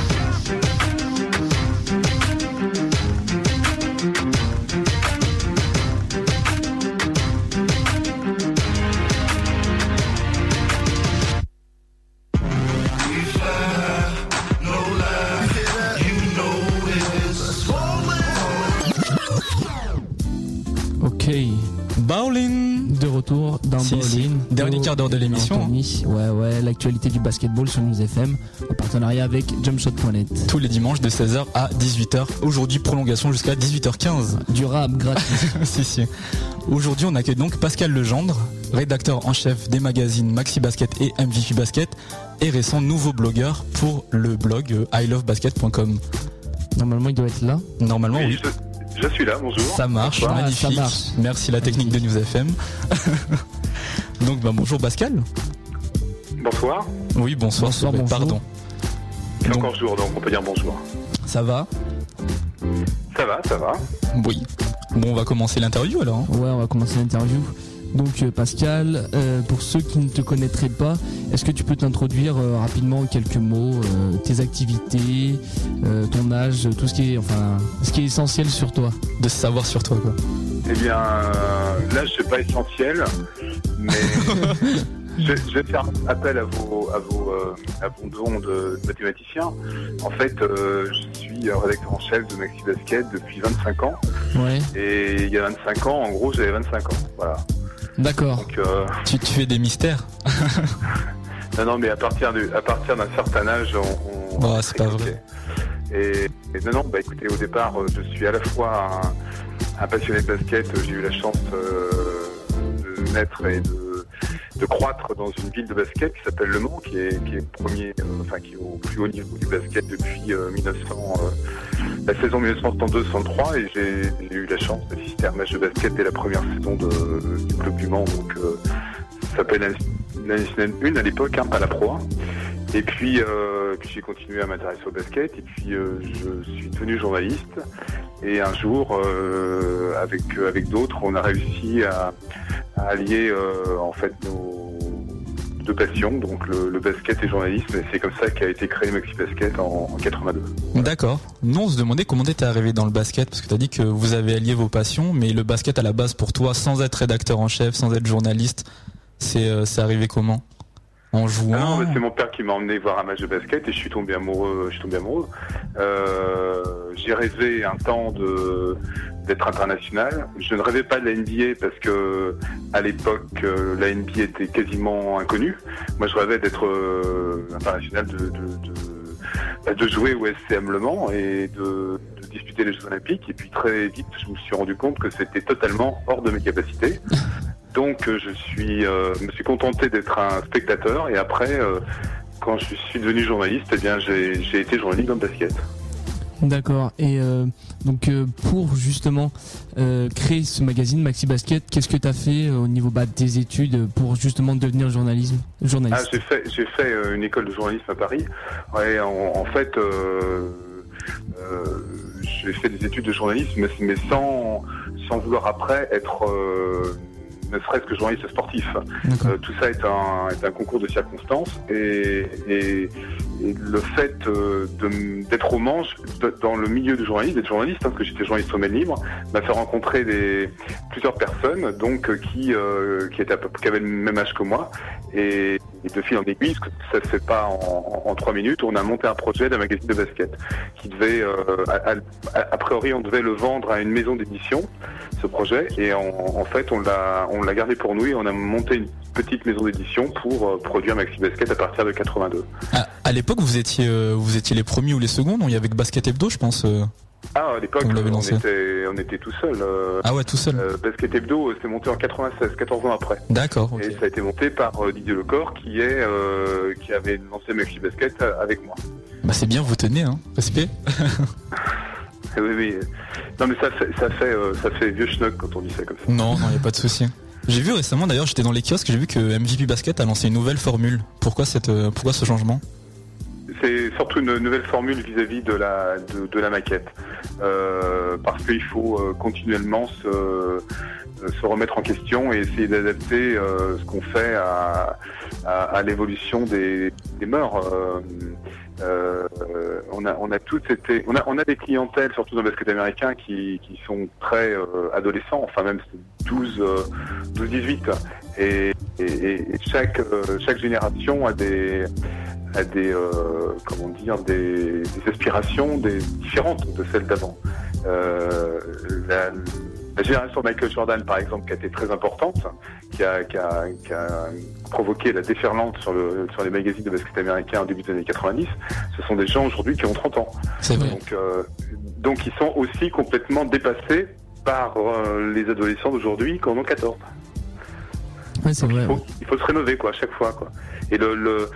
Ok. Bowling de retour dans si, Bowling. Si. Dernier quart d'heure de l'émission. Anthony. Ouais, ouais, l'actualité du basketball sur News F M en partenariat avec jumpshot point net. Tous les dimanches de seize heures à dix-huit heures. Aujourd'hui, prolongation jusqu'à dix-huit heures quinze. Du rap gratuit. si, si. Aujourd'hui, on accueille donc Pascal Legendre, rédacteur en chef des magazines Maxi Basket et M V P Basket et récent nouveau blogueur pour le blog i love basket point com. Normalement, il doit être là. Normalement, oui. oui. Je suis là, bonjour. Ça marche, Bonsoir. magnifique. Ça marche. Merci la technique de News F M. Donc bah, bonjour Pascal. Bonsoir. Oui, bonsoir, bonsoir bonjour. Pardon. C'est encore jour, donc on peut dire bonjour. Ça va? Ça va, ça va. Oui. Bon, on va commencer l'interview alors. Hein. Ouais, on va commencer l'interview. Donc euh, Pascal, euh, pour ceux qui ne te connaîtraient pas, est-ce que tu peux t'introduire euh, rapidement en quelques mots, euh, tes activités, euh, ton âge, tout ce qui est, enfin, ce qui est essentiel sur toi. De savoir sur toi quoi. Eh bien, euh, là je suis pas essentiel, mais je, je vais faire appel à vos, à vos, euh, à vos dons de mathématiciens. En fait, euh, je suis rédacteur en chef de Maxi Basket depuis vingt-cinq ans. Ouais. Et il y a vingt-cinq ans, en gros, j'avais vingt-cinq ans. Voilà. D'accord. Donc, euh... tu, tu fais des mystères. Non, non, mais à partir, du, à partir d'un certain âge, on. on bah, c'est pas vrai. Et, et non, non, bah écoutez, au départ, je suis à la fois un, un passionné de basket. J'ai eu la chance euh, de naître et de, de croître dans une ville de basket qui s'appelle Le Mans, qui est, qui est premier, euh, enfin qui est au plus haut niveau du basket depuis euh, mille neuf cents, euh, la saison mille neuf cent soixante-deux soixante-trois, et j'ai, j'ai eu la chance d'assister à un match de basket dès la première saison de, du club du Mans. Donc, euh, ça s'appelle la National un à l'époque, hein, pas la Pro un. Et puis, euh, puis j'ai continué à m'intéresser au basket, et puis euh, je suis devenu journaliste. Et un jour, euh, avec avec d'autres, on a réussi à, à allier euh, en fait nos deux passions, donc le, le basket et le journalisme. Et c'est comme ça qu'a été créé Maxi Basket en, en quatre-vingt-deux. Voilà. D'accord. Nous, on se demandait comment t'es arrivé dans le basket, parce que t'as dit que vous avez allié vos passions, mais le basket à la base pour toi, sans être rédacteur en chef, sans être journaliste, c'est euh, c'est arrivé comment? En jouant. Ah non, mais c'est mon père qui m'a emmené voir un match de basket et je suis tombé amoureux. Je suis tombé amoureux. Euh, j'ai rêvé un temps de d'être international. Je ne rêvais pas de la N B A parce que à l'époque la N B A était quasiment inconnue. Moi, je rêvais d'être euh, international, de, de, de de jouer au S C M Le Mans et de, de disputer les Jeux Olympiques. Et puis très vite, je me suis rendu compte que c'était totalement hors de mes capacités. Donc je suis, euh, me suis contenté d'être un spectateur, et après, euh, quand je suis devenu journaliste, eh bien j'ai, j'ai été journaliste dans le basket. D'accord. Et euh, donc euh, pour justement euh, créer ce magazine Maxi Basket, qu'est-ce que tu as fait euh, au niveau bah, des études pour justement devenir journalisme, journaliste? Ah, j'ai fait, j'ai fait euh, une école de journalisme à Paris. Ouais, en, en fait, euh, euh, j'ai fait des études de journalisme, mais, mais sans, sans vouloir après être euh, ne serait-ce que journaliste sportif. Euh, tout ça est un, est un concours de circonstances, et, et, et le fait euh, de, d'être au Mans, de, dans le milieu du journalisme, d'être journaliste, hein, parce que j'étais journaliste au Maine Libre, m'a fait rencontrer des, plusieurs personnes donc qui, euh, qui, étaient à peu, qui avaient le même âge que moi, et et de fil en aiguille, parce que ça se fait pas en, en, en trois minutes, on a monté un projet d'un magazine de basket qui devait, euh, a, a, a priori, on devait le vendre à une maison d'édition, ce projet, et en, en fait, on l'a, on l'a gardé pour nous et on a monté une petite maison d'édition pour euh, produire Maxi Basket à partir de quatre-vingt-deux. À, à l'époque, vous étiez, euh, vous étiez les premiers ou les seconds, non? Il y avait Basket Hebdo, je pense. Euh... Ah, à l'époque, on, on, était, on était tout seul. Euh, ah ouais, tout seul. Euh, Basket Hebdo, c'est monté en quatre-vingt-seize, quatorze ans après. D'accord. Okay. Et ça a été monté par euh, Didier Lecor, qui est, euh, qui avait lancé Maxi Basket avec moi. Bah c'est bien, vous tenez, hein. Respect. Oui, oui. Non, mais ça fait, ça fait, euh, ça fait vieux schnock quand on dit ça comme ça. Non, non, y a pas de souci. J'ai vu récemment, d'ailleurs, j'étais dans les kiosques, j'ai vu que M V P Basket a lancé une nouvelle formule. Pourquoi cette, euh, pourquoi ce changement? C'est surtout une nouvelle formule vis-à-vis de la de, de la maquette, euh, parce qu'il faut euh, continuellement se, euh, se remettre en question et essayer d'adapter euh, ce qu'on fait à, à, à l'évolution des, des mœurs. Euh, euh, on a on a toutes été on a on a des clientèles, surtout dans le basket américain, qui qui sont très euh, adolescents, enfin même douze dix-huit, et, et, et chaque euh, chaque génération a des à des euh, comment dire des, des aspirations des différentes de celles d'avant. Euh, la, la génération de Michael Jordan, par exemple, qui a été très importante, qui a, qui a, qui a provoqué la déferlante sur, le, sur les magazines de basket américains au début des années quatre-vingt-dix, ce sont des gens aujourd'hui qui ont trente ans. C'est vrai. Donc, euh, donc ils sont aussi complètement dépassés par euh, les adolescents d'aujourd'hui qui en ont quatorze. Ouais, c'est vrai. Il faut, il faut se rénover quoi, à chaque fois quoi. Et le, le,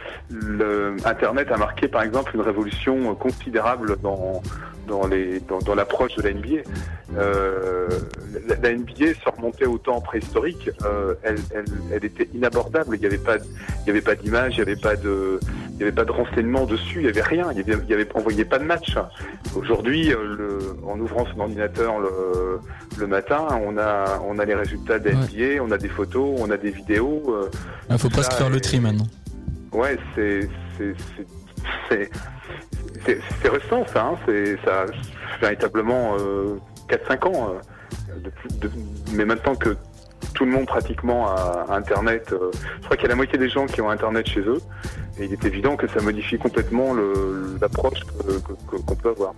le Internet a marqué par exemple une révolution considérable dans dans les dans, dans l'approche de la N B A. Euh, la, la N B A, sans remonter au temps préhistorique, euh, elle, elle, elle était inabordable. Il n'y avait pas il y avait pas d'image, il n'y avait pas de il y avait pas de renseignements dessus, il n'y avait rien. Il y avait, il y avait on voyait pas de match. Aujourd'hui, le, en ouvrant son ordinateur le, le matin, on a on a les résultats de la N B A, ouais. On a des photos, on a des vidéos. Euh, il faut presque faire le tri maintenant. Ouais, c'est c'est c'est c'est c'est récent ça, hein, c'est ça véritablement euh, quatre cinq ans. Euh, de plus, de, mais maintenant que tout le monde pratiquement a Internet, euh, je crois qu'il y a la moitié des gens qui ont Internet chez eux, et il est évident que ça modifie complètement le, l'approche que, que, qu'on peut avoir.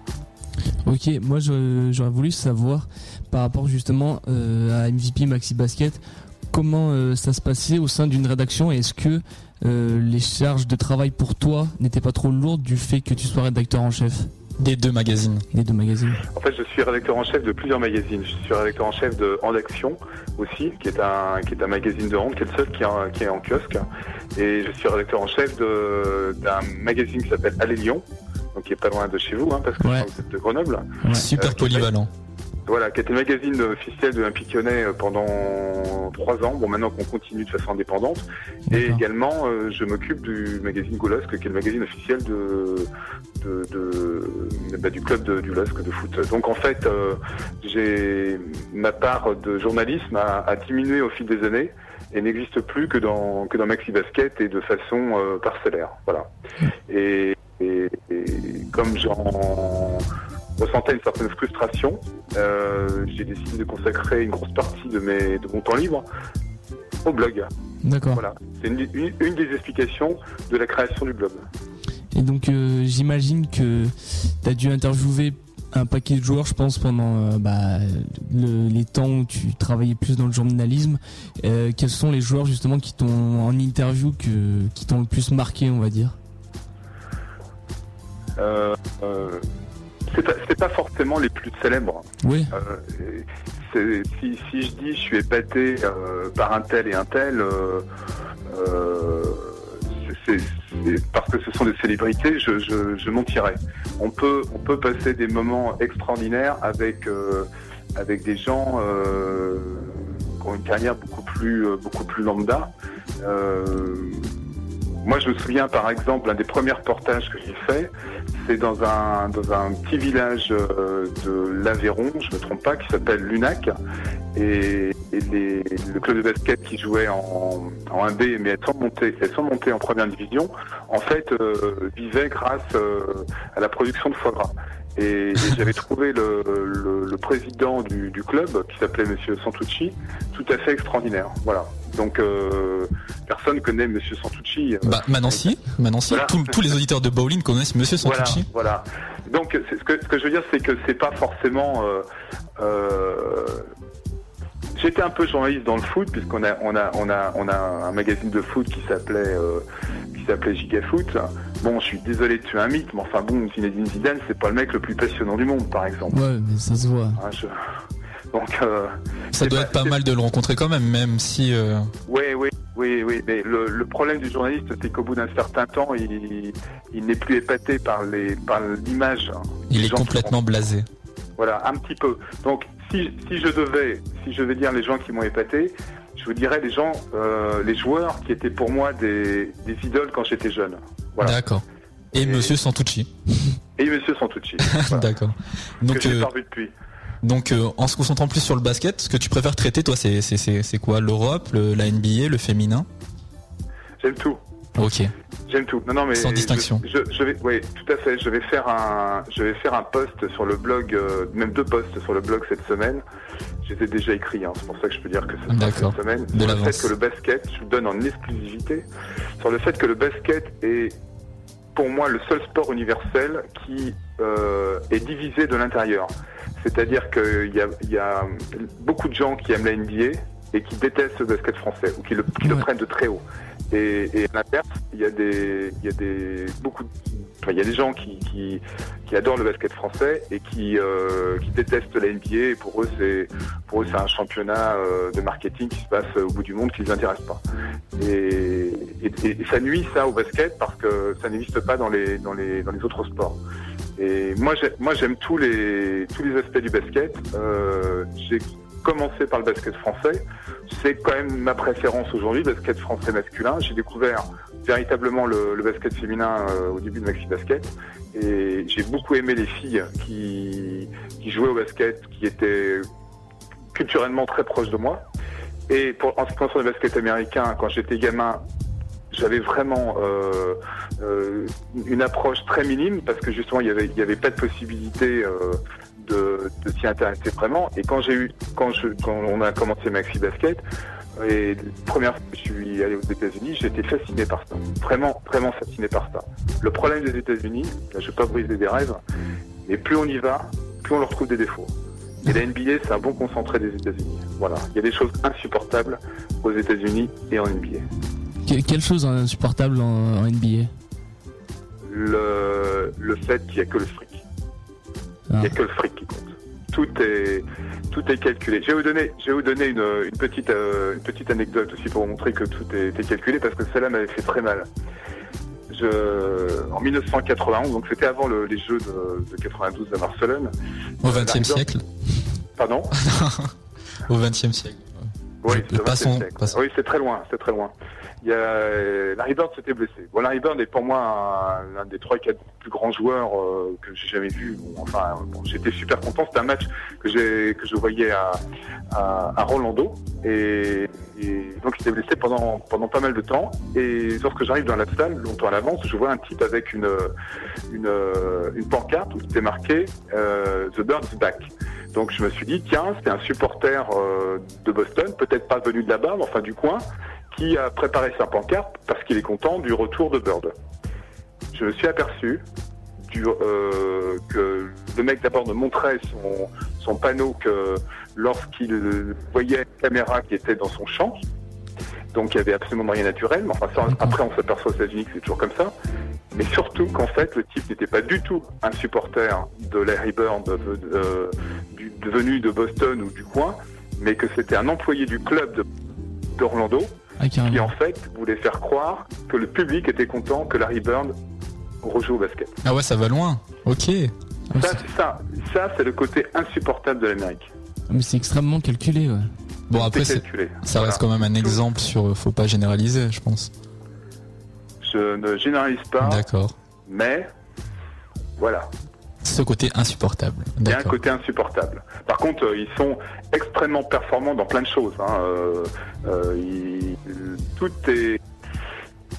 Ok, moi j'aurais voulu savoir par rapport justement euh, à M V P Maxi Basket, comment euh, ça se passait au sein d'une rédaction, et est-ce que euh, les charges de travail pour toi n'étaient pas trop lourdes du fait que tu sois rédacteur en chef des deux magazines? Des deux magazines. En fait, je suis rédacteur en chef de plusieurs magazines. Je suis rédacteur en chef de Hand Action aussi, qui est un qui est un magazine de hand, qui est le seul qui est, qui est en kiosque. Et je suis rédacteur en chef de d'un magazine qui s'appelle Allez Lyon, donc qui est pas loin de chez vous, hein, parce que ouais. vous êtes de Grenoble. Ouais. Super euh, polyvalent. Voilà, qui était le magazine officiel de l'Olympique Lyonnais pendant trois ans. Bon, maintenant qu'on continue de façon indépendante. Et D'accord. également, euh, je m'occupe du magazine Gaulosk, qui est le magazine officiel de, de, de bah, du club de, du L O S C de foot. Donc en fait, euh, j'ai ma part de journalisme a, a diminué au fil des années et n'existe plus que dans que dans Maxi Basket et de façon euh, parcellaire. Voilà. Et, et, et comme j'en ressentais une certaine frustration, euh, j'ai décidé de consacrer une grosse partie de mes de mon temps libre au blog. D'accord. Voilà, c'est une, une, une des explications de la création du blog. Et donc euh, j'imagine que tu as dû interviewer un paquet de joueurs, je pense, pendant euh, bah, le, les temps où tu travaillais plus dans le journalisme. Euh, quels sont les joueurs justement qui t'ont en interview que, qui t'ont le plus marqué, on va dire? euh, euh... C'est pas, c'est pas forcément les plus célèbres. Oui. Euh, c'est, si, si je dis je suis épaté euh, par un tel et un tel, euh, euh, c'est, c'est parce que ce sont des célébrités, je, je, je mentirais. On peut, on peut passer des moments extraordinaires avec, euh, avec des gens euh, qui ont une carrière beaucoup plus, beaucoup plus lambda. Euh, Moi, je me souviens, par exemple, un des premiers reportages que j'ai fait, c'est dans un dans un petit village euh, de l'Aveyron, je me trompe pas, qui s'appelle Lunac, et, et les, le club de basket qui jouait en, en un B, mais elles sont montées, elles sont montées en première division, en fait, euh, vivait grâce euh, à la production de foie gras. Et, et j'avais trouvé le, le, le président du, du club, qui s'appelait Monsieur Santucci, tout à fait extraordinaire. Voilà. Donc euh, personne connaît Monsieur Santucci. Euh, bah maintenant si, maintenant si. Voilà. Tous, tous les auditeurs de Bowling connaissent Monsieur Santucci. Voilà, voilà. Donc c'est, ce, que, ce que je veux dire, c'est que c'est pas forcément. Euh, euh, J'étais un peu journaliste dans le foot, puisqu'on a, on a, on a, on a un magazine de foot qui s'appelait, euh, qui s'appelait Gigafoot. Bon, je suis désolé de tuer un mythe, mais enfin bon, Zinedine Zidane, c'est pas le mec le plus passionnant du monde, par exemple. Ouais, mais ça se voit. Hein, je... Donc, euh, ça doit pas, être pas c'est... mal de le rencontrer quand même, même si. Euh... Oui, oui, oui, oui. Mais le, le problème du journaliste, c'est qu'au bout d'un certain temps, il, il n'est plus épaté par les, par l'image. Il est complètement blasé. Voilà, un petit peu. Donc, si, si je devais, si je devais dire les gens qui m'ont épaté, je vous dirais les gens, euh, les joueurs qui étaient pour moi des, des idoles quand j'étais jeune. Voilà. D'accord. Et, et Monsieur Santucci. Et Monsieur Santucci. Voilà. D'accord. Donc, que j'ai euh, pas revu depuis. Donc, euh, en se concentrant plus sur le basket, ce que tu préfères traiter, toi, c'est c'est c'est, c'est quoi, l'Europe, le, la N B A, le féminin? J'aime tout. Ok. J'aime tout. Non, non, mais sans distinction. Je, je, je vais, oui, tout à fait. Je vais faire un, je vais faire un post sur le blog, euh, même deux posts sur le blog cette semaine. Je les ai déjà écrits, hein, c'est pour ça que je peux dire que c'est cette semaine. De sur l'avance. le fait que le basket, je vous donne en exclusivité, sur le fait que le basket est, pour moi, le seul sport universel qui euh, est divisé de l'intérieur. C'est-à-dire qu'il y a, il y a beaucoup de gens qui aiment la N B A et qui détestent le basket français ou qui le, qui ouais. le prennent de très haut. Et, et à l'inverse, il y a des, il y a des, beaucoup, de, enfin, il y a des gens qui, qui, qui adorent le basket français et qui, euh, qui détestent la N B A. Et pour eux, c'est, pour eux, c'est un championnat euh, de marketing qui se passe au bout du monde, qui les intéresse pas. Et, et, et ça nuit ça au basket parce que ça n'existe pas dans les, dans les, dans les autres sports. Et moi, j'ai, moi, j'aime tous les, tous les aspects du basket. Euh, j'ai commencé par le basket français. C'est quand même ma préférence aujourd'hui, le basket français masculin. J'ai découvert véritablement le, le basket féminin euh, au début de Maxi Basket. Et j'ai beaucoup aimé les filles qui, qui jouaient au basket, qui étaient culturellement très proches de moi. Et pour, en ce qui concerne le basket américain, quand j'étais gamin, j'avais vraiment euh, euh, une approche très minime parce que justement il y avait il y avait pas de possibilité euh, de, de s'y intéresser vraiment. Et quand j'ai eu quand je quand on a commencé Maxi Basket et la première fois que je suis allé aux États-Unis, j'ai été fasciné par ça. Vraiment vraiment fasciné par ça. Le problème des États-Unis, là je vais pas briser des rêves, mais plus on y va, plus on leur trouve des défauts. Et la N B A, c'est un bon concentré des États-Unis. Voilà, il y a des choses insupportables aux États-Unis et en N B A. Quelle chose insupportable en, en N B A? Le, le fait qu'il n'y a que le fric. Il n'y a que le fric qui compte. Tout est, tout est calculé. Je vais vous donner, je vais vous donner une, une, petite, euh, une petite anecdote aussi pour vous montrer que tout est, est calculé parce que celle-là m'avait fait très mal. Je, en dix-neuf cent quatre-vingt-onze, donc c'était avant le, les Jeux de, de quatre-vingt-douze à Barcelone. Au vingtième siècle. Pardon? Au vingtième siècle. Oui, c'est passons, passons. Oui, c'est très loin, c'est très loin. Il y a, Larry Bird s'était blessé. Bon, Larry Bird est pour moi un, un des trois, quatre plus grands joueurs euh, que j'ai jamais vu. Bon, enfin, bon, j'étais super content. C'était un match que j'ai que je voyais à, à, à Rolando et, et donc il s'était blessé pendant pendant pas mal de temps. Et lorsque j'arrive dans la salle, longtemps à l'avance, je vois un type avec une une, une pancarte où c'était marqué euh, The Bird's Back. Donc je me suis dit tiens, c'était un supporter euh, de Boston, peut-être pas venu de là-bas, mais enfin du coin, qui a préparé sa pancarte parce qu'il est content du retour de Bird. Je me suis aperçu du, euh, que le mec d'abord me montrait son, son panneau que lorsqu'il voyait la caméra qui était dans son champ, donc il n'y avait absolument rien naturel, mais enfin ça, après on s'aperçoit aux États-Unis que c'est toujours comme ça, mais surtout qu'en fait le type n'était pas du tout un supporter de Larry Bird de, de, de, du, devenu de Boston ou du coin, mais que c'était un employé du club de, d'Orlando, ah, qui en fait voulait faire croire que le public était content que Larry Bird rejoue au basket. Ah ouais, ça va loin. Ok. Ça, c'est ça, ça c'est le côté insupportable de l'Amérique. Mais c'est extrêmement calculé, ouais. Bon après, c'est, ça voilà. Reste quand même un exemple sur. Faut pas généraliser, je pense. Je ne généralise pas. D'accord. Mais voilà. Ce côté insupportable. Il y a un côté insupportable. Par contre, euh, ils sont extrêmement performants dans plein de choses. Hein. Euh, euh, ils, tout est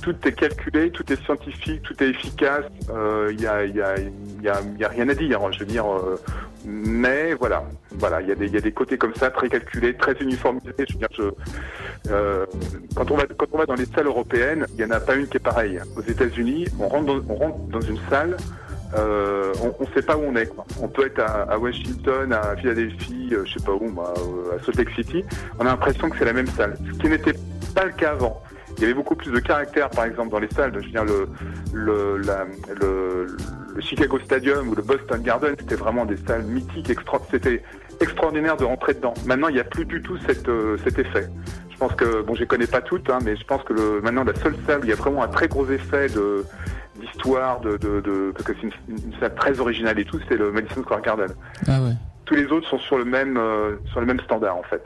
tout est calculé, tout est scientifique, tout est efficace. Il euh, y, a, y, a, y, a, y a rien à dire, je veux dire. Euh, mais voilà, voilà, il y a des, y a des côtés comme ça, très calculés, très uniformisés. Je veux dire, je, euh, quand on va, quand on va dans les salles européennes, il y en a pas une qui est pareille. Aux États-Unis, on rentre dans, on rentre dans une salle. Euh, on ne sait pas où on est, quoi. On peut être à, à Washington, à Philadelphie, euh, je sais pas où, moi, à Salt Lake City. On a l'impression que c'est la même salle, ce qui n'était pas le cas avant. Il y avait beaucoup plus de caractère, par exemple, dans les salles. Je veux dire, le, le, la, le, le Chicago Stadium ou le Boston Garden, c'était vraiment des salles mythiques. Extra, c'était extraordinaire de rentrer dedans. Maintenant, il n'y a plus du tout cette, euh, cet effet. Je pense que, bon, je les connais pas toutes, hein, mais je pense que le, maintenant, la seule salle où il y a vraiment un très gros effet de d'histoire, de, de, de, parce que c'est une, une salle très originale et tout, c'est le Madison Square Garden. Ah ouais. Tous les autres sont sur le même, euh, sur le même standard, en fait.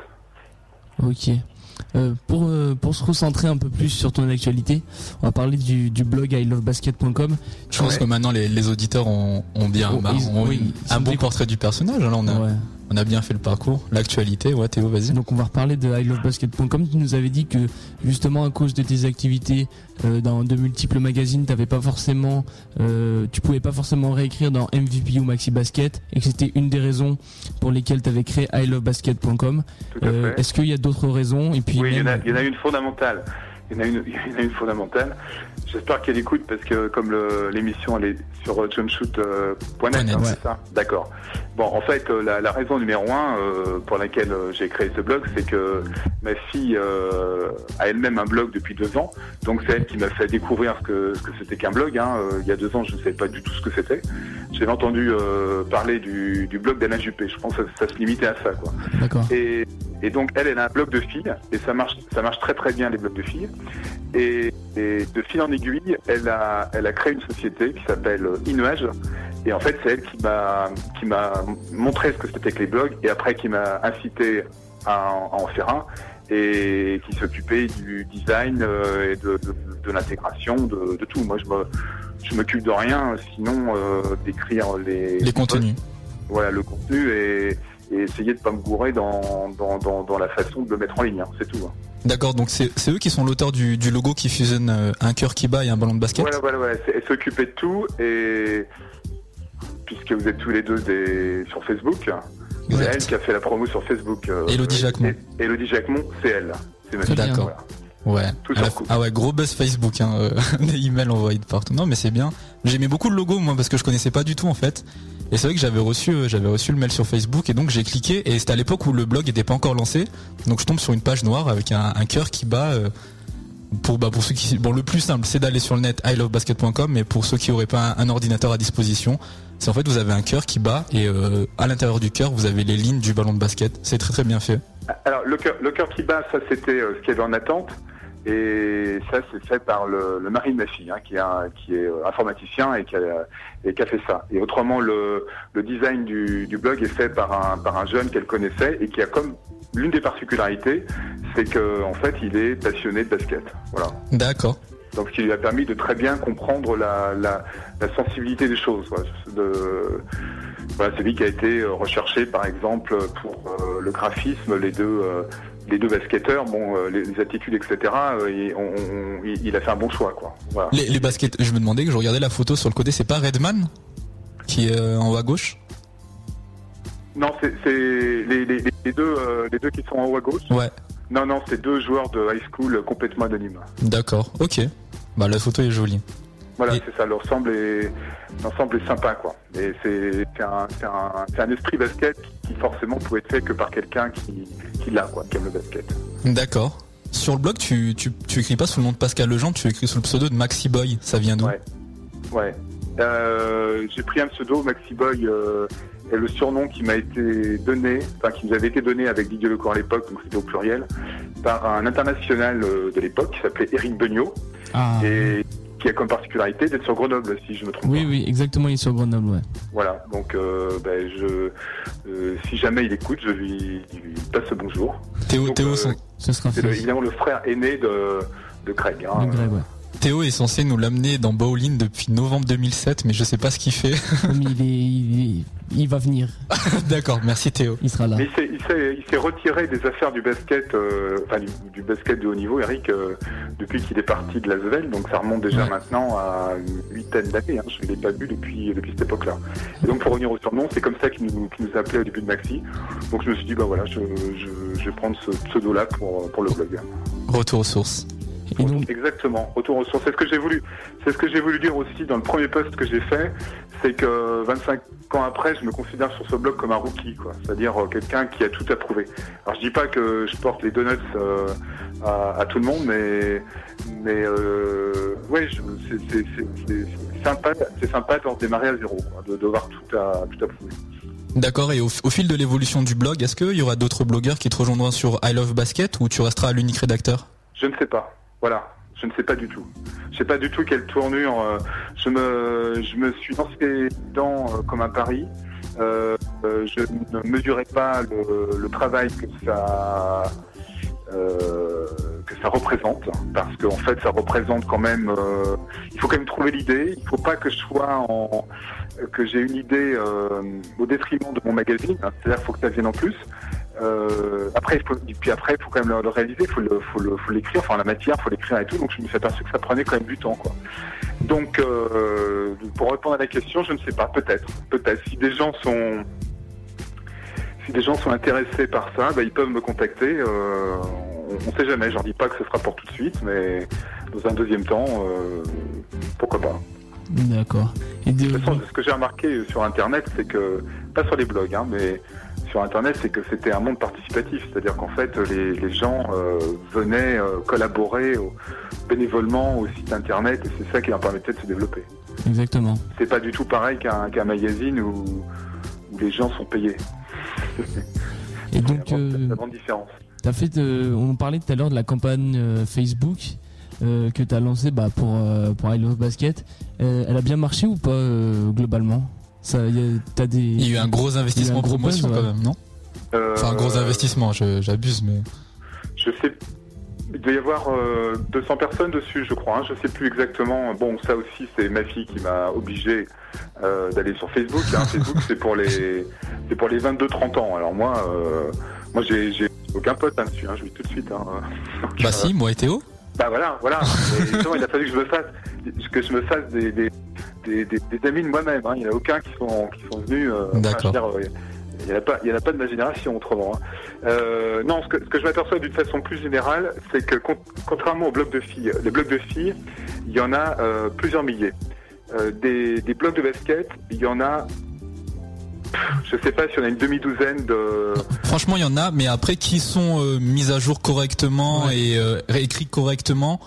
Ok. Euh, pour euh, pour se recentrer un peu plus sur ton actualité, on va parler du, du blog I love basket point com. Je pense ouais. que maintenant les, les auditeurs ont, ont bien oh, bah, ils, ont oui, un bon portrait du personnage. Là, on a ouais. on a bien fait le parcours, l'actualité. Ouais, Théo, vas-y. Donc on va reparler de I love basket point com. Tu nous avais dit que justement à cause de tes activités euh, dans de multiples magazines, t'avais pas forcément, euh, tu pouvais pas forcément réécrire dans M V P ou Maxi Basket, et que c'était une des raisons pour lesquelles t'avais créé I love basket point com. Euh, est-ce qu'il y a d'autres raisons? Et puis oui, même... il, y en a, il y en a une fondamentale. Il y en a une, il y en a une fondamentale. J'espère qu'elle écoute parce que comme le, l'émission elle est sur jumpshoot point net, hein, c'est ça. D'accord. Bon, en fait, la, la raison numéro un euh, pour laquelle j'ai créé ce blog, c'est que ma fille euh, a elle-même un blog depuis deux ans. Donc c'est elle qui m'a fait découvrir ce que, ce que c'était qu'un blog. Hein. Il y a deux ans, je ne savais pas du tout ce que c'était. J'avais entendu euh, parler du, du blog d'Alain Juppé. Je pense que ça, ça se limitait à ça, quoi. D'accord. Et, et donc elle, elle a un blog de filles et ça marche, ça marche très très bien les blogs de filles. Et, et de fil en aiguille, elle a, elle a créé une société qui s'appelle Inuage. Et en fait, c'est elle qui m'a, qui m'a montré ce que c'était que les blogs et après qui m'a incité à en, à en faire un et qui s'occupait du design euh, et de, de, de l'intégration, de, de tout. Moi, je me, je m'occupe de rien, sinon euh, d'écrire les, les contenus. Voilà, le contenu et, et essayer de pas me gourer dans, dans, dans, dans la façon de le mettre en ligne. Hein, c'est tout. Hein. D'accord, donc c'est, c'est eux qui sont l'auteur du, du logo qui fusionne euh, un cœur qui bat et un ballon de basket. Voilà, voilà, voilà. Elle s'occupait de tout et puisque vous êtes tous les deux des, sur Facebook, c'est ouais. elle qui a fait la promo sur Facebook. Euh, Élodie Jacquemont. Et, Élodie Jacquemont, c'est elle. C'est ma fille. D'accord. Voilà. Ouais. Tout la, ah ouais, gros buzz Facebook, hein, euh, des emails envoyés de partout. Non, mais c'est bien. J'aimais beaucoup le logo, moi, parce que je connaissais pas du tout, en fait. Et c'est vrai que j'avais reçu, euh, j'avais reçu le mail sur Facebook, et donc j'ai cliqué, et c'était à l'époque où le blog était pas encore lancé. Donc je tombe sur une page noire avec un, un cœur qui bat, euh, pour, bah, pour ceux qui, bon, le plus simple, c'est d'aller sur le net i love basket point com, mais pour ceux qui auraient pas un, un ordinateur à disposition, c'est en fait, vous avez un cœur qui bat, et, euh, à l'intérieur du cœur, vous avez les lignes du ballon de basket. C'est très très bien fait. Alors, le cœur, le cœur qui bat, ça c'était euh, ce qu'il y avait en attente. Et ça, c'est fait par le, le mari de ma fille, hein, qui, est un, qui est informaticien et qui, a, et qui a fait ça. Et autrement, le, le design du, du blog est fait par un, par un jeune qu'elle connaissait et qui a comme l'une des particularités, c'est que en fait, il est passionné de basket. Voilà. D'accord. Donc, ce qui lui a permis de très bien comprendre la, la, la sensibilité des choses. Voilà. De, voilà, c'est lui qui a été recherché, par exemple, pour euh, le graphisme, les deux. Euh, Les deux basketteurs, bon, euh, les, les attitudes, et cetera. Euh, et on, on, il a fait un bon choix, quoi. Voilà. Les, les baskets, je me demandais que je regardais la photo sur le côté, c'est pas Redman qui est euh, en haut à gauche? Non, c'est, c'est les, les, les deux, euh, les deux qui sont en haut à gauche. Ouais. Non, non, c'est deux joueurs de high school complètement anonymes. D'accord, ok. Bah la photo est jolie. Voilà, et... c'est ça. L'ensemble est, l'ensemble est sympa, quoi. Et c'est, c'est un, c'est un, c'est un esprit basket qui forcément pouvait être fait que par quelqu'un qui, qui l'a, quoi, qui aime le basket. D'accord. Sur le blog, tu, tu, tu écris pas sous le nom de Pascal Legendre, tu écris sous le pseudo de Maxi Boy. Ça vient d'où? Ouais. Ouais. Euh, j'ai pris un pseudo, Maxi Boy, euh, est le surnom qui m'a été donné, enfin qui nous avait été donné avec Didier Lecourt à l'époque, donc c'était au pluriel, par un international de l'époque qui s'appelait Éric Beugnot. Ah. Et qui a comme particularité d'être sur Grenoble, si je me trompe oui, pas. Oui, oui, exactement, il est sur Grenoble, ouais. Voilà, donc euh, ben, je, euh, si jamais il écoute, je lui, lui passe le bonjour. Théo, donc, Théo, euh, son... ce sera c'est le, évidemment le frère aîné de, de Craig. Hein, de Craig, ouais. Théo est censé nous l'amener dans Bowling depuis novembre deux mille sept, mais je sais pas ce qu'il fait. Mais il, est, il, est, il va venir. D'accord, merci Théo. Il sera là. Mais il s'est, il s'est, il s'est retiré des affaires du basket, euh, enfin du, du basket de haut niveau, Eric, euh, depuis qu'il est parti de l'Asvel, donc ça remonte déjà ouais. maintenant à une huitaine d'années. Hein. Je ne l'ai pas vu depuis, depuis cette époque-là. Et donc pour revenir au surnom, c'est comme ça qu'il nous, qu'il nous appelait au début de Maxi. Donc je me suis dit, bah voilà, je, je, je vais prendre ce pseudo-là pour, pour le blog. Retour aux sources. Et donc... Exactement, retour aux sources. C'est ce que j'ai voulu. C'est ce que j'ai voulu dire aussi dans le premier post que j'ai fait, c'est que vingt-cinq ans après, je me considère sur ce blog comme un rookie, quoi. C'est-à-dire euh, quelqu'un qui a tout approuvé. Alors je dis pas que je porte les donuts euh, à, à tout le monde, mais mais euh, ouais, je, c'est, c'est, c'est, c'est sympa, c'est sympa de démarrer à zéro, quoi, de devoir tout à tout approuver. D'accord, et au, au fil de l'évolution du blog, est-ce qu'il y aura d'autres blogueurs qui te rejoindront sur I Love Basket ou tu resteras l'unique rédacteur ? Je ne sais pas. Voilà, je ne sais pas du tout. Je ne sais pas du tout quelle tournure. Euh, je me, je me suis lancé dedans euh, comme un pari. Euh, euh, je ne mesurais pas le, le travail que ça, euh, que ça représente, parce qu'en fait, ça représente quand même. Euh, il faut quand même trouver l'idée. Il ne faut pas que je sois en, que j'ai une idée euh, au détriment de mon magazine. C'est-à-dire qu'il faut que ça vienne en plus. Euh, après, il faut, et puis après, il faut quand même le, le réaliser, il faut, le, faut, le, faut l'écrire, enfin la matière, il faut l'écrire et tout. Donc je me suis aperçu que ça prenait quand même du temps, quoi. Donc, euh, pour répondre à la question, je ne sais pas, peut-être, peut-être. Si des gens sont, si des gens sont intéressés par ça, bah, ils peuvent me contacter. Euh, on ne sait jamais. Je leur dis pas que ce sera pour tout de suite, mais dans un deuxième temps, euh, pourquoi pas. D'accord. Et de... de toute façon, ce que j'ai remarqué sur Internet, c'est que pas sur les blogs, hein, mais sur Internet, c'est que c'était un monde participatif, c'est-à-dire qu'en fait, les, les gens euh, venaient euh, collaborer au, bénévolement au site Internet, et c'est ça qui leur permettait de se développer. Exactement. C'est pas du tout pareil qu'un, qu'un magazine où, où les gens sont payés. Et donc, c'est euh, la grande différence. T'as fait, de, on parlait tout à l'heure de la campagne euh, Facebook euh, que t'as lancée bah, pour euh, pour I Love Basket. Euh, elle a bien marché ou pas euh, globalement? Ça, y a, t'as des... Il y a eu un gros investissement en promotion buzz, ouais. Quand même, non euh, Enfin, un gros investissement, je, j'abuse, mais... Je sais... Il doit y avoir euh, deux cents personnes dessus, je crois. Hein. Je sais plus exactement. Bon, ça aussi, c'est ma fille qui m'a obligé euh, d'aller sur Facebook. Hein. Facebook, c'est pour les c'est pour les vingt-deux trente ans. Alors moi, euh, moi j'ai, j'ai aucun pote hein, dessus. Hein. Je vis tout de suite. Hein. Donc, bah euh, si, moi et Théo. Bah voilà, voilà. Et justement, il a fallu que je me fasse, que je me fasse des, des, des, des, des amis de moi-même. Hein. Il n'y en a aucun qui sont, qui sont venus. Euh, D'accord. Enfin, je veux dire, il n'y en a pas, il y en a pas de ma génération autrement. Hein. Euh, non, ce que, ce que je m'aperçois d'une façon plus générale, c'est que con, contrairement aux blogs de filles, les blogs de filles, il y en a euh, plusieurs milliers. Euh, des, des blogs de basket, il y en a. Je sais pas si on a une demi-douzaine de... Franchement, il y en a, mais après, qui sont euh, mis à jour correctement ouais. et euh, réécrits correctement,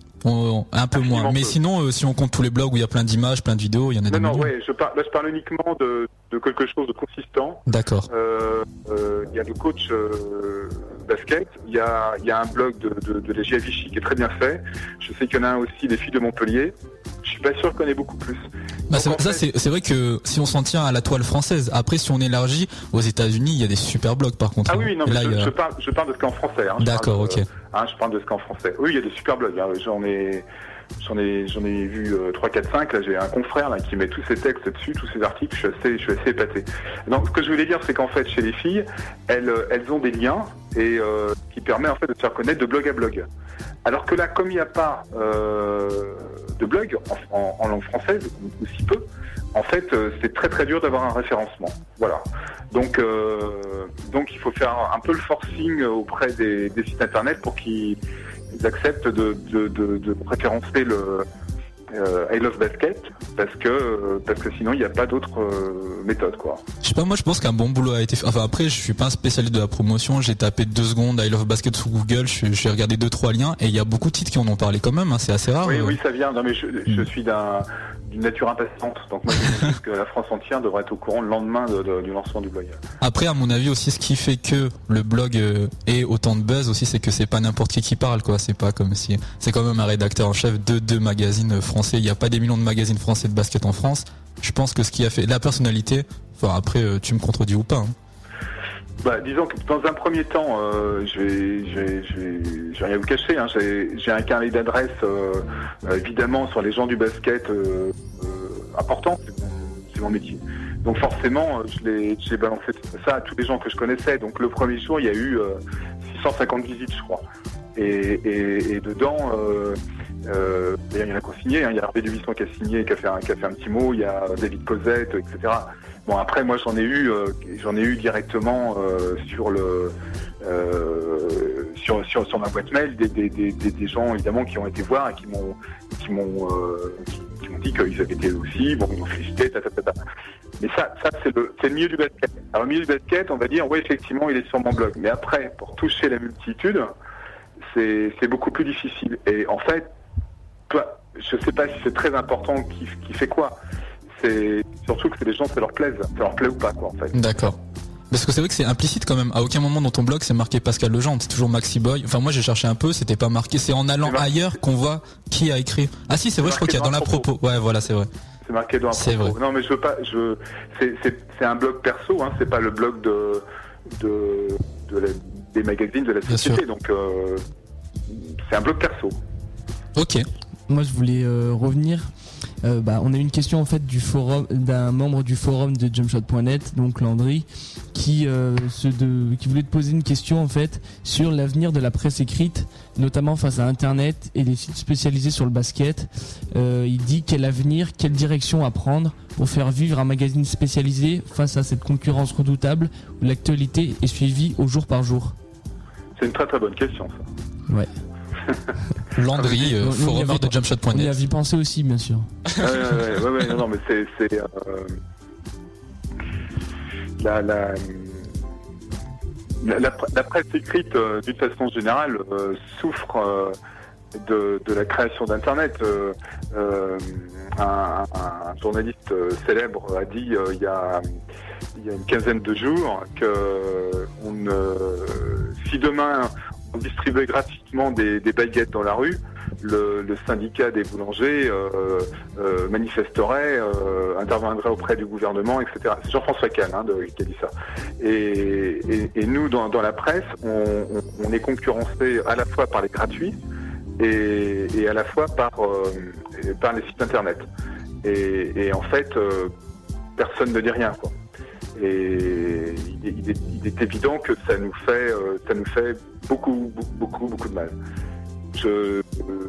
on, on, un peu moins. Peu. Mais sinon, euh, si on compte tous les blogs où il y a plein d'images, plein de vidéos, il y en a non, des Non, non, millions. ouais, je parle, là, je parle uniquement de, de quelque chose de consistant. D'accord. Euh, euh, il y a le coach euh, basket, il y a, il y a un blog de, de, de Léger Vichy qui est très bien fait. Je sais qu'il y en a un aussi, des filles de Montpellier. Je suis pas sûr qu'on ait beaucoup plus. Bah Donc, c'est, ça fait... c'est, c'est vrai que si on s'en tient à la toile française, après si on élargit aux États-Unis, il y a des super blogs par contre. Ah oui, non, mais là, je, a... je parle, je parle de ce qu'en français. Hein. D'accord, de, ok. Hein, je parle de ce qu'en français. Oui, il y a des super blogs. Hein. J'en ai, j'en ai, j'en ai vu euh, trois, quatre, cinq. Là, j'ai un confrère là qui met tous ses textes dessus, tous ses articles. Je suis assez, je suis assez épaté. Donc, ce que je voulais dire, c'est qu'en fait, chez les filles, elles, elles ont des liens et euh, qui permet en fait de se faire connaître de blog à blog. Alors que là, comme il n'y a pas euh, de blog en, en, en langue française, ou si peu, en fait, euh, c'est très très dur d'avoir un référencement. Voilà. Donc, euh, donc il faut faire un peu le forcing auprès des, des sites internet pour qu'ils acceptent de, de, de, de référencer le euh, I Love Basket, parce que parce que sinon il n'y a pas d'autre euh, méthode, quoi. Je sais pas, moi je pense qu'un bon boulot a été fait. Enfin après, je suis pas un spécialiste de la promotion. J'ai tapé deux secondes I Love Basket sur Google. Je, j'ai regardé deux trois liens et il y a beaucoup de titres qui en ont parlé quand même. Hein, c'est assez rare. Oui, euh... oui, ça vient. Non mais je, je suis d'un d'une nature impatiente. Donc moi je pense que la France entière devrait être au courant le lendemain de, de, du lancement du blog. Après, à mon avis aussi, ce qui fait que le blog euh, ait autant de buzz aussi, c'est que c'est pas n'importe qui qui parle, quoi. C'est pas comme si c'est quand même un rédacteur en chef de deux magazines français. Il n'y a pas des millions de magazines français de basket en France. Je pense que ce qui a fait la personnalité. Enfin après, euh, tu me contredis ou pas. Hein. Bah, disons que dans un premier temps, euh, je vais, je vais, je vais, je vais rien vous cacher. Hein, j'ai, j'ai un carnet d'adresses, euh, évidemment, sur les gens du basket euh, euh, important. C'est mon, c'est mon métier. Donc forcément, je l'ai, j'ai balancé ça à tous les gens que je connaissais. Donc le premier jour, il y a eu euh, six cent cinquante visites, je crois. Et, et, et dedans, euh, euh, il y en a qui ont signé, hein. Il y a Hervé Dubuisson qui a signé, qui a fait un, qui a fait un petit mot, il y a David Cosette, et cetera. Bon, après, moi, j'en ai eu, euh, j'en ai eu directement euh, sur le, euh, sur, sur, sur ma boîte mail, des, des, des, des gens évidemment qui ont été voir et qui m'ont, qui m'ont, euh, qui, qui m'ont dit qu'ils avaient été aussi, bon, ils m'ont félicité, ta, ta, ta, ta. Mais ça, ça c'est le, c'est le milieu du basket. Alors, le milieu du basket, on va dire, oui, effectivement, il est sur mon blog. Mais après, pour toucher la multitude, c'est, c'est beaucoup plus difficile. Et en fait, toi, je sais pas si c'est très important qui, qui fait quoi. C'est surtout que c'est des gens, ça leur plaise, ça leur plaît ou pas, quoi, en fait. D'accord. Parce que c'est vrai que c'est implicite quand même. À aucun moment dans ton blog c'est marqué Pascal Legendre, c'est toujours Maxi Boy. Enfin moi j'ai cherché un peu, c'était pas marqué. C'est en allant ailleurs qu'on voit qui a écrit. Ah si c'est vrai, je crois qu'il y a dans la propos. Ouais voilà c'est vrai. C'est marqué dans la c'est propos. Vrai. Non mais je veux pas, je c'est c'est c'est un blog perso, hein. C'est pas le blog de de, de la, des magazines de la société. Donc euh, c'est un blog perso. Ok. Moi je voulais euh, revenir. Euh, bah, on a eu une question en fait du forum d'un membre du forum de jumpshot point net, donc Landry, qui euh, se de, qui voulait te poser une question en fait sur l'avenir de la presse écrite, notamment face à Internet et les sites spécialisés sur le basket. Euh, il dit quel avenir, quelle direction à prendre pour faire vivre un magazine spécialisé face à cette concurrence redoutable où l'actualité est suivie au jour par jour. C'est une très très bonne question ça. Ouais. Landry, euh, forumeur de jumpshot point net. On y a vu penser aussi, bien sûr. Ouais, ouais, ouais, ouais, non, non, mais c'est, c'est euh, la, la, la, la, la presse écrite, euh, d'une façon générale, euh, souffre euh, de, de la création d'Internet. Euh, euh, un, un journaliste célèbre a dit euh, il y a il y a une quinzaine de jours que on, euh, si demain on distribuait gratuitement des, des baguettes dans la rue, le, le syndicat des boulangers euh, euh, manifesterait, euh, interviendrait auprès du gouvernement, et cetera. C'est Jean-François Kahn hein, de, qui a dit ça. Et, et, et nous, dans, dans la presse, on, on, on est concurrencé à la fois par les gratuits et, et à la fois par, euh, par les sites internet. Et, et en fait, euh, personne ne dit rien, quoi. Et il est, il, est, il est évident que ça nous fait, euh, ça nous fait beaucoup, beaucoup, beaucoup de mal. Je, euh,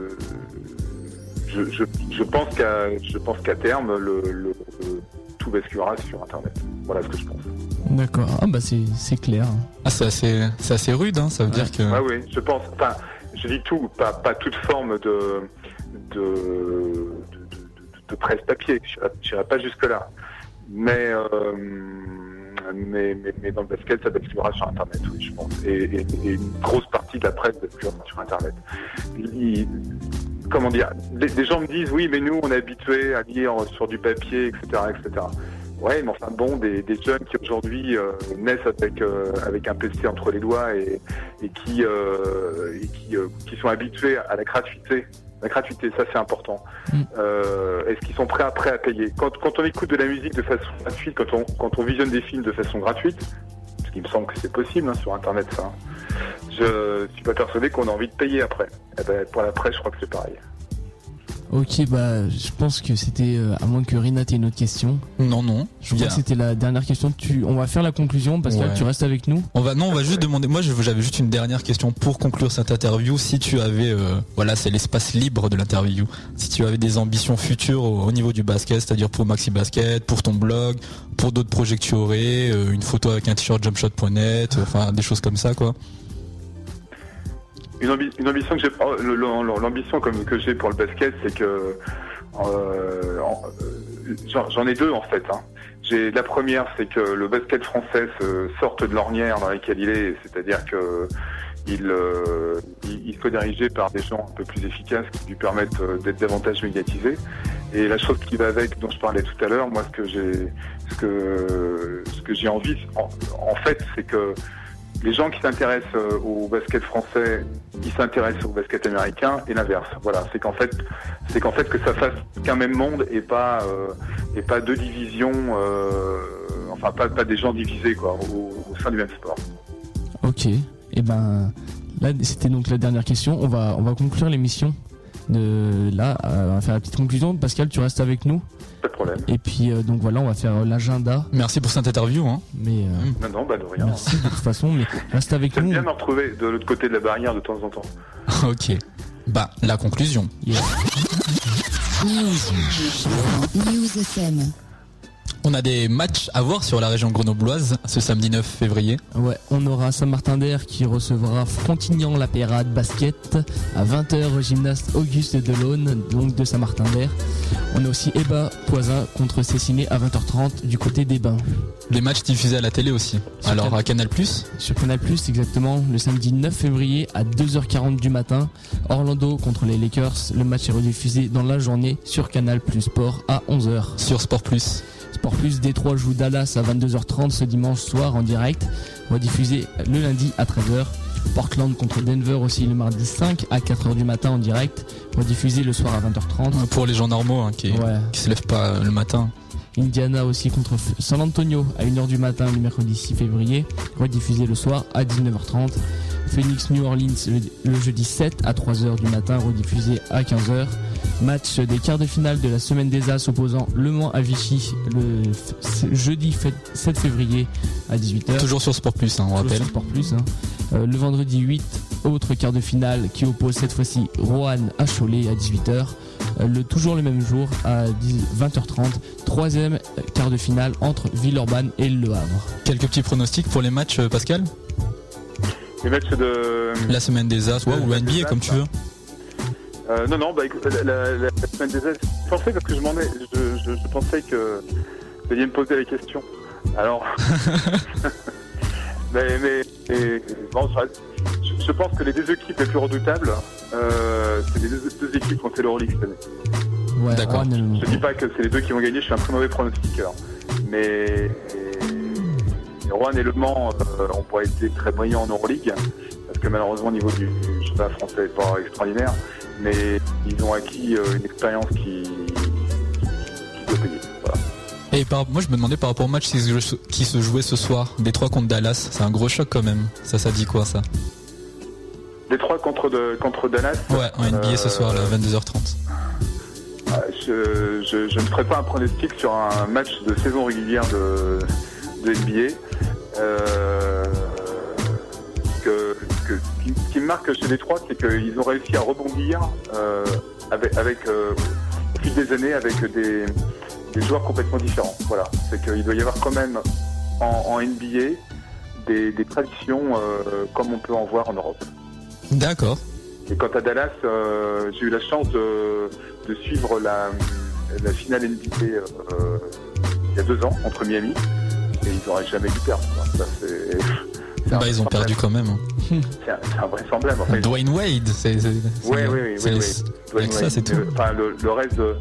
je, je, je pense qu'à, je pense qu'à terme, le, le, le, tout basculera sur Internet. Voilà ce que je pense. D'accord. Ah bah c'est, c'est clair. Ah c'est assez, c'est assez rude, hein. Ça veut ouais. dire que. Ah oui, je pense. Enfin, je dis tout, pas, pas toute forme de, de, de, de, de presse papier. Je n'irai pas jusque là. Mais, euh, mais, mais, mais dans le basket, ça basculera sur Internet, oui, je pense. Et, et, et une grosse partie de la presse basculera sur Internet. Il, comment dire, les, les gens me disent, oui, mais nous, on est habitués à lire sur du papier, et cetera, et cetera. Ouais, mais enfin bon, des, des jeunes qui aujourd'hui euh, naissent avec euh, avec un P C entre les doigts et, et qui euh, et qui, euh, qui sont habitués à la gratuité. La gratuité, ça c'est important. Mm. Euh, est-ce qu'ils sont prêts après à payer ? Quand, quand on écoute de la musique de façon gratuite, quand on, quand on visionne des films de façon gratuite, ce qui me semble que c'est possible hein, sur Internet, ça, hein, je suis pas persuadé qu'on a envie de payer après. Eh ben, pour la presse, je crois que c'est pareil. Ok, bah je pense que c'était, euh, à moins que Rina t'ait une autre question. Non, non. Je crois yeah. que c'était la dernière question. Tu, on va faire la conclusion parce que ouais. là, tu restes avec nous. On va, non, on va juste demander. Moi, j'avais juste une dernière question pour conclure cette interview. Si tu avais, euh, voilà, c'est l'espace libre de l'interview. Si tu avais des ambitions futures au, au niveau du basket, c'est-à-dire pour Maxi Basket, pour ton blog, pour d'autres projets que tu aurais, euh, une photo avec un t-shirt jumpshot point net, euh, enfin des choses comme ça, quoi. Une, ambi- une ambition que j'ai, l'ambition comme que j'ai pour le basket, c'est que euh, en, j'en, j'en ai deux en fait. Hein. J'ai la première, c'est que le basket français se sorte de l'ornière dans laquelle il est, c'est-à-dire que il, euh, il, il soit dirigé par des gens un peu plus efficaces qui lui permettent d'être davantage médiatisés. Et la chose qui va avec, dont je parlais tout à l'heure, moi, ce que j'ai, ce que, ce que j'ai envie, en, en fait, c'est que les gens qui s'intéressent au basket français, ils s'intéressent au basket américain et l'inverse. Voilà, c'est qu'en fait, c'est qu'en fait que ça fasse qu'un même monde et pas euh, et pas deux divisions, euh, enfin pas pas des gens divisés quoi au, au sein du même sport. Ok. Et ben là, c'était donc la dernière question. On va on va conclure l'émission. De là, on va faire la petite conclusion. Pascal, tu restes avec nous. Pas de problème. Et puis euh, donc voilà, on va faire l'agenda. Merci pour cette interview. Hein. Mais euh, non, non, bah de rien. Merci de toute façon, mais reste avec J'aime nous. bien me retrouver de l'autre côté de la barrière de temps en temps. Ok. Bah, la conclusion. Yeah. News. News F M. On a des matchs à voir sur la région grenobloise ce samedi neuf février. Ouais, on aura Saint-Martin-d'Air qui recevra Frontignan-la-Pérade basket à vingt heures au gymnase Auguste Delaune, donc de Saint-Martin-d'Air. On a aussi Eba Poisin contre Cessiné à vingt heures trente du côté des Bains. Les matchs diffusés à la télé aussi. Sur Alors Can- à Canal plus. Sur Canal plus, exactement, le samedi neuf février à deux heures quarante du matin. Orlando contre les Lakers. Le match est rediffusé dans la journée sur Canal plus Sport à onze heures. Sur Sport plus. Sport plus, Détroit joue Dallas à vingt-deux heures trente ce dimanche soir en direct. Rediffusé le lundi à treize heures. Portland contre Denver aussi le mardi cinq à quatre heures du matin en direct. Rediffusé le soir à vingt heures trente. Pour les gens normaux hein, qui, Ouais. qui se lèvent pas le matin. Indiana aussi contre San Antonio à une heure du matin le mercredi six février. Rediffusé le soir à dix-neuf heures trente. Phoenix New Orleans le, le jeudi sept à trois heures du matin, rediffusé à quinze heures. Match des quarts de finale de la semaine des As opposant Le Mans à Vichy le f- jeudi sept février à dix-huit heures. Toujours sur Sport plus, hein, on Toujours rappelle. sur Sport plus, hein. Euh, le vendredi huit, autre quart de finale qui oppose cette fois-ci Roanne à Cholet à dix-huit heures. Euh, le, toujours le même jour à vingt heures trente, troisième quart de finale entre Villeurbanne et Le Havre. Quelques petits pronostics pour les matchs, euh, Pascal? Les matchs de... La semaine des As, ouais, ou le N B A comme tu veux. Euh, non, non, bah écoute, la, la, la semaine des As, je pensais parce que je m'en ai, je, je, je pensais que vous alliez me poser la question. Alors, mais, mais, mais bon, ça, je, je pense que les deux équipes les plus redoutables, euh, c'est les deux, deux équipes qui ont fait l'Euroleague cette année. Ouais, D'accord. Roanne, euh, Je dis pas que c'est les deux qui vont gagner, je suis un très mauvais pronostiqueur. Mais et Roanne et Le Mans euh, ont pas été très brillants en Euroleague, parce que malheureusement au niveau du championnat français n'est pas extraordinaire, mais ils ont acquis euh, une expérience qui, qui doit payer. Voilà. Et par, moi je me demandais par rapport au match qui se, qui se jouait ce soir, Détroit contre Dallas, c'est un gros choc quand même. Ça, ça dit quoi ça? Détroit contre, de, contre Dallas. Ouais, en N B A ce soir, là, vingt-deux heures trente. Je, je, je ne ferai pas un pronostic sur un match de saison régulière de, de N B A. Euh, que, que, ce, qui, ce qui me marque chez Détroit, c'est qu'ils ont réussi à rebondir euh, avec, avec euh, au fil des années avec des, des joueurs complètement différents. Voilà, c'est qu'il doit y avoir quand même en, en N B A des, des traditions euh, comme on peut en voir en Europe. D'accord. Et quant à Dallas, euh, j'ai eu la chance de, de suivre la, la finale N B A euh, il y a deux ans entre Miami, et ils n'auraient jamais dû perdre. Quoi. Ça, c'est, c'est Bah ils ont perdu quand même. C'est un, c'est un vrai semblable. Enfin, ils... Dwayne Wade, c'est... c'est, c'est Oui, oui, oui. c'est oui, les... oui. Avec ça, c'est tout. Le, enfin, le, le reste de,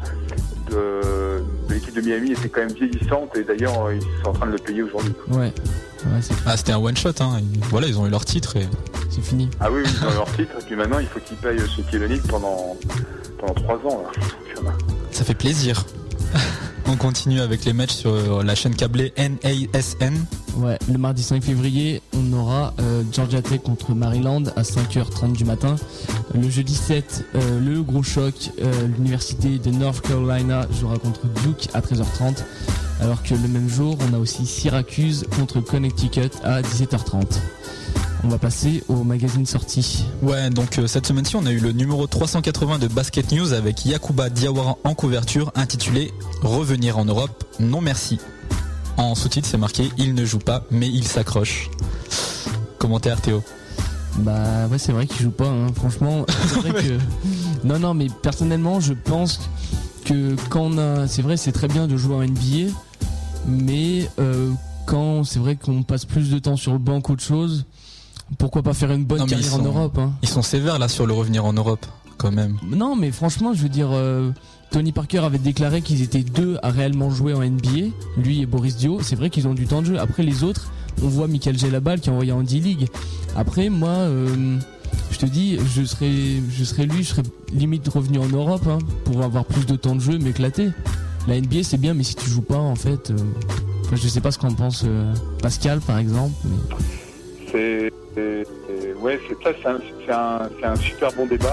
de, de l'équipe de Miami était quand même vieillissante, et d'ailleurs, ils sont en train de le payer aujourd'hui. Ouais. Ouais, c'est, Ah, c'était un one shot, hein. Ils- Voilà, ils ont eu leur titre et... c'est fini. Ah oui, oui, ils ont leur titre, et puis maintenant, il faut qu'ils payent chez Kelonic pendant, pendant trois ans. Là. Ça fait plaisir. On continue avec les matchs sur la chaîne câblée N A S N. Ouais, le mardi cinq février, on aura euh, Georgia Tech contre Maryland à cinq heures trente du matin. Le jeudi sept, euh, le gros choc, euh, l'université de North Carolina jouera contre Duke à treize heures trente. Alors que le même jour, on a aussi Syracuse contre Connecticut à dix-sept heures trente. On va passer au magazine sortie. Ouais, donc euh, cette semaine-ci, on a eu le numéro trois cent quatre-vingts de Basket News avec Yacouba Diawara en couverture, intitulé « Revenir en Europe, non merci ». En sous-titre, c'est marqué « Il ne joue pas, mais il s'accroche ». Commentaire Théo. Bah ouais, c'est vrai qu'il joue pas, hein. Franchement, c'est vrai que... Non, non, mais personnellement, je pense que quand on a... C'est vrai, c'est très bien de jouer en N B A, mais euh, quand c'est vrai qu'on passe plus de temps sur le banc qu'autre chose, pourquoi pas faire une bonne Non, mais carrière ils en sont- Europe, hein. Ils sont sévères là sur le revenir en Europe, quand même. Non, mais franchement, je veux dire, euh, Tony Parker avait déclaré qu'ils étaient deux à réellement jouer en N B A, lui et Boris Dio. C'est vrai qu'ils ont du temps de jeu. Après, les autres, on voit Michael Gelabal qui est envoyé en D-League. Après, moi, euh, je te dis, je serais, je serais lui, je serais limite revenu en Europe, hein, pour avoir plus de temps de jeu, m'éclater. La N B A, c'est bien, mais si tu joues pas, en fait, euh, enfin, je sais pas ce qu'en pense euh, Pascal, par exemple. Mais... C'est, c'est- c'est- ouais, c'est ça, c'est un, c'est un, c'est un super bon débat.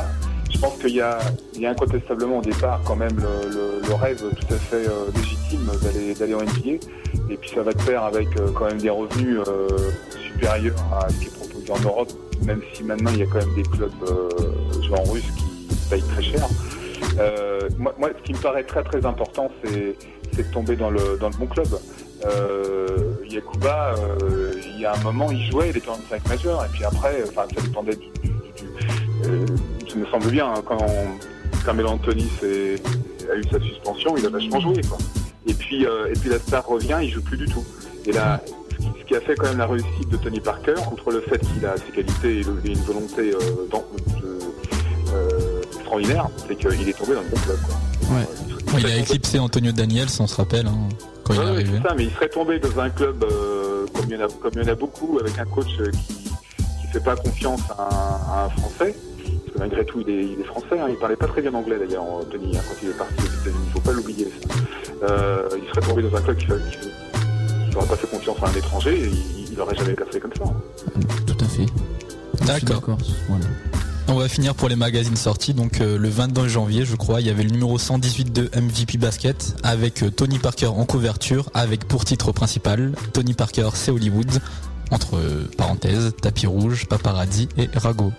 je pense qu'il y a, il y a incontestablement au départ quand même le, le, le rêve tout à fait euh, légitime d'aller, d'aller en N B A. Et puis ça va de pair avec euh, quand même des revenus euh, supérieurs à ce qui est proposé en Europe, même si maintenant il y a quand même des clubs euh, genre russes qui payent très cher. Euh, moi, moi, ce qui me paraît très très important, c'est, c'est de tomber dans le, dans le bon club. Euh, Yakuba, euh, il y a un moment, il jouait, il était en cinq majeur, et puis après, enfin, ça dépendait du. du, du euh, ça me semble bien, hein, quand Carmelo Anthony s'est, a eu sa suspension, il a vachement joué, quoi. Et puis, euh, et puis la star revient, il joue plus du tout. Et là, ce qui, ce qui a fait quand même la réussite de Tony Parker, outre le fait qu'il a ses qualités et une volonté euh, dans, de, euh, extraordinaire, c'est qu'il est tombé dans le bon club, quoi. Ouais. Il a éclipsé Antonio Daniels, on se rappelle, hein, quand ouais, il est arrivé. C'est ça, mais il serait tombé dans un club euh, comme, il y en a, comme il y en a beaucoup, avec un coach euh, qui qui fait pas confiance à un, à un Français. Parce que malgré tout, il est, il est français. Hein, il parlait pas très bien anglais d'ailleurs, Tony, hein, quand il est parti aux États-Unis. Il faut pas l'oublier. Ça. Euh, il serait tombé dans un club qui n'aurait pas fait confiance à un étranger. Et il, il aurait jamais percé comme ça. Hein. Tout à fait. D'accord. Voilà. On va finir pour les magazines sortis. Donc euh, le vingt-deux janvier, je crois, il y avait le numéro cent dix-huit de M V P Basket avec euh, Tony Parker en couverture, avec pour titre principal Tony Parker, c'est Hollywood, entre euh, parenthèses tapis rouge, paparazzi et ragot.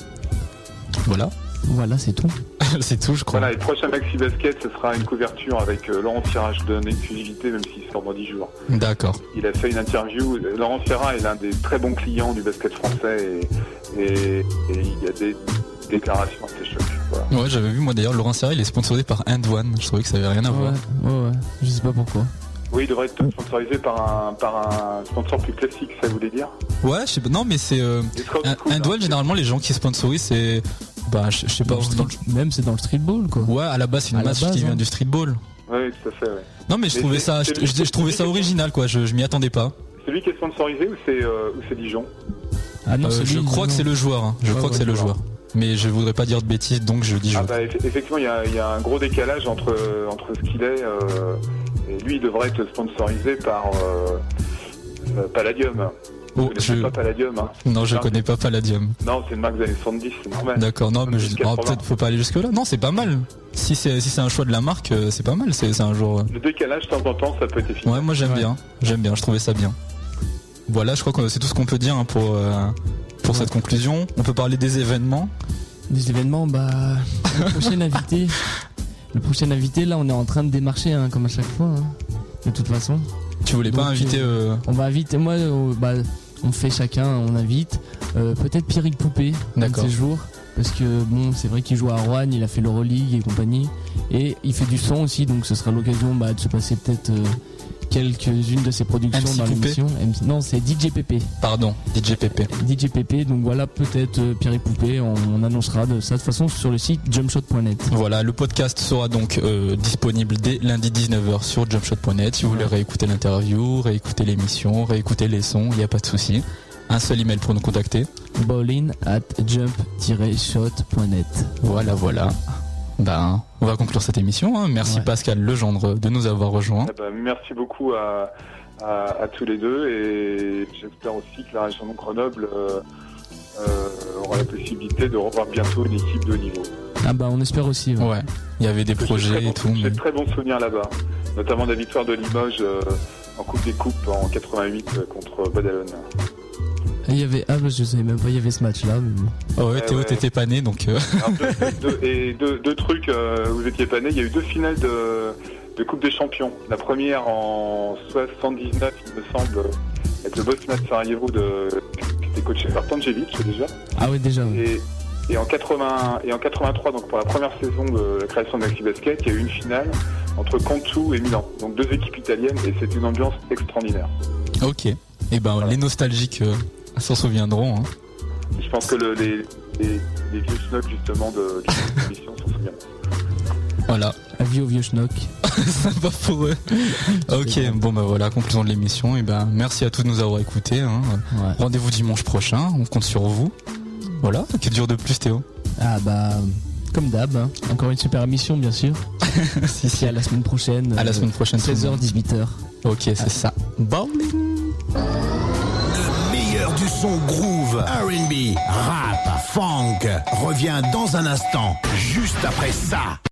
Voilà. Voilà, c'est tout. C'est tout, je crois. Voilà, et le prochain Maxi Basket, ce sera une couverture avec euh, Laurent Ferrat. Je donne exclusivité, même s'il sort dans dix jours. D'accord. Il a fait une interview. Laurent Ferrat est l'un des très bons clients du basket français et, et, et il y a des déclarations assez chocs. Voilà. Ouais, j'avais vu, moi d'ailleurs, Laurent Ferrat, il est sponsorisé par And One. Je trouvais que ça avait rien à ouais, voir. Ouais, ouais, je sais pas pourquoi. Oui, il devrait être sponsorisé par un, par un sponsor plus classique, ça voulait dire. Ouais, je sais pas. Non, mais c'est. Euh, And One, généralement, les gens qui sponsorisent, c'est. Bah, je, je sais pas. Dans dans le... Même c'est dans le streetball, quoi. Ouais, à la base, c'est une match qui vient hein. du streetball. Ouais, tout à fait, ouais. Non, mais je mais trouvais ça, je, je, je trouvais ça original, quoi. Je, je m'y attendais pas. C'est lui qui est sponsorisé ou c'est, euh, ou c'est Dijon? Ah non, euh, c'est je lui, crois non. que c'est le joueur. Hein. Je ouais, crois ouais, que c'est le joueur. Mais je voudrais pas dire de bêtises, donc je dis ah joueur. Bah, effectivement, il y, y a un gros décalage entre, entre ce qu'il est. Euh, et lui, il devrait être sponsorisé par euh, Palladium. Oh, je connais je... pas Palladium. Hein. Non, je connais pas Palladium. Non, c'est une marque des années soixante-dix, c'est normal. D'accord, non, mais je... oh, peut-être faut pas aller jusque là. Non, c'est pas mal. Si c'est si c'est un choix de la marque, c'est pas mal. C'est, c'est un jour. Le décalage, de temps en temps, ça peut être efficace. Ouais, moi j'aime ouais. bien. J'aime bien. Je trouvais ça bien. Voilà, je crois que c'est tout ce qu'on peut dire hein, pour euh, pour ouais. cette conclusion. On peut parler des événements. Des événements, bah le prochain invité. Le prochain invité, là, on est en train de démarcher, hein, comme à chaque fois. Hein, de toute façon. Tu voulais Donc, pas inviter euh... On va inviter. Moi, euh, bah. On fait chacun, on invite euh, peut-être Pierrick Poupée un de ces jours parce que bon c'est vrai qu'il joue à Roanne, il a fait l'Euroleague et compagnie et il fait du son aussi donc ce sera l'occasion bah, de se passer peut-être euh, quelques-unes de ses productions M C dans Poupée. l'émission. M C... Non c'est D J Pépé. Pardon, D J Pépé. D J Pépé donc voilà peut-être euh, Pierrick Poupée, on, on annoncera de ça de toute façon sur le site jumpshot point net. Voilà, le podcast sera donc euh, disponible dès lundi dix-neuf heures sur jumpshot point net. Si vous voulez réécouter l'interview, réécouter l'émission, réécouter les sons, il n'y a pas de souci. Un seul email pour nous contacter. bowling at jump shot point net. Voilà, voilà. Ben, on va conclure cette émission. Hein. Merci ouais. Pascal Legendre de nous avoir rejoints. Eh ben, merci beaucoup à, à, à tous les deux et j'espère aussi que la région de Grenoble euh, euh, aura la possibilité de revoir bientôt une équipe de haut niveau. Ah bah on espère aussi. Ouais, ouais. Il y avait des Parce projets bon, et tout. J'ai mais... de très bons souvenirs là-bas, notamment la victoire de Limoges euh, en Coupe des Coupes en quatre-vingt-huit contre Badalone. Il y avait, ah, je savais même pas, il y avait ce match-là. Mais... Oh ouais, Théo, euh, ouais. t'étais pas né donc. Euh... Alors, deux, deux, et deux, deux trucs, euh, vous étiez pas né. Il y a eu deux finales de, de Coupe des Champions. La première en soixante-dix-neuf, il me semble, avec le Bosna de Sarajevo de, qui était coaché par Tanjevic déjà. Ah oui, déjà. Oui. Et, et, en quatre-vingts, et en quatre-vingt-trois, donc pour la première saison de la création de Maxi Basket, il y a eu une finale entre Cantu et Milan. Donc deux équipes italiennes et c'est une ambiance extraordinaire. Ok. Et ben voilà. Les nostalgiques. Euh... s'en souviendront. Hein. Je pense que le, les, les, les vieux schnocks justement de, de l'émission s'en souviennent. Voilà. Avis aux vieux schnocks. Sympa pour eux. Ok, bon bah voilà, conclusion de l'émission. Et ben merci à tous de nous avoir écoutés. Hein. Ouais. Rendez-vous dimanche prochain. On compte sur vous. Voilà. Que dure de plus, Théo? Ah bah comme d'hab. Hein. Encore une super émission, bien sûr. si si. À la semaine prochaine. À la semaine prochaine. seize heures dix-huit heures. Ok, c'est ah. ça. Bowling. Du son groove, R and R and B, rap, funk revient dans un instant, juste après ça.